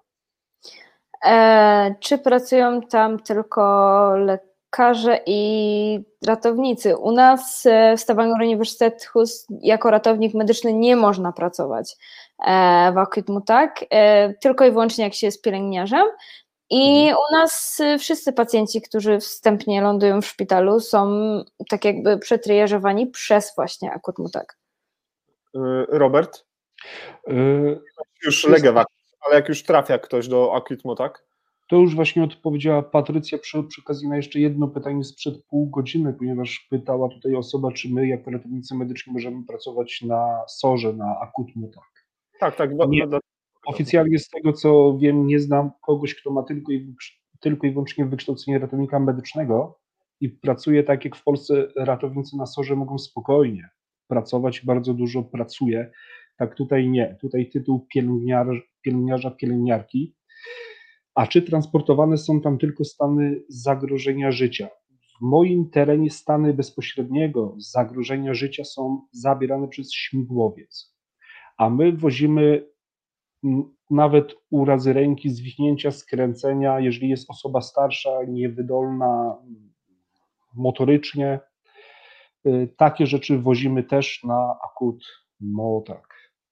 Czy pracują tam tylko lekarze i ratownicy? U nas w Stavanger Universitetshus jako ratownik medyczny nie można pracować w Acute Motac, tylko i wyłącznie jak się jest pielęgniarzem. I u nas wszyscy pacjenci, którzy wstępnie lądują w szpitalu, są tak jakby przetriażowani przez właśnie Acute Motac. Robert? Już legę, ale jak już trafia ktoś do Acute Motac? To już właśnie odpowiedziała Patrycja przy okazji na jeszcze jedno pytanie sprzed pół godziny, ponieważ pytała tutaj osoba, czy my jako ratownicy medyczni możemy pracować na SOR-ze, na Acute Motac. Tak. Oficjalnie z tego, co wiem, nie znam kogoś, kto ma tylko i wyłącznie wykształcenie ratownika medycznego i pracuje tak, jak w Polsce ratownicy na SOR-ze mogą spokojnie pracować, bardzo dużo pracuje. Tak tutaj nie. Tutaj tytuł pielęgniarza, pielęgniarki. A czy transportowane są tam tylko stany zagrożenia życia? W moim terenie stany bezpośredniego zagrożenia życia są zabierane przez śmigłowiec, a my wozimy nawet urazy ręki, zwichnięcia, skręcenia, jeżeli jest osoba starsza, niewydolna motorycznie. Takie rzeczy wozimy też na Acute Motac.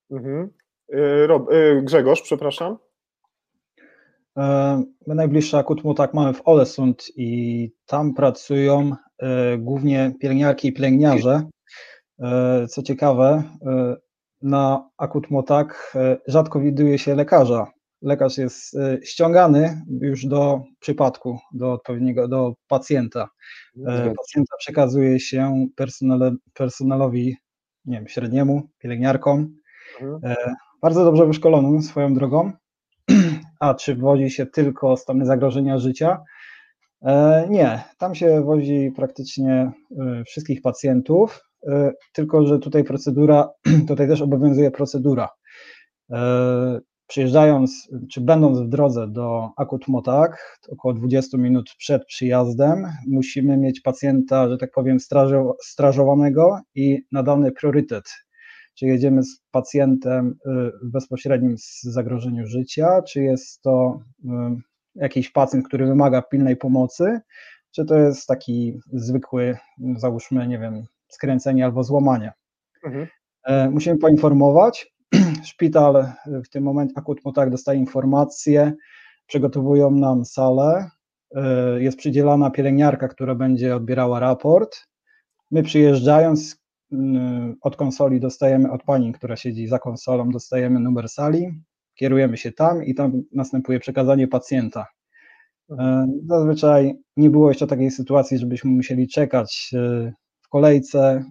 Grzegorz, przepraszam. My najbliższy Acute Motac mamy w Ålesund i tam pracują głównie pielęgniarki i pielęgniarze. Co ciekawe, na Acute Motac rzadko widuje się lekarza. Lekarz jest ściągany już do przypadku, do odpowiedniego, do pacjenta. Pacjenta przekazuje się personelowi, nie wiem, średniemu, pielęgniarkom, bardzo dobrze wyszkolonym swoją drogą. A czy wozi się tylko stany zagrożenia życia? Nie, tam się wozi praktycznie wszystkich pacjentów, tylko że tutaj tutaj też obowiązuje procedura. Przyjeżdżając, czy będąc w drodze do Acute Motac, około 20 minut przed przyjazdem, musimy mieć pacjenta, że tak powiem, strażowanego i nadany priorytet. Czy jedziemy z pacjentem w bezpośrednim zagrożeniu życia, czy jest to jakiś pacjent, który wymaga pilnej pomocy, czy to jest taki zwykły, załóżmy, nie wiem, skręcenie albo złamanie. Musimy poinformować. Szpital w tym momencie, Acute Motac, dostaje informację, przygotowują nam salę, jest przydzielana pielęgniarka, która będzie odbierała raport. My przyjeżdżając od konsoli dostajemy, od pani, która siedzi za konsolą, dostajemy numer sali, kierujemy się tam i tam następuje przekazanie pacjenta. Zazwyczaj nie było jeszcze takiej sytuacji, żebyśmy musieli czekać w kolejce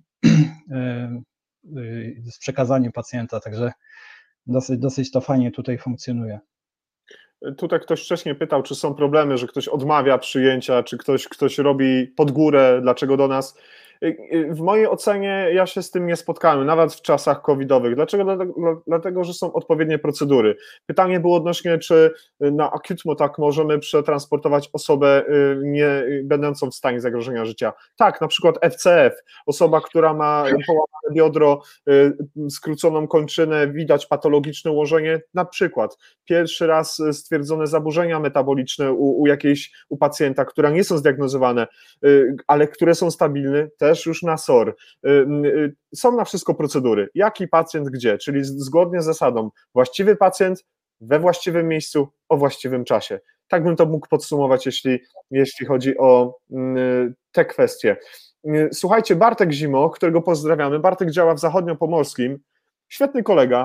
z przekazaniem pacjenta, także dosyć to fajnie tutaj funkcjonuje. Tutaj ktoś wcześniej pytał, czy są problemy, że ktoś odmawia przyjęcia, czy ktoś robi pod górę, dlaczego do nas. W mojej ocenie ja się z tym nie spotkałem, nawet w czasach covidowych. Dlaczego? Dlatego, że są odpowiednie procedury. Pytanie było odnośnie, czy na Acute Motac możemy przetransportować osobę nie będącą w stanie zagrożenia życia. Tak, na przykład FCF, osoba, która ma połamane biodro, skróconą kończynę, widać patologiczne ułożenie, na przykład pierwszy raz stwierdzone zaburzenia metaboliczne u pacjenta, które nie są zdiagnozowane, ale które są stabilne, też już na SOR. Są na wszystko procedury. Jaki pacjent gdzie, czyli zgodnie z zasadą właściwy pacjent we właściwym miejscu o właściwym czasie. Tak bym to mógł podsumować, jeśli chodzi o te kwestie. Słuchajcie, Bartek Zimo, którego pozdrawiamy. Bartek działa w Zachodniopomorskim. Świetny kolega,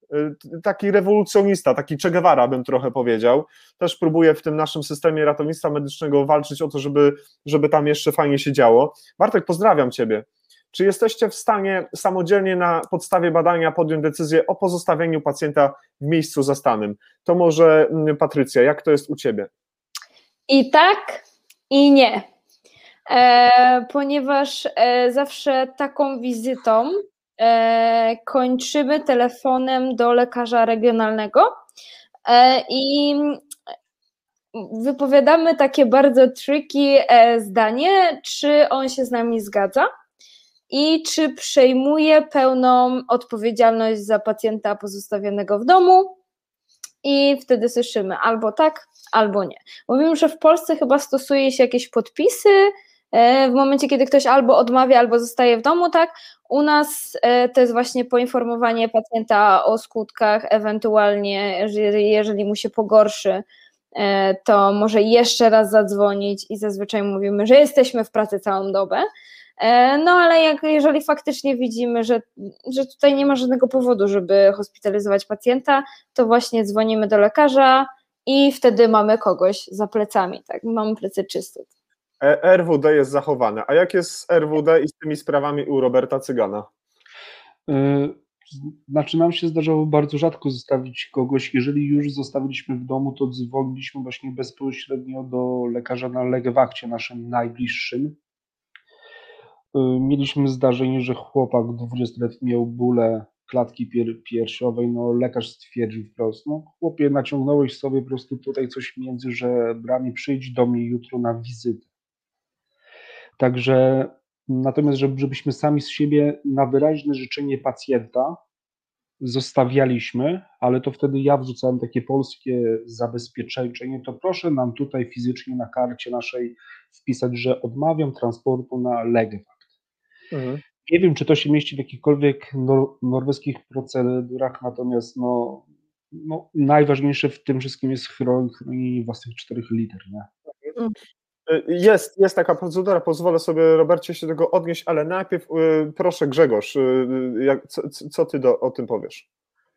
taki rewolucjonista, taki Che Guevara bym trochę powiedział, też próbuje w tym naszym systemie ratownictwa medycznego walczyć o to, żeby tam jeszcze fajnie się działo. Bartek, pozdrawiam Ciebie. Czy jesteście w stanie samodzielnie na podstawie badania podjąć decyzję o pozostawieniu pacjenta w miejscu zastanym? To może Patrycja, jak to jest u Ciebie? I tak, i nie. Ponieważ zawsze taką wizytą kończymy telefonem do lekarza regionalnego i wypowiadamy takie bardzo tricky zdanie, czy on się z nami zgadza i czy przejmuje pełną odpowiedzialność za pacjenta pozostawionego w domu, i wtedy słyszymy albo tak, albo nie. Mówimy, że w Polsce chyba stosuje się jakieś podpisy w momencie, kiedy ktoś albo odmawia, albo zostaje w domu, tak? U nas to jest właśnie poinformowanie pacjenta o skutkach, ewentualnie jeżeli mu się pogorszy, to może jeszcze raz zadzwonić i zazwyczaj mówimy, że jesteśmy w pracy całą dobę. No ale jeżeli faktycznie widzimy, że tutaj nie ma żadnego powodu, żeby hospitalizować pacjenta, to właśnie dzwonimy do lekarza i wtedy mamy kogoś za plecami, tak? Mamy plecy czyste. RWD jest zachowane. A jak jest z RWD i z tymi sprawami u Roberta Cygana? Znaczy nam się zdarzało bardzo rzadko zostawić kogoś. Jeżeli już zostawiliśmy w domu, to dzwoniliśmy właśnie bezpośrednio do lekarza na legewakcie naszym najbliższym. Mieliśmy zdarzenie, że chłopak 20-letni miał bóle klatki piersiowej, no lekarz stwierdził wprost, no chłopie, naciągnąłeś sobie po prostu tutaj coś między żebrami, przyjdź do mnie jutro na wizytę. Także natomiast, żebyśmy sami z siebie na wyraźne życzenie pacjenta zostawialiśmy, ale to wtedy ja wrzucałem takie polskie zabezpieczenie, to proszę nam tutaj fizycznie na karcie naszej wpisać, że odmawiam transportu na legewakt. Nie wiem, czy to się mieści w jakichkolwiek norweskich procedurach, natomiast no najważniejsze w tym wszystkim jest chronienie własnych 4 liter. Nie? Jest taka procedura, pozwolę sobie, Robercie, się do tego odnieść, ale najpierw proszę Grzegorz, co ty o tym powiesz?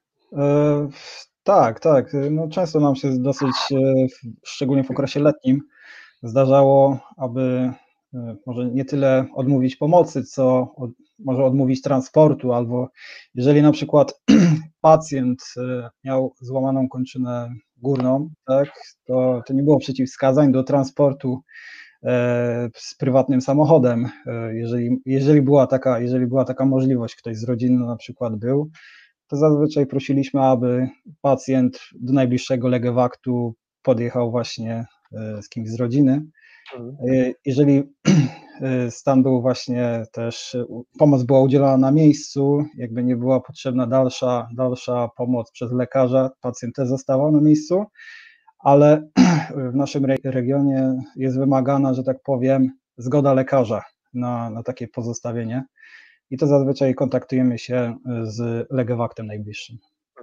Tak. No, często nam się dosyć, szczególnie w okresie letnim, zdarzało, aby może nie tyle odmówić pomocy, co może odmówić transportu, albo jeżeli na przykład pacjent miał złamaną kończynę górną, tak, to nie było przeciwwskazań do transportu z prywatnym samochodem. Jeżeli była taka możliwość, ktoś z rodziny na przykład był, to zazwyczaj prosiliśmy, aby pacjent do najbliższego legewaktu podjechał właśnie z kimś z rodziny. Jeżeli stan był właśnie też, pomoc była udzielana na miejscu, jakby nie była potrzebna dalsza pomoc przez lekarza, pacjent też zostawał na miejscu, ale w naszym regionie jest wymagana, że tak powiem, zgoda lekarza na takie pozostawienie i to zazwyczaj kontaktujemy się z legewaktem najbliższym.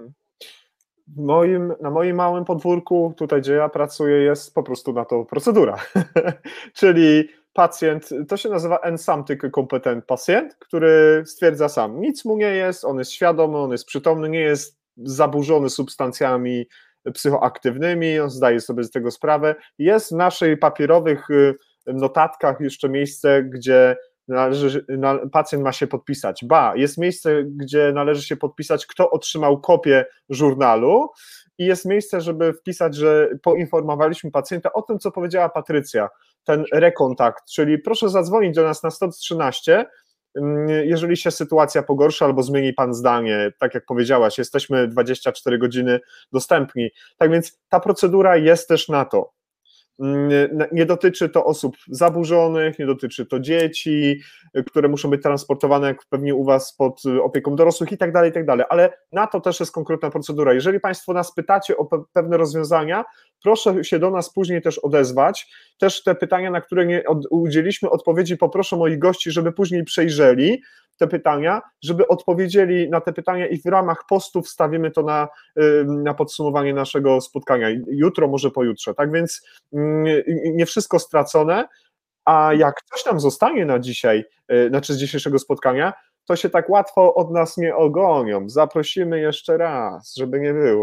Na moim małym podwórku, tutaj gdzie ja pracuję, jest po prostu na to procedura, czyli pacjent, to się nazywa ensamtyk kompetent pacjent, który stwierdza sam, nic mu nie jest, on jest świadomy, on jest przytomny, nie jest zaburzony substancjami psychoaktywnymi, on zdaje sobie z tego sprawę. Jest w naszych papierowych notatkach jeszcze miejsce, gdzie pacjent ma się podpisać. Jest miejsce, gdzie należy się podpisać, kto otrzymał kopię żurnalu i jest miejsce, żeby wpisać, że poinformowaliśmy pacjenta o tym, co powiedziała Patrycja, ten rekontakt, czyli proszę zadzwonić do nas na 113, jeżeli się sytuacja pogorszy albo zmieni pan zdanie, tak jak powiedziałaś, jesteśmy 24 godziny dostępni, tak więc ta procedura jest też na to. Nie dotyczy to osób zaburzonych, nie dotyczy to dzieci, które muszą być transportowane, jak pewnie u was, pod opieką dorosłych i tak dalej, ale na to też jest konkretna procedura. Jeżeli państwo nas pytacie o pewne rozwiązania, proszę się do nas później też odezwać, też te pytania, na które nie udzieliliśmy odpowiedzi, poproszę moich gości, żeby później przejrzeli te pytania, żeby odpowiedzieli na te pytania i w ramach postu wstawimy to na podsumowanie naszego spotkania, jutro, może pojutrze, tak więc nie wszystko stracone, a jak coś nam zostanie na dzisiaj, z dzisiejszego spotkania, to się tak łatwo od nas nie ogonią. Zaprosimy jeszcze raz, żeby nie było.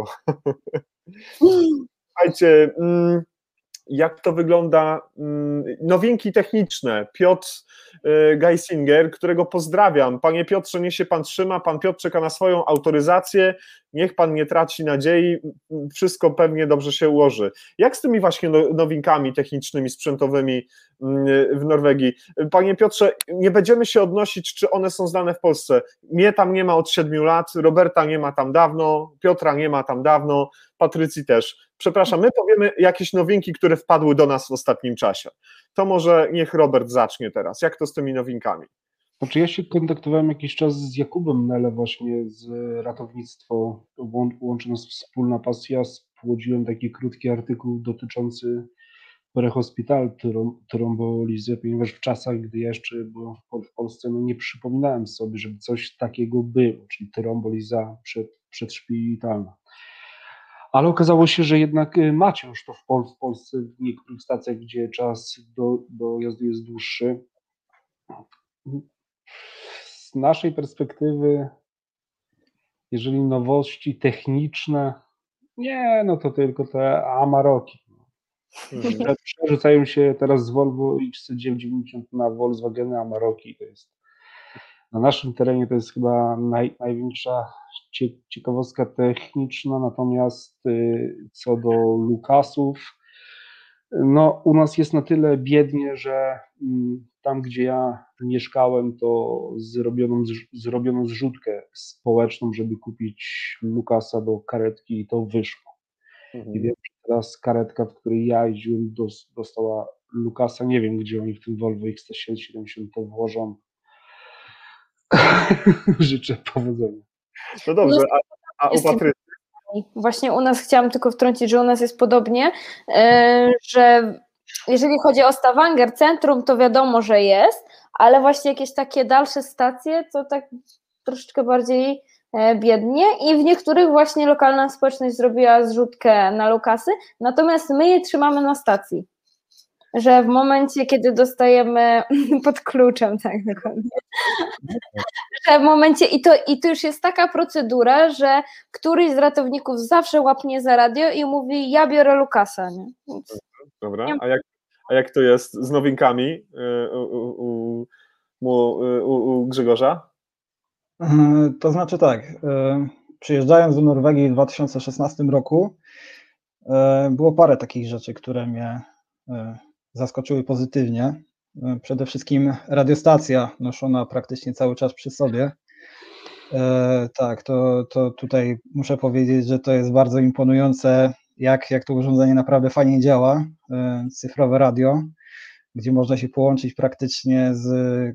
Słuchajcie, jak to wygląda, nowinki techniczne, Piotr Geisinger, którego pozdrawiam. Panie Piotrze, niech się pan trzyma, pan Piotr czeka na swoją autoryzację, niech pan nie traci nadziei, wszystko pewnie dobrze się ułoży. Jak z tymi właśnie nowinkami technicznymi, sprzętowymi w Norwegii? Panie Piotrze, nie będziemy się odnosić, czy one są znane w Polsce. Mnie tam nie ma od 7 lat, Roberta nie ma tam dawno, Piotra nie ma tam dawno, Patrycji też. Przepraszam, my powiemy jakieś nowinki, które wpadły do nas w ostatnim czasie. To może niech Robert zacznie teraz. Jak to z tymi nowinkami? Znaczy ja się kontaktowałem jakiś czas z Jakubem Nele właśnie z ratownictwo, łączy nas wspólna pasja. Spłodziłem taki krótki artykuł dotyczący prehospital trombolizy, ponieważ w czasach, gdy ja jeszcze byłem w Polsce, no nie przypominałem sobie, żeby coś takiego było, czyli tromboliza przedszpitalna. Ale okazało się, że jednak macie już to w Polsce w niektórych stacjach, gdzie czas dojazdu jest dłuższy. Z naszej perspektywy, jeżeli nowości techniczne, nie, no to tylko te Amaroki. Przerzucają się teraz z Volvo XC90 na Volkswageny Amaroki. To jest, na naszym terenie to jest chyba największa ciekawostka techniczna, natomiast co do Lucasów, no u nas jest na tyle biednie, że tam, gdzie ja mieszkałem, to zrobiono zrzutkę społeczną, żeby kupić Lucasa do karetki i to wyszło. I wiem, że teraz karetka, w której ja jeździłem, dostała Lucasa. Nie wiem, gdzie oni w tym Volvo XC70 to włożą. Życzę powodzenia. No dobrze, a u Patrycji? Właśnie u nas chciałam tylko wtrącić, że u nas jest podobnie, że jeżeli chodzi o Stavanger centrum, to wiadomo, że jest, ale właśnie jakieś takie dalsze stacje, to tak troszeczkę bardziej biednie i w niektórych właśnie lokalna społeczność zrobiła zrzutkę na Lucasy, natomiast my je trzymamy na stacji, że w momencie, kiedy dostajemy pod kluczem, tak dokładnie, że w momencie, i to już jest taka procedura, że któryś z ratowników zawsze łapnie za radio i mówi, ja biorę Lucasa, nie? Więc dobra, a jak to jest z nowinkami u Grzegorza? To znaczy tak, przyjeżdżając do Norwegii w 2016 roku, było parę takich rzeczy, które mnie zaskoczyły pozytywnie. Przede wszystkim radiostacja noszona praktycznie cały czas przy sobie. Tak, to tutaj muszę powiedzieć, że to jest bardzo imponujące, jak to urządzenie naprawdę fajnie działa, cyfrowe radio, gdzie można się połączyć praktycznie z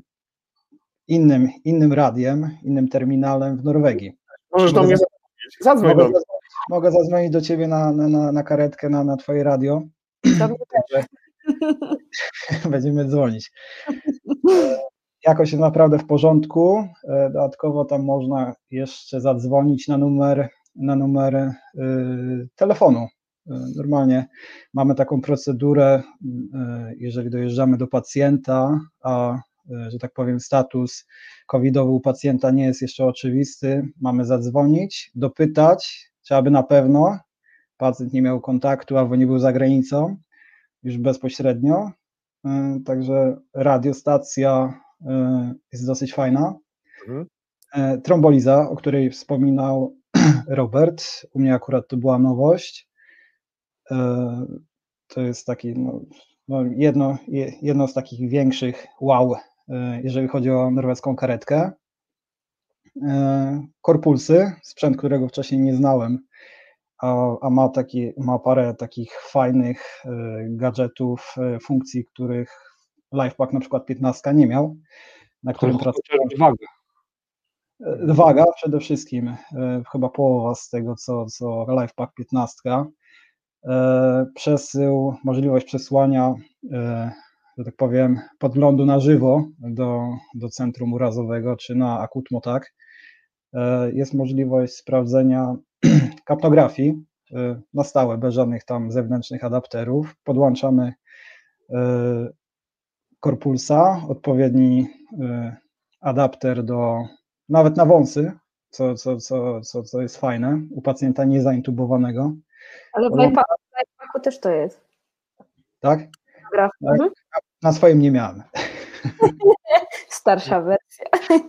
innym radiem, innym terminalem w Norwegii. Możesz do mnie zadzwonić. Mogę zadzwonić do ciebie na karetkę, na twoje radio. Także będziemy dzwonić. Jakoś jest naprawdę w porządku. Dodatkowo tam można jeszcze zadzwonić na numer telefonu. Normalnie mamy taką procedurę, jeżeli dojeżdżamy do pacjenta, a że tak powiem status covidowy u pacjenta nie jest jeszcze oczywisty, mamy zadzwonić, dopytać, czy aby na pewno pacjent nie miał kontaktu albo nie był za granicą już bezpośrednio. Także radiostacja jest dosyć fajna. Tromboliza, o której wspominał Robert, u mnie akurat to była nowość. To jest taki jedno z takich większych wow, jeżeli chodzi o norweską karetkę. Korpulsy, sprzęt, którego wcześniej nie znałem, a ma parę takich fajnych gadżetów, funkcji, których LifePack na przykład 15 nie miał, na którym pracował. Waga przede wszystkim, chyba połowa z tego, co LifePack 15. Przesył, możliwość przesłania, że tak powiem, podglądu na żywo do centrum urazowego czy na Akutmotak. Jest możliwość sprawdzenia kapnografii na stałe, bez żadnych tam zewnętrznych adapterów. Podłączamy korpulsa, odpowiedni adapter do nawet na wąsy, co jest fajne, u pacjenta niezaintubowanego. Ale w lifehacku też to jest. Tak? Tak. Mhm. Na swoim nie miałem. Starsza wersja.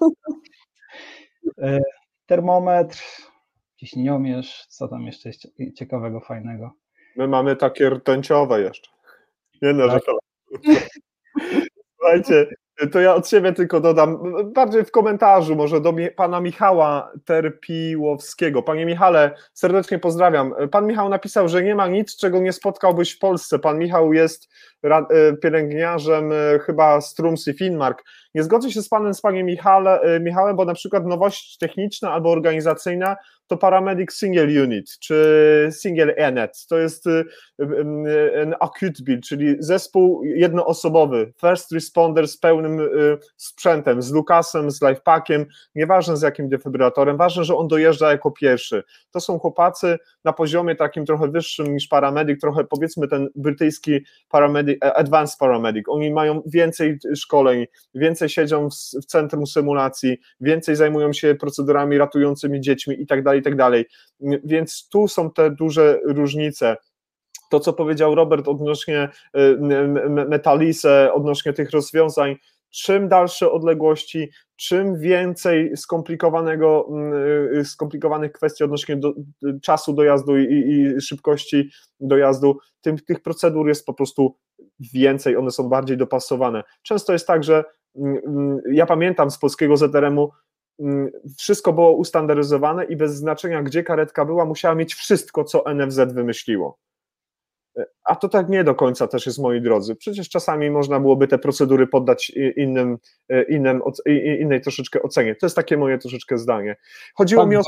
Termometr, ciśnieniomierz, co tam jeszcze jest ciekawego, fajnego? My mamy takie rtęciowe jeszcze. Nie no, że Tak. to... Słuchajcie, to ja od siebie tylko dodam, bardziej w komentarzu może do pana Michała Terpiłowskiego. Panie Michale, serdecznie pozdrawiam. Pan Michał napisał, że nie ma nic, czego nie spotkałbyś w Polsce. Pan Michał jest pielęgniarzem chyba z Tromsø, Finnmark. Nie zgodzę się z panem Michałem, bo na przykład nowość techniczna albo organizacyjna to Paramedic Single Unit, czy Single ENET. To jest acute bill, czyli zespół jednoosobowy, first responder z pełnym sprzętem, z Lukasem, z lifepackiem, nieważne z jakim defibrylatorem, ważne, że on dojeżdża jako pierwszy. To są chłopacy na poziomie takim trochę wyższym niż paramedic, trochę powiedzmy ten brytyjski paramedic, advanced paramedic. Oni mają więcej szkoleń, więcej siedzą w centrum symulacji, więcej zajmują się procedurami ratującymi dziećmi i tak dalej, więc tu są te duże różnice. To, co powiedział Robert odnośnie Metalise, odnośnie tych rozwiązań, czym dalsze odległości, czym więcej skomplikowanych kwestii odnośnie czasu dojazdu i szybkości dojazdu, tych procedur jest po prostu więcej, one są bardziej dopasowane. Często jest tak, że ja pamiętam z polskiego ZRM-u, wszystko było ustandaryzowane i bez znaczenia, gdzie karetka była, musiała mieć wszystko, co NFZ wymyśliło. A to tak nie do końca też jest, moi drodzy. Przecież czasami można byłoby te procedury poddać innej troszeczkę ocenie. To jest takie moje troszeczkę zdanie. Chodziło mi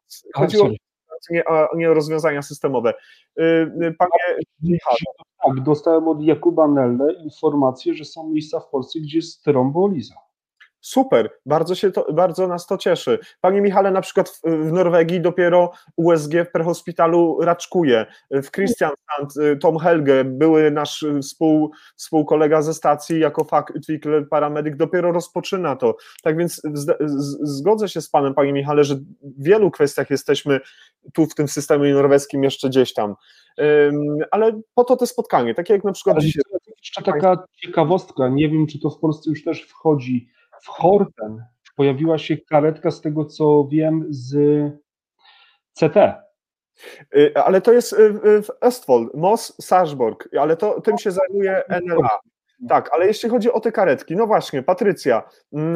nie o rozwiązania systemowe. Panie Michał. Tak, dostałem od Jakuba Nelle informację, że są miejsca w Polsce, gdzie jest trombooliza. Super, bardzo nas to cieszy. Panie Michale, na przykład w Norwegii dopiero USG w prehospitalu raczkuje. W Kristiansand Tom Helge, były nasz współkolega ze stacji jako faktwikler paramedyk, dopiero rozpoczyna to. Tak więc zgodzę się z panem, panie Michale, że w wielu kwestiach jesteśmy tu w tym systemie norweskim jeszcze gdzieś tam. Ale po to spotkanie, takie jak na przykład dzisiaj. Jeszcze taka ciekawostka, nie wiem, czy to w Polsce już też wchodzi. W Horten pojawiła się karetka, z tego co wiem, z CT. Ale to jest w Østfold, Moss, Sarpsborg, ale tym się zajmuje NLA. Tak, ale jeśli chodzi o te karetki, no właśnie, Patrycja,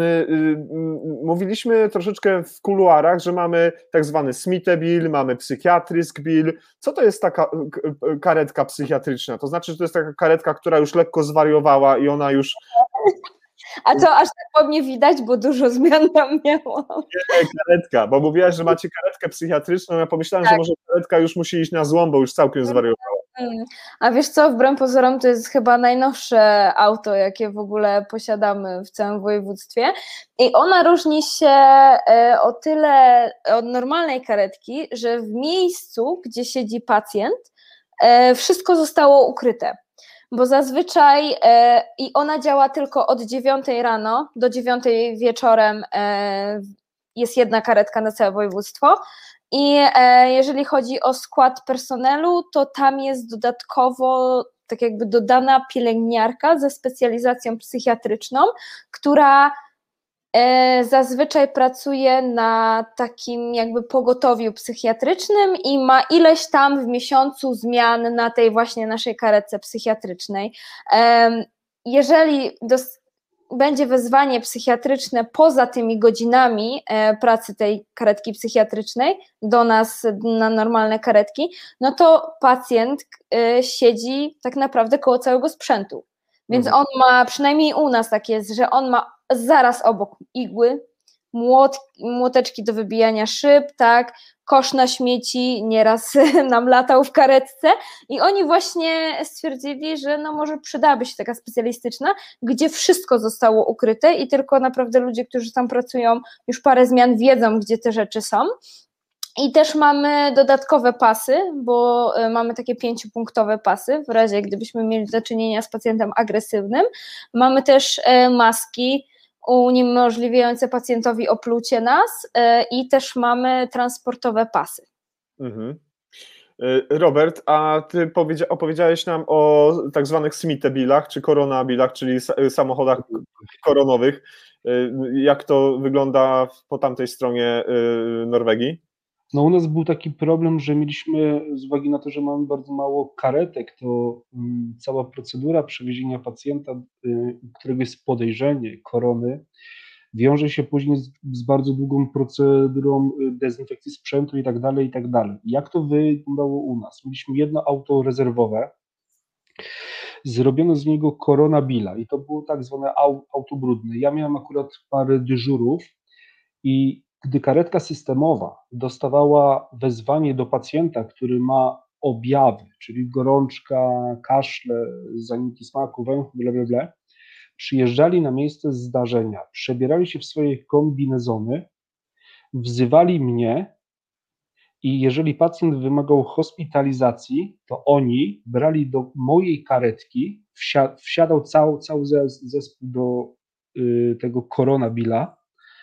mówiliśmy troszeczkę w kuluarach, że mamy tak zwany Smithe Bill, mamy psychiatrysk Bill. Co to jest taka karetka psychiatryczna? To znaczy, że to jest taka karetka, która już lekko zwariowała i ona już... A to aż tak po mnie widać, bo dużo zmian tam miałam. Nie, karetka, bo mówiłaś, że macie karetkę psychiatryczną, ja pomyślałem, tak, że może karetka już musi iść na złom, bo już całkiem zwariowała. A wiesz co, wbrew pozorom to jest chyba najnowsze auto, jakie w ogóle posiadamy w całym województwie i ona różni się o tyle od normalnej karetki, że w miejscu, gdzie siedzi pacjent, wszystko zostało ukryte. Bo zazwyczaj i ona działa tylko od 9 rano do 9 wieczorem, jest jedna karetka na całe województwo i jeżeli chodzi o skład personelu, to tam jest dodatkowo tak jakby dodana pielęgniarka ze specjalizacją psychiatryczną, która zazwyczaj pracuje na takim jakby pogotowiu psychiatrycznym i ma ileś tam w miesiącu zmian na tej właśnie naszej karetce psychiatrycznej. Jeżeli będzie wezwanie psychiatryczne poza tymi godzinami pracy tej karetki psychiatrycznej do nas na normalne karetki, no to pacjent siedzi tak naprawdę koło całego sprzętu. Więc on ma, przynajmniej u nas tak jest, że on ma zaraz obok igły, młoteczki do wybijania szyb, tak, kosz na śmieci, nieraz nam latał w karetce i oni właśnie stwierdzili, że no może przydałaby się taka specjalistyczna, gdzie wszystko zostało ukryte i tylko naprawdę ludzie, którzy tam pracują już parę zmian wiedzą, gdzie te rzeczy są. I też mamy dodatkowe pasy, bo mamy takie 5-punktowe pasy, w razie gdybyśmy mieli do czynienia z pacjentem agresywnym. Mamy też maski uniemożliwiające pacjentowi oplucie nas i też mamy transportowe pasy. Mhm. Robert, a ty opowiedziałeś nam o tak zwanych Smithbilach, czy Coronabilach, czyli samochodach koronowych. Jak to wygląda po tamtej stronie Norwegii? No u nas był taki problem, że mieliśmy, z uwagi na to, że mamy bardzo mało karetek, to cała procedura przewiezienia pacjenta, którego jest podejrzenie korony, wiąże się później z bardzo długą procedurą dezynfekcji sprzętu i tak dalej, i tak dalej. Jak to wyglądało u nas? Mieliśmy jedno auto rezerwowe, zrobiono z niego Coronabila i to było tak zwane auto brudne. Ja miałem akurat parę dyżurów i gdy karetka systemowa dostawała wezwanie do pacjenta, który ma objawy, czyli gorączka, kaszle, zaniki smaku, węchu, bla, przyjeżdżali na miejsce zdarzenia, przebierali się w swoje kombinezony, wzywali mnie i jeżeli pacjent wymagał hospitalizacji, to oni brali do mojej karetki, wsiadał cały zespół do tego Coronabila.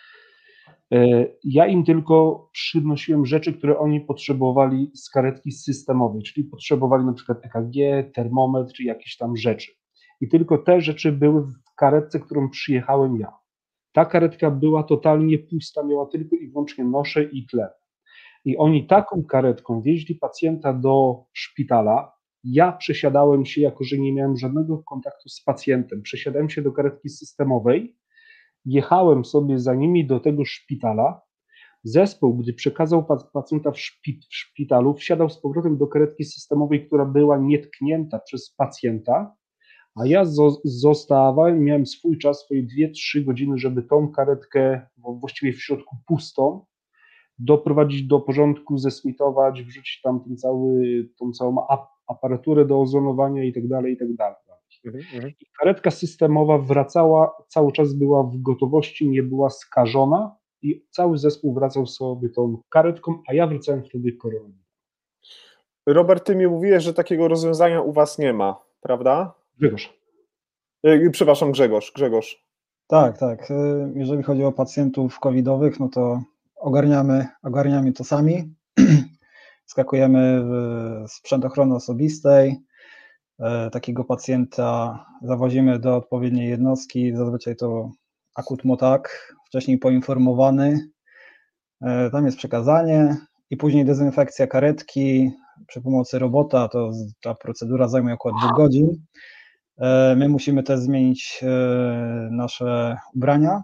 Ja im tylko przynosiłem rzeczy, które oni potrzebowali z karetki systemowej, czyli potrzebowali na przykład EKG, termometr czy jakieś tam rzeczy. I tylko te rzeczy były w karetce, którą przyjechałem ja. Ta karetka była totalnie pusta, miała tylko i wyłącznie nosze i tlen. I oni taką karetką wieźli pacjenta do szpitala. Ja przesiadałem się, jako że nie miałem żadnego kontaktu z pacjentem, przesiadałem się do karetki systemowej, jechałem sobie za nimi do tego szpitala. Zespół, gdy przekazał pacjenta w szpitalu, wsiadał z powrotem do karetki systemowej, która była nietknięta przez pacjenta, a ja zostawałem, miałem swój czas, swoje 2-3 godziny, żeby tą karetkę, właściwie w środku pustą, doprowadzić do porządku, zesmitować, wrzucić tam tą całą aparaturę do ozonowania i tak dalej, i tak dalej. I karetka systemowa wracała, cały czas była w gotowości, nie była skażona i cały zespół wracał sobie tą karetką, a ja wracałem wtedy koroną. Robert, ty mi mówiłeś, że takiego rozwiązania u was nie ma, prawda? Grzegorz. Przepraszam, Grzegorz. Tak. Jeżeli chodzi o pacjentów covidowych, no to ogarniamy to sami. Skakujemy w sprzęt ochrony osobistej. Takiego pacjenta zawozimy do odpowiedniej jednostki, zazwyczaj to akut MOTAK, wcześniej poinformowany. Tam jest przekazanie i później dezynfekcja karetki przy pomocy robota, to ta procedura zajmuje około 2 godzin. My musimy też zmienić nasze ubrania,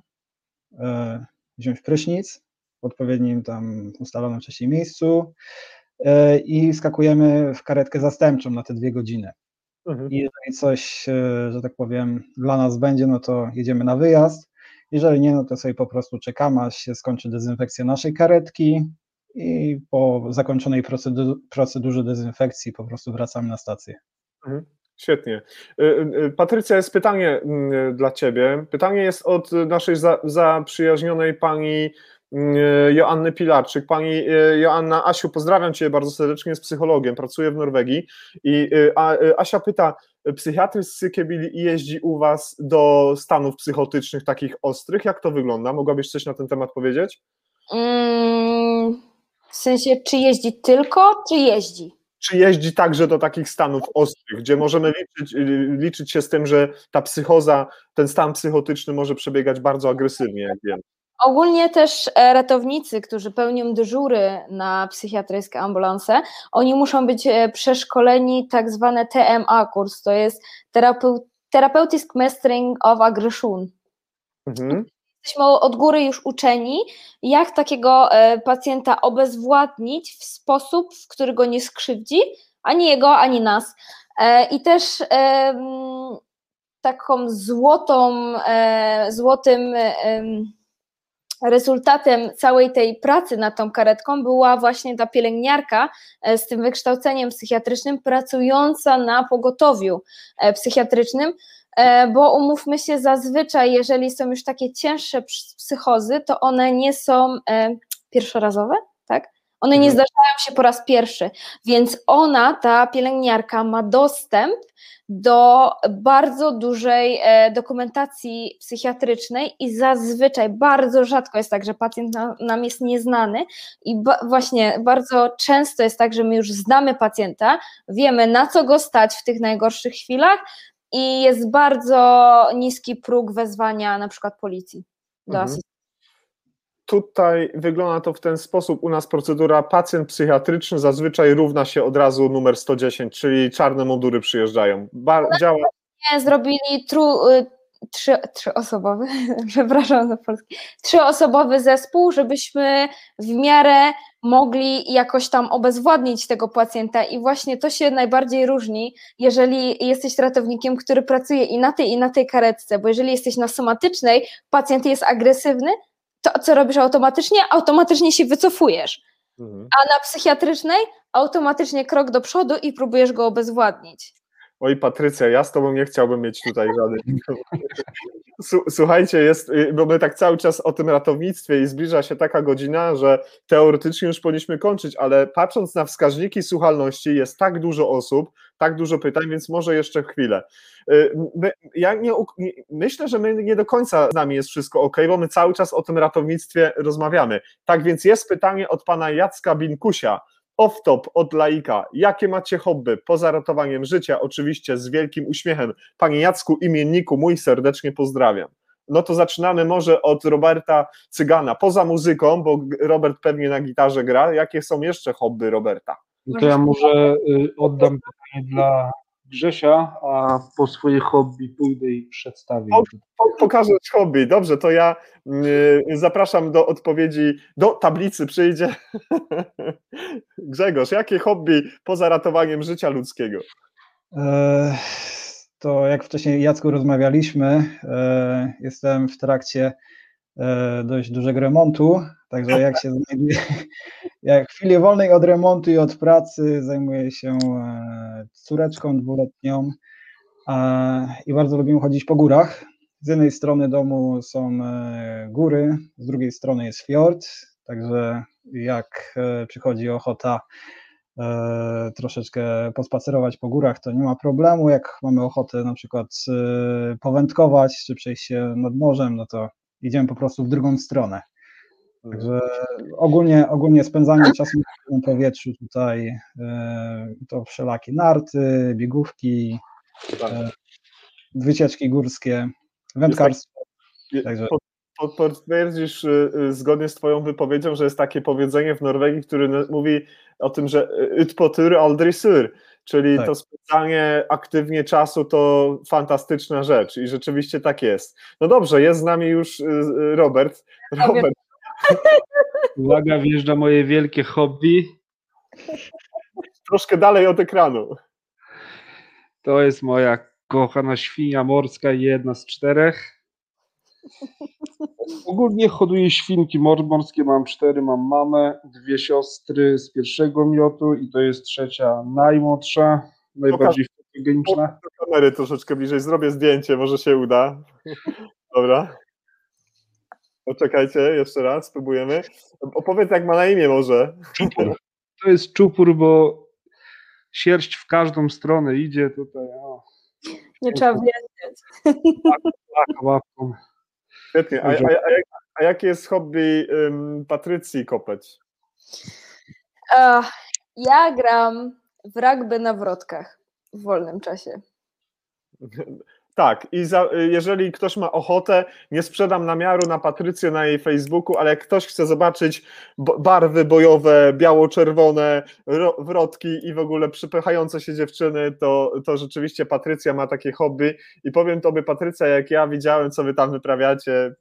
wziąć prysznic w odpowiednim tam ustalonym wcześniej miejscu i skakujemy w karetkę zastępczą na te 2 godziny. I jeżeli coś, że tak powiem, dla nas będzie, no to jedziemy na wyjazd. Jeżeli nie, no to sobie po prostu czekamy, aż się skończy dezynfekcja naszej karetki i po zakończonej procedurze dezynfekcji po prostu wracamy na stację. Świetnie. Patrycja, jest pytanie dla ciebie. Pytanie jest od naszej zaprzyjaźnionej pani Joanny Pilarczyk. Pani Joanna, Asiu, pozdrawiam cię bardzo serdecznie, jest psychologiem, pracuje w Norwegii i Asia pyta, psychiatry z Sykebili jeździ u was do stanów psychotycznych takich ostrych? Jak to wygląda? Mogłabyś coś na ten temat powiedzieć? W sensie, czy jeździ tylko, czy jeździ? Czy jeździ także do takich stanów ostrych, gdzie możemy liczyć się z tym, że ta psychoza, ten stan psychotyczny może przebiegać bardzo agresywnie, jak wiem. Ogólnie też ratownicy, którzy pełnią dyżury na psychiatryjskie ambulanse, oni muszą być przeszkoleni tak zwane TMA kurs, to jest Therapeutisk Mastering of Aggression. Jesteśmy od góry już uczeni, jak takiego pacjenta obezwładnić w sposób, w który go nie skrzywdzi, ani jego, ani nas. I też taką złotym rezultatem całej tej pracy nad tą karetką była właśnie ta pielęgniarka z tym wykształceniem psychiatrycznym, pracująca na pogotowiu psychiatrycznym, bo umówmy się, zazwyczaj jeżeli są już takie cięższe psychozy, to one nie są pierwszorazowe, tak? One nie zdarzają się po raz pierwszy, więc ona, ta pielęgniarka, ma dostęp do bardzo dużej dokumentacji psychiatrycznej i zazwyczaj bardzo rzadko jest tak, że pacjent nam jest nieznany i właśnie bardzo często jest tak, że my już znamy pacjenta, wiemy, na co go stać w tych najgorszych chwilach i jest bardzo niski próg wezwania na przykład policji do asystencji. Tutaj wygląda to w ten sposób. U nas procedura pacjent psychiatryczny zazwyczaj równa się od razu numer 110, czyli czarne mundury przyjeżdżają. Działa. Zrobili trzyosobowy, przepraszam za polski, trzyosobowy zespół, żebyśmy w miarę mogli jakoś tam obezwładnić tego pacjenta i właśnie to się najbardziej różni, jeżeli jesteś ratownikiem, który pracuje i na tej karetce, bo jeżeli jesteś na somatycznej, pacjent jest agresywny, to co robisz automatycznie? Automatycznie się wycofujesz, a na psychiatrycznej automatycznie krok do przodu i próbujesz go obezwładnić. Oj, Patrycja, ja z tobą nie chciałbym mieć tutaj żadnych. Słuchajcie, bo my tak cały czas o tym ratownictwie i zbliża się taka godzina, że teoretycznie już powinniśmy kończyć, ale patrząc na wskaźniki słuchalności jest tak dużo osób, tak dużo pytań, więc może jeszcze chwilę. Myślę, że my nie do końca z nami jest wszystko ok, bo my cały czas o tym ratownictwie rozmawiamy. Tak więc jest pytanie od pana Jacka Binkusia. Off-top od laika. Jakie macie hobby poza ratowaniem życia? Oczywiście z wielkim uśmiechem. Panie Jacku, imienniku, mój serdecznie pozdrawiam. No to zaczynamy może od Roberta Cygana. Poza muzyką, bo Robert pewnie na gitarze gra, jakie są jeszcze hobby Roberta? No to ja może oddam pytanie dla Grzesia, a po swoje hobby pójdę i przedstawię. Pokażę hobby. Dobrze, to ja zapraszam do odpowiedzi, do tablicy przyjdzie Grzegorz. Jakie hobby poza ratowaniem życia ludzkiego? To jak wcześniej, Jacku, rozmawialiśmy, jestem w trakcie dość dużego remontu, także jak w chwili wolnej od remontu i od pracy zajmuję się córeczką dwuletnią i bardzo lubimy chodzić po górach. Z jednej strony domu są góry, z drugiej strony jest fiord, także jak przychodzi ochota troszeczkę pospacerować po górach, to nie ma problemu. Jak mamy ochotę na przykład powędkować czy przejść się nad morzem, no to idziemy po prostu w drugą stronę. Także ogólnie spędzanie czasu w powietrzu tutaj to wszelakie narty, biegówki, wycieczki górskie, wędkarstwo. Także potwierdzisz zgodnie z twoją wypowiedzią, że jest takie powiedzenie w Norwegii, które mówi o tym, że ut på tur, aldrig sur, czyli tak. To spędzanie aktywnie czasu to fantastyczna rzecz i rzeczywiście tak jest. No dobrze, jest z nami już Robert. Uwaga, wjeżdża moje wielkie hobby. Troszkę dalej od ekranu. To jest moja kochana świnia morska, jedna z 4. Ogólnie hoduję świnki morskie, mam 4, mam mamę, 2 siostry z pierwszego miotu i to jest 3, najmłodsza, najbardziej fotogeniczna. Do kamery troszeczkę bliżej, zrobię zdjęcie, może się uda. Dobra. Poczekajcie, jeszcze raz, spróbujemy. Opowiedz, jak ma na imię może. Czupur. To jest czupur, bo sierść w każdą stronę idzie tutaj. O. Nie trzeba wiedzieć. Tak, łapką. Świetnie. A jakie jest hobby Patrycji Kopeć? Ja gram w rugby na wrotkach w wolnym czasie. Tak, i jeżeli ktoś ma ochotę, nie sprzedam namiaru na Patrycję na jej Facebooku, ale jak ktoś chce zobaczyć barwy bojowe, biało-czerwone, wrotki i w ogóle przypychające się dziewczyny, to rzeczywiście Patrycja ma takie hobby i powiem tobie, Patrycja, jak ja widziałem, co wy tam wyprawiacie.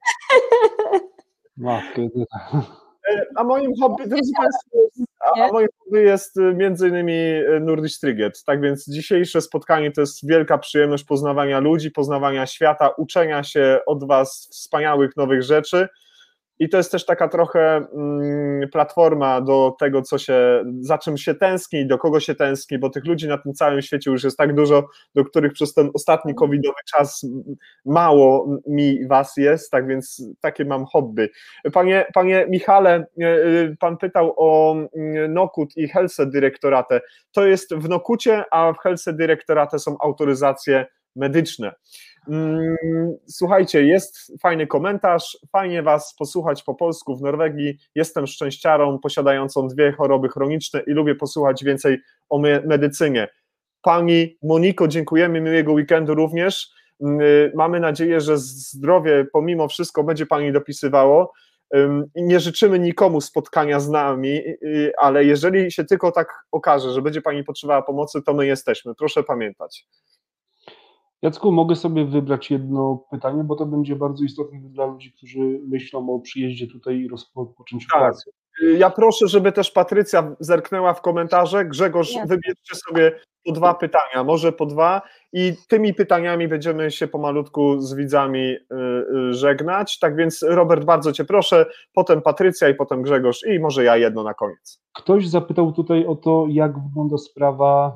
A moim hobby, drodzy Państwo, moim hobby jest między innymi Nordic Triget. Tak więc dzisiejsze spotkanie to jest wielka przyjemność poznawania ludzi, poznawania świata, uczenia się od was wspaniałych nowych rzeczy i to jest też taka trochę platforma do tego, za czym się tęskni, do kogo się tęskni, bo tych ludzi na tym całym świecie już jest tak dużo, do których przez ten ostatni covidowy czas mało mi was jest, tak więc takie mam hobby. Panie Michale, pan pytał o Nokut i Helse Direktorate. To jest w Nokucie, a w Helse Direktorate są autoryzacje medyczne. Słuchajcie, jest fajny komentarz, fajnie was posłuchać po polsku w Norwegii, jestem szczęściarą posiadającą 2 choroby chroniczne i lubię posłuchać więcej o medycynie. Pani Moniko, dziękujemy, miłego weekendu również, mamy nadzieję, że zdrowie pomimo wszystko będzie pani dopisywało. Nie życzymy nikomu spotkania z nami, ale jeżeli się tylko tak okaże, że będzie pani potrzebowała pomocy, to my jesteśmy, proszę pamiętać. Jacku, mogę sobie wybrać jedno pytanie, bo to będzie bardzo istotne dla ludzi, którzy myślą o przyjeździe tutaj i rozpoczęciu pracy. Ja proszę, żeby też Patrycja zerknęła w komentarze. Grzegorz, wybierzcie sobie po 2 pytania, może po 2 i tymi pytaniami będziemy się pomalutku z widzami żegnać. Tak więc Robert, bardzo cię proszę, potem Patrycja i potem Grzegorz i może ja jedno na koniec. Ktoś zapytał tutaj o to, jak wygląda sprawa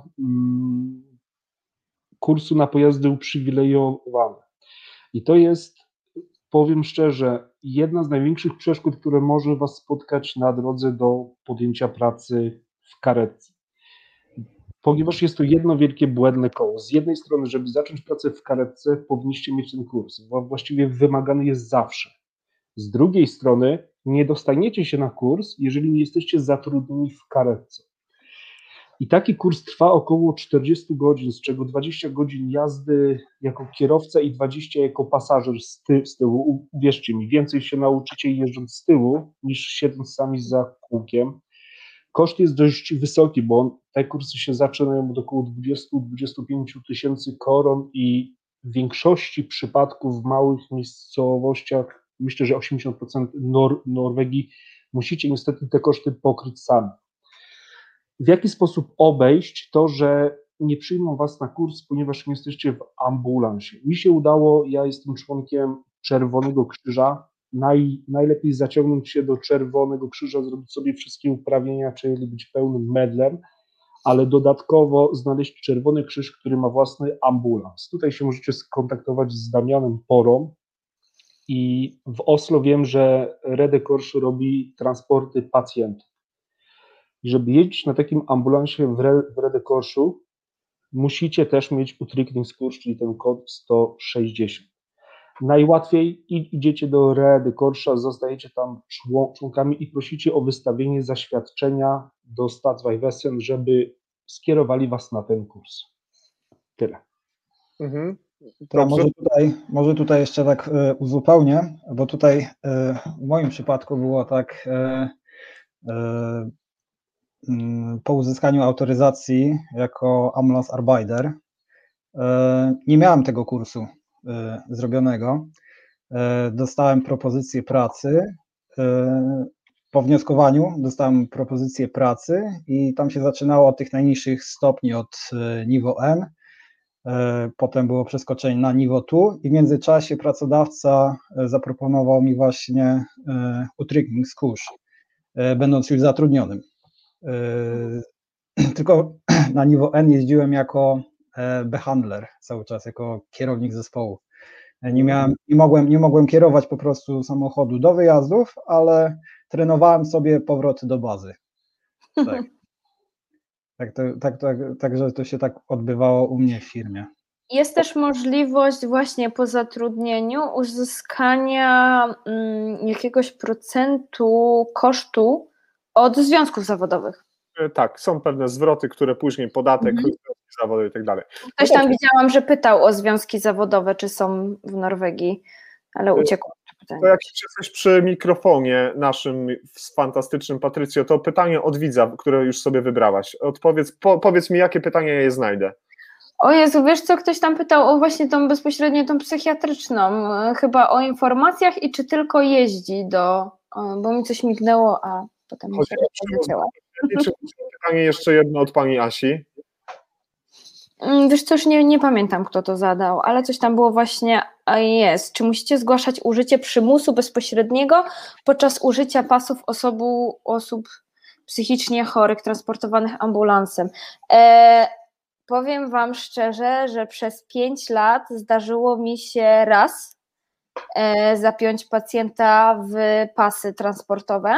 kursu na pojazdy uprzywilejowane. I to jest, powiem szczerze, jedna z największych przeszkód, które może was spotkać na drodze do podjęcia pracy w karetce. Ponieważ jest to jedno wielkie błędne koło. Z jednej strony, żeby zacząć pracę w karetce, powinniście mieć ten kurs. Właściwie wymagany jest zawsze. Z drugiej strony, nie dostaniecie się na kurs, jeżeli nie jesteście zatrudnieni w karetce. I taki kurs trwa około 40 godzin, z czego 20 godzin jazdy jako kierowca i 20 jako pasażer z tyłu. Uwierzcie mi, więcej się nauczycie jeżdżąc z tyłu, niż siedząc sami za kółkiem. Koszt jest dość wysoki, bo te kursy się zaczynają od około 20-25 tysięcy koron i w większości przypadków w małych miejscowościach, myślę, że 80% Norwegii, musicie niestety te koszty pokryć sami. W jaki sposób obejść to, że nie przyjmą was na kurs, ponieważ nie jesteście w ambulansie? Mi się udało, ja jestem członkiem Czerwonego Krzyża, najlepiej zaciągnąć się do Czerwonego Krzyża, zrobić sobie wszystkie uprawnienia, czyli być pełnym medlem, ale dodatkowo znaleźć Czerwony Krzyż, który ma własny ambulans. Tutaj się możecie skontaktować z Damianem Porą i w Oslo wiem, że Rede Kors robi transporty pacjentów. I żeby jeździć na takim ambulansie w Rede Korsu, musicie też mieć utrykningskurs, czyli ten kod 160. Najłatwiej idziecie do Rede Korsa, zostajecie tam członkami i prosicie o wystawienie zaświadczenia do Statsvegvesen, żeby skierowali was na ten kurs. Tyle. Mhm. To może tutaj jeszcze tak uzupełnię, bo tutaj w moim przypadku było tak, po uzyskaniu autoryzacji jako Ambulance Arbeider nie miałem tego kursu zrobionego. Dostałem propozycję pracy. Po wnioskowaniu dostałem propozycję pracy i tam się zaczynało od tych najniższych stopni, od niveau M. Potem było przeskoczenie na niveau 2 i w międzyczasie pracodawca zaproponował mi właśnie utrykningskurs, będąc już zatrudnionym. Tylko na niveau N jeździłem jako behandler cały czas, jako kierownik zespołu. Nie mogłem kierować po prostu samochodu do wyjazdów, ale trenowałem sobie powrót do bazy. Także to się tak odbywało u mnie w firmie. Jest też możliwość właśnie po zatrudnieniu uzyskania jakiegoś procentu kosztu od związków zawodowych. Tak, są pewne zwroty, które później podatek, zawodowy i tak dalej. Ktoś tam widziałam, że pytał o związki zawodowe, czy są w Norwegii, ale uciekło pytanie. To jak jesteś przy mikrofonie naszym fantastycznym, Patrycjo, to pytanie od widza, które już sobie wybrałaś. Powiedz mi, jakie pytanie ja je znajdę. O Jezu, wiesz co, ktoś tam pytał o właśnie tą bezpośrednio tą psychiatryczną, chyba o informacjach i czy tylko jeździ bo mi coś mignęło, a potem mi się zaczęła. Pytanie jeszcze jedno od pani Asi. Wiesz co, już nie pamiętam, kto to zadał, ale coś tam było właśnie, czy musicie zgłaszać użycie przymusu bezpośredniego podczas użycia pasów osób psychicznie chorych transportowanych ambulansem. Powiem wam szczerze, że przez 5 lat zdarzyło mi się raz zapiąć pacjenta w pasy transportowe,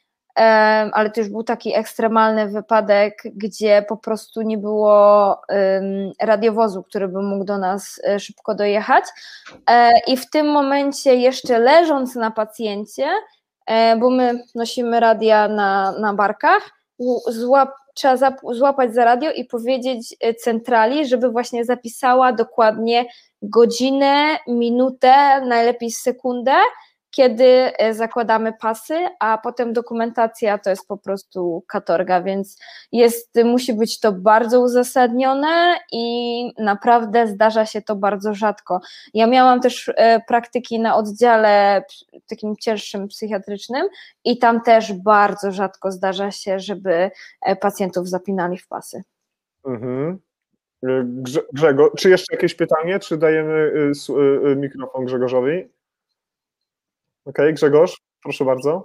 ale to już był taki ekstremalny wypadek, gdzie po prostu nie było radiowozu, który by mógł do nas szybko dojechać, i w tym momencie jeszcze leżąc na pacjencie, bo my nosimy radia na barkach, trzeba złapać za radio i powiedzieć centrali, żeby właśnie zapisała dokładnie godzinę, minutę, najlepiej sekundę, kiedy zakładamy pasy, a potem dokumentacja to jest po prostu katorga, więc musi być to bardzo uzasadnione i naprawdę zdarza się to bardzo rzadko. Ja miałam też praktyki na oddziale takim cięższym psychiatrycznym i tam też bardzo rzadko zdarza się, żeby pacjentów zapinali w pasy. Mhm. Grzegorz, czy jeszcze jakieś pytanie, czy dajemy mikrofon Grzegorzowi? Okej, Grzegorz, proszę bardzo.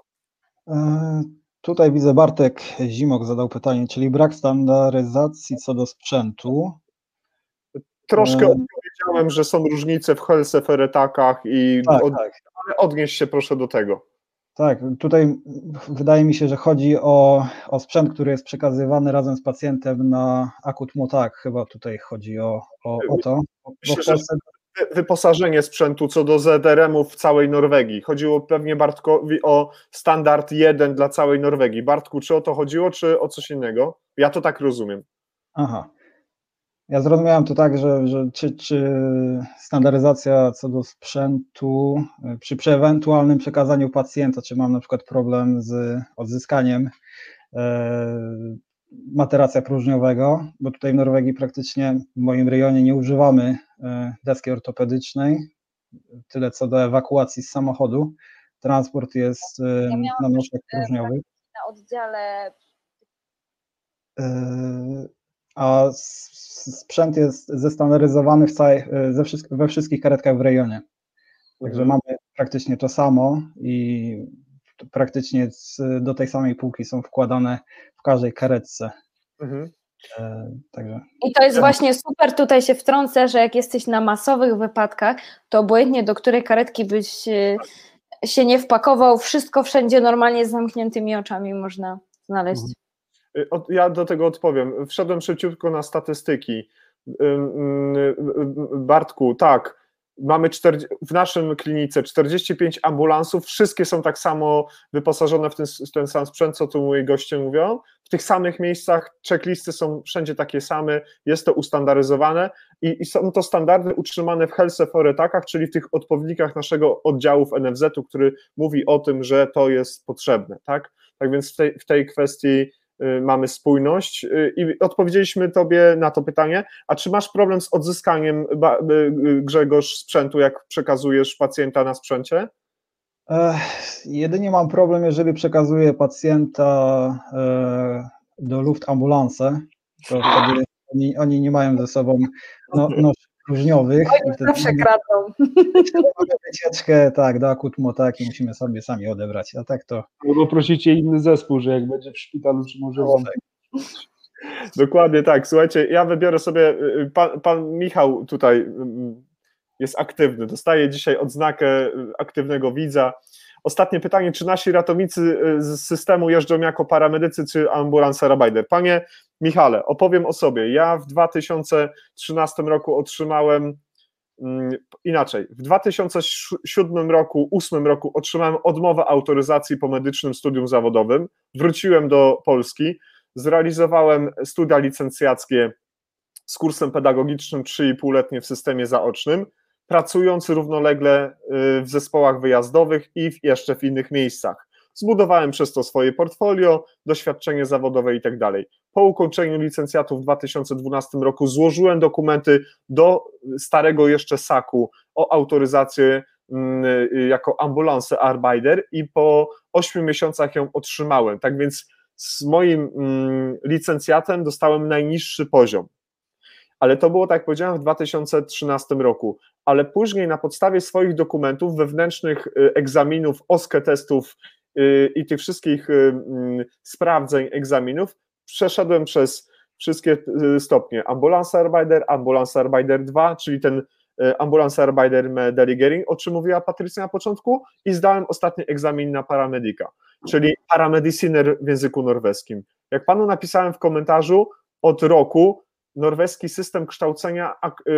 Tutaj widzę, Bartek Zimok zadał pytanie, czyli brak standaryzacji co do sprzętu. Troszkę odpowiedziałem, że są różnice w Helse-Feretakach i tak. Ale odnieś się proszę do tego. Tak, tutaj wydaje mi się, że chodzi o sprzęt, który jest przekazywany razem z pacjentem na Akut Motak. Chyba tutaj chodzi o to. Myślę, że wyposażenie sprzętu co do ZRM-ów w całej Norwegii. Chodziło pewnie Bartkowi o standard 1 dla całej Norwegii. Bartku, czy o to chodziło, czy o coś innego? Ja to tak rozumiem. Aha. Ja zrozumiałem to tak, że czy standaryzacja co do sprzętu przy ewentualnym przekazaniu pacjenta, czy mam na przykład problem z odzyskaniem materaca próżniowego, bo tutaj w Norwegii praktycznie w moim rejonie nie używamy deski ortopedycznej, tyle co do ewakuacji z samochodu. Transport jest na nóżkach próżniowych. Na oddziale. A sprzęt jest zestandaryzowany we wszystkich karetkach w rejonie. Także mamy praktycznie to samo i praktycznie do tej samej półki są wkładane w każdej karetce. Także. I to jest właśnie super, tutaj się wtrącę, że jak jesteś na masowych wypadkach, to obojętnie do której karetki byś się nie wpakował, wszystko wszędzie normalnie z zamkniętymi oczami można znaleźć. Ja do tego odpowiem. Wszedłem szybciutko na statystyki. Bartku, tak, mamy w naszym klinice 45 ambulansów, wszystkie są tak samo wyposażone w ten sam sprzęt, co tu moi goście mówią. W tych samych miejscach checklisty są wszędzie takie same, jest to ustandaryzowane i są to standardy utrzymane w Helse-Feretakach, czyli w tych odpowiednikach naszego oddziału w NFZ-u, który mówi o tym, że to jest potrzebne, tak? Tak więc w tej kwestii mamy spójność i odpowiedzieliśmy tobie na to pytanie. A czy masz problem z odzyskaniem, Grzegorz, sprzętu, jak przekazujesz pacjenta na sprzęcie? Jedynie mam problem, jeżeli przekazuję pacjenta do Luftambulanse, to wtedy oni nie mają ze sobą nóż próżniowych. Oni zawsze kradną. Mamy wycieczkę, tak, do Akut Motak i musimy sobie sami odebrać, a tak to... Albo prosicie inny zespół, że jak będzie w szpitalu, czy może wam... Dokładnie tak, słuchajcie, ja wybiorę sobie, pan Michał tutaj jest aktywny, dostaje dzisiaj odznakę aktywnego widza. Ostatnie pytanie, czy nasi ratownicy z systemu jeżdżą jako paramedycy, czy ambulans Arbeider? Panie Michale, opowiem o sobie. Ja w 2013 roku otrzymałem, inaczej, w 2007 roku, 2008 roku otrzymałem odmowę autoryzacji po medycznym studium zawodowym, wróciłem do Polski, zrealizowałem studia licencjackie z kursem pedagogicznym 3,5-letnie w systemie zaocznym, pracując równolegle w zespołach wyjazdowych i jeszcze w innych miejscach. Zbudowałem przez to swoje portfolio, doświadczenie zawodowe i tak dalej. Po ukończeniu licencjatu w 2012 roku złożyłem dokumenty do starego jeszcze SAK-u o autoryzację jako ambulance Arbeider i po 8 miesiącach ją otrzymałem. Tak więc z moim licencjatem dostałem najniższy poziom. ale to było, tak jak powiedziałem, w 2013 roku, ale później na podstawie swoich dokumentów, wewnętrznych egzaminów, OSCE testów i tych wszystkich sprawdzeń egzaminów przeszedłem przez wszystkie stopnie Ambulancearbeiter 2, czyli ten Ambulancearbeiter med Delegering, o czym mówiła Patrycja na początku, i zdałem ostatni egzamin na paramedika, czyli paramediciner w języku norweskim. Jak panu napisałem w komentarzu, od roku norweski system kształcenia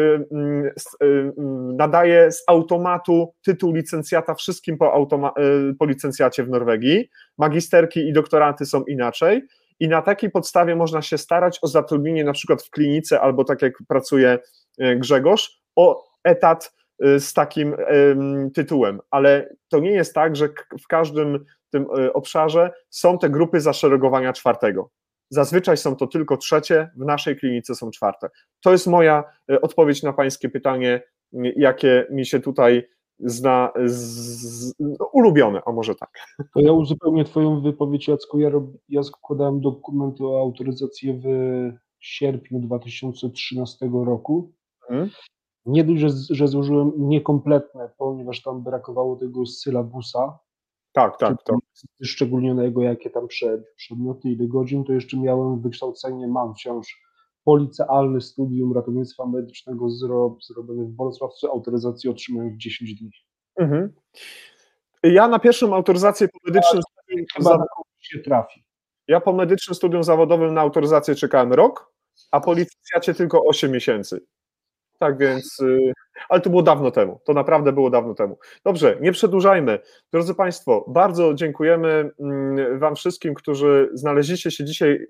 nadaje z automatu tytuł licencjata wszystkim po licencjacie w Norwegii, magisterki i doktoraty są inaczej i na takiej podstawie można się starać o zatrudnienie na przykład w klinice albo tak jak pracuje Grzegorz, o etat z takim tytułem, ale to nie jest tak, że w każdym tym obszarze są te grupy zaszeregowania czwartego. Zazwyczaj są to tylko trzecie, w naszej klinice są czwarte. To jest moja odpowiedź na pańskie pytanie, jakie mi się tutaj ulubione, a może tak. To ja uzupełnię twoją wypowiedź, Jacku. Ja składałem dokumenty o autoryzację w sierpniu 2013 roku. Nie dość, że złożyłem niekompletne, ponieważ tam brakowało tego sylabusa. Tak. Szczególnionego, jakie tam przedmioty, ile godzin, to jeszcze miałem wykształcenie, mam wciąż policealne studium ratownictwa medycznego zrobione w Bolesławcu, autoryzację otrzymałem w 10 dni. Ja na pierwszą autoryzację po medycznym studium się trafi. Ja po medycznym studium zawodowym na autoryzację czekałem rok, a po licencjacie tylko 8 miesięcy. Tak więc, ale to było dawno temu, to naprawdę było dawno temu. Dobrze, nie przedłużajmy. Drodzy Państwo, bardzo dziękujemy Wam wszystkim, którzy znaleźliście się dzisiaj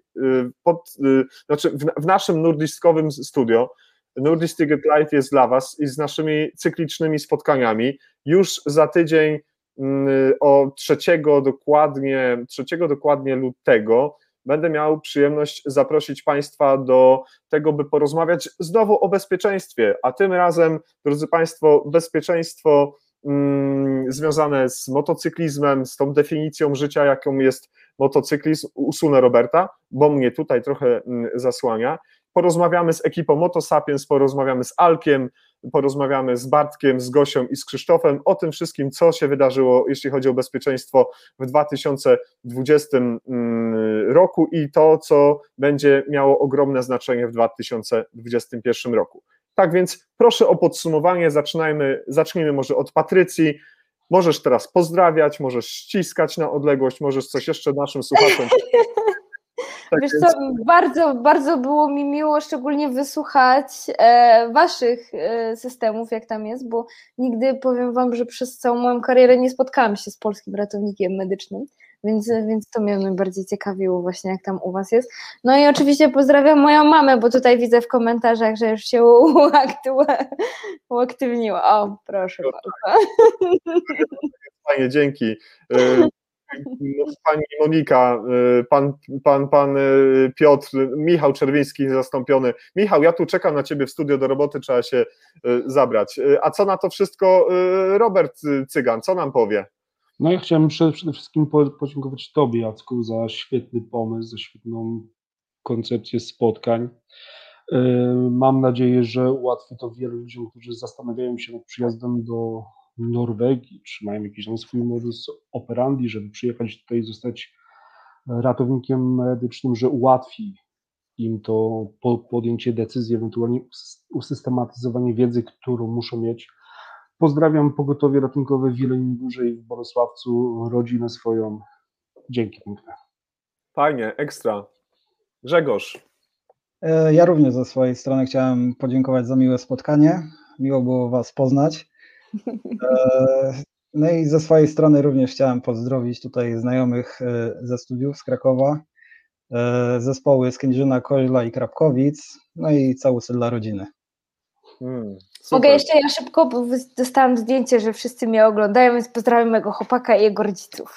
w naszym nordiskowym studio. Nordisk Ticket Live jest dla Was i z naszymi cyklicznymi spotkaniami. Już za tydzień o 3 dokładnie lutego będę miał przyjemność zaprosić Państwa do tego, by porozmawiać znowu o bezpieczeństwie, a tym razem, drodzy Państwo, bezpieczeństwo związane z motocyklizmem, z tą definicją życia, jaką jest motocyklizm. Usunę Roberta, bo mnie tutaj trochę zasłania. Porozmawiamy z ekipą Motosapiens, porozmawiamy z Alkiem, porozmawiamy z Bartkiem, z Gosią i z Krzysztofem o tym wszystkim, co się wydarzyło, jeśli chodzi o bezpieczeństwo w 2020 roku i to, co będzie miało ogromne znaczenie w 2021 roku. Tak więc proszę o podsumowanie, zacznijmy może od Patrycji. Możesz teraz pozdrawiać, możesz ściskać na odległość, możesz coś jeszcze naszym słuchaczom. Tak, wiesz co, bardzo było mi miło szczególnie wysłuchać waszych systemów, jak tam jest, bo nigdy, powiem wam, że przez całą moją karierę nie spotkałam się z polskim ratownikiem medycznym, więc to mnie najbardziej ciekawiło właśnie, jak tam u was jest. No i oczywiście pozdrawiam moją mamę, bo tutaj widzę w komentarzach, że już się uaktywniła. O, proszę bardzo. Fajnie, dzięki. Pani Monika, pan Piotr, Michał Czerwiński zastąpiony. Michał, ja tu czekam na ciebie w studio do roboty, trzeba się zabrać. A co na to wszystko Robert Cygan, co nam powie? No ja chciałem przede wszystkim podziękować tobie, Jacku, za świetny pomysł, za świetną koncepcję spotkań. Mam nadzieję, że ułatwi to wielu ludziom, którzy zastanawiają się nad przyjazdem do Norwegii, czy mają jakiś tam swój modus operandi, żeby przyjechać tutaj i zostać ratownikiem medycznym, że ułatwi im to podjęcie decyzji, ewentualnie usystematyzowanie wiedzy, którą muszą mieć. Pozdrawiam pogotowie ratunkowe w Jeleniej Górze i w Bolesławcu, rodzinę swoją. Dzięki piękne. Fajnie, ekstra. Grzegorz. Ja również ze swojej strony chciałem podziękować za miłe spotkanie. Miło było was poznać. No i ze swojej strony również chciałem pozdrowić tutaj znajomych ze studiów z Krakowa, zespoły z Kędzierzyna, Koźla i Krapkowic, no i całusy dla rodziny. Mogę jeszcze ja szybko, bo dostałam zdjęcie, że wszyscy mnie oglądają, więc pozdrawiam mojego chłopaka i jego rodziców.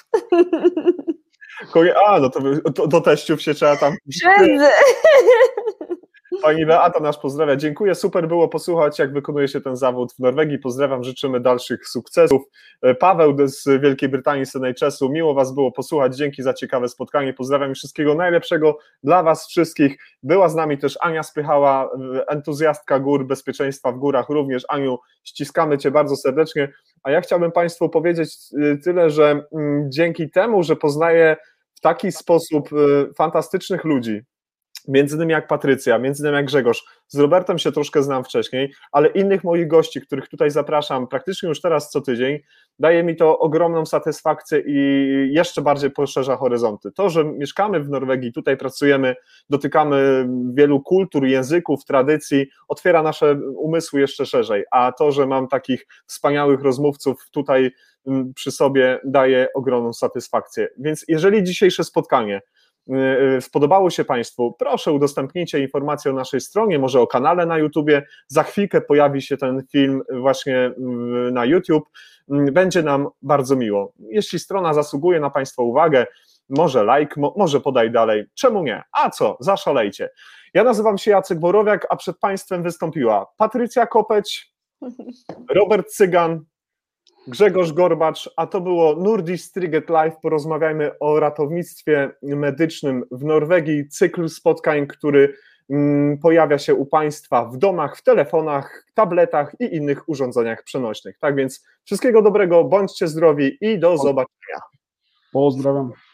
No to do teściów się trzeba tam... Pani Beata nas pozdrawia. Dziękuję, super było posłuchać, jak wykonuje się ten zawód w Norwegii. Pozdrawiam, życzymy dalszych sukcesów. Paweł z Wielkiej Brytanii, z NHS-u, miło Was było posłuchać, dzięki za ciekawe spotkanie. Pozdrawiam i wszystkiego najlepszego dla Was wszystkich. Była z nami też Ania Spychała, entuzjastka gór, bezpieczeństwa w górach również. Aniu, ściskamy Cię bardzo serdecznie. A ja chciałbym Państwu powiedzieć tyle, że dzięki temu, że poznaję w taki sposób fantastycznych ludzi, między innymi jak Patrycja, między innymi jak Grzegorz, z Robertem się troszkę znam wcześniej, ale innych moich gości, których tutaj zapraszam praktycznie już teraz co tydzień, daje mi to ogromną satysfakcję i jeszcze bardziej poszerza horyzonty. To, że mieszkamy w Norwegii, tutaj pracujemy, dotykamy wielu kultur, języków, tradycji, otwiera nasze umysły jeszcze szerzej, a to, że mam takich wspaniałych rozmówców tutaj przy sobie, daje ogromną satysfakcję. Więc jeżeli dzisiejsze spotkanie spodobało się Państwu, proszę udostępnijcie informacje o naszej stronie, może o kanale na YouTubie, za chwilkę pojawi się ten film właśnie na YouTube, będzie nam bardzo miło. Jeśli strona zasługuje na Państwa uwagę, może like, może podaj dalej, czemu nie? A co, zaszalejcie. Ja nazywam się Jacek Borowiak, a przed Państwem wystąpiła Patrycja Kopeć, Robert Cygan, Grzegorz Gorbacz, a to było Nordisk Triget Live. Porozmawiajmy o ratownictwie medycznym w Norwegii, cykl spotkań, który pojawia się u Państwa w domach, w telefonach, tabletach i innych urządzeniach przenośnych. Tak więc wszystkiego dobrego, bądźcie zdrowi i do zobaczenia. Pozdrawiam.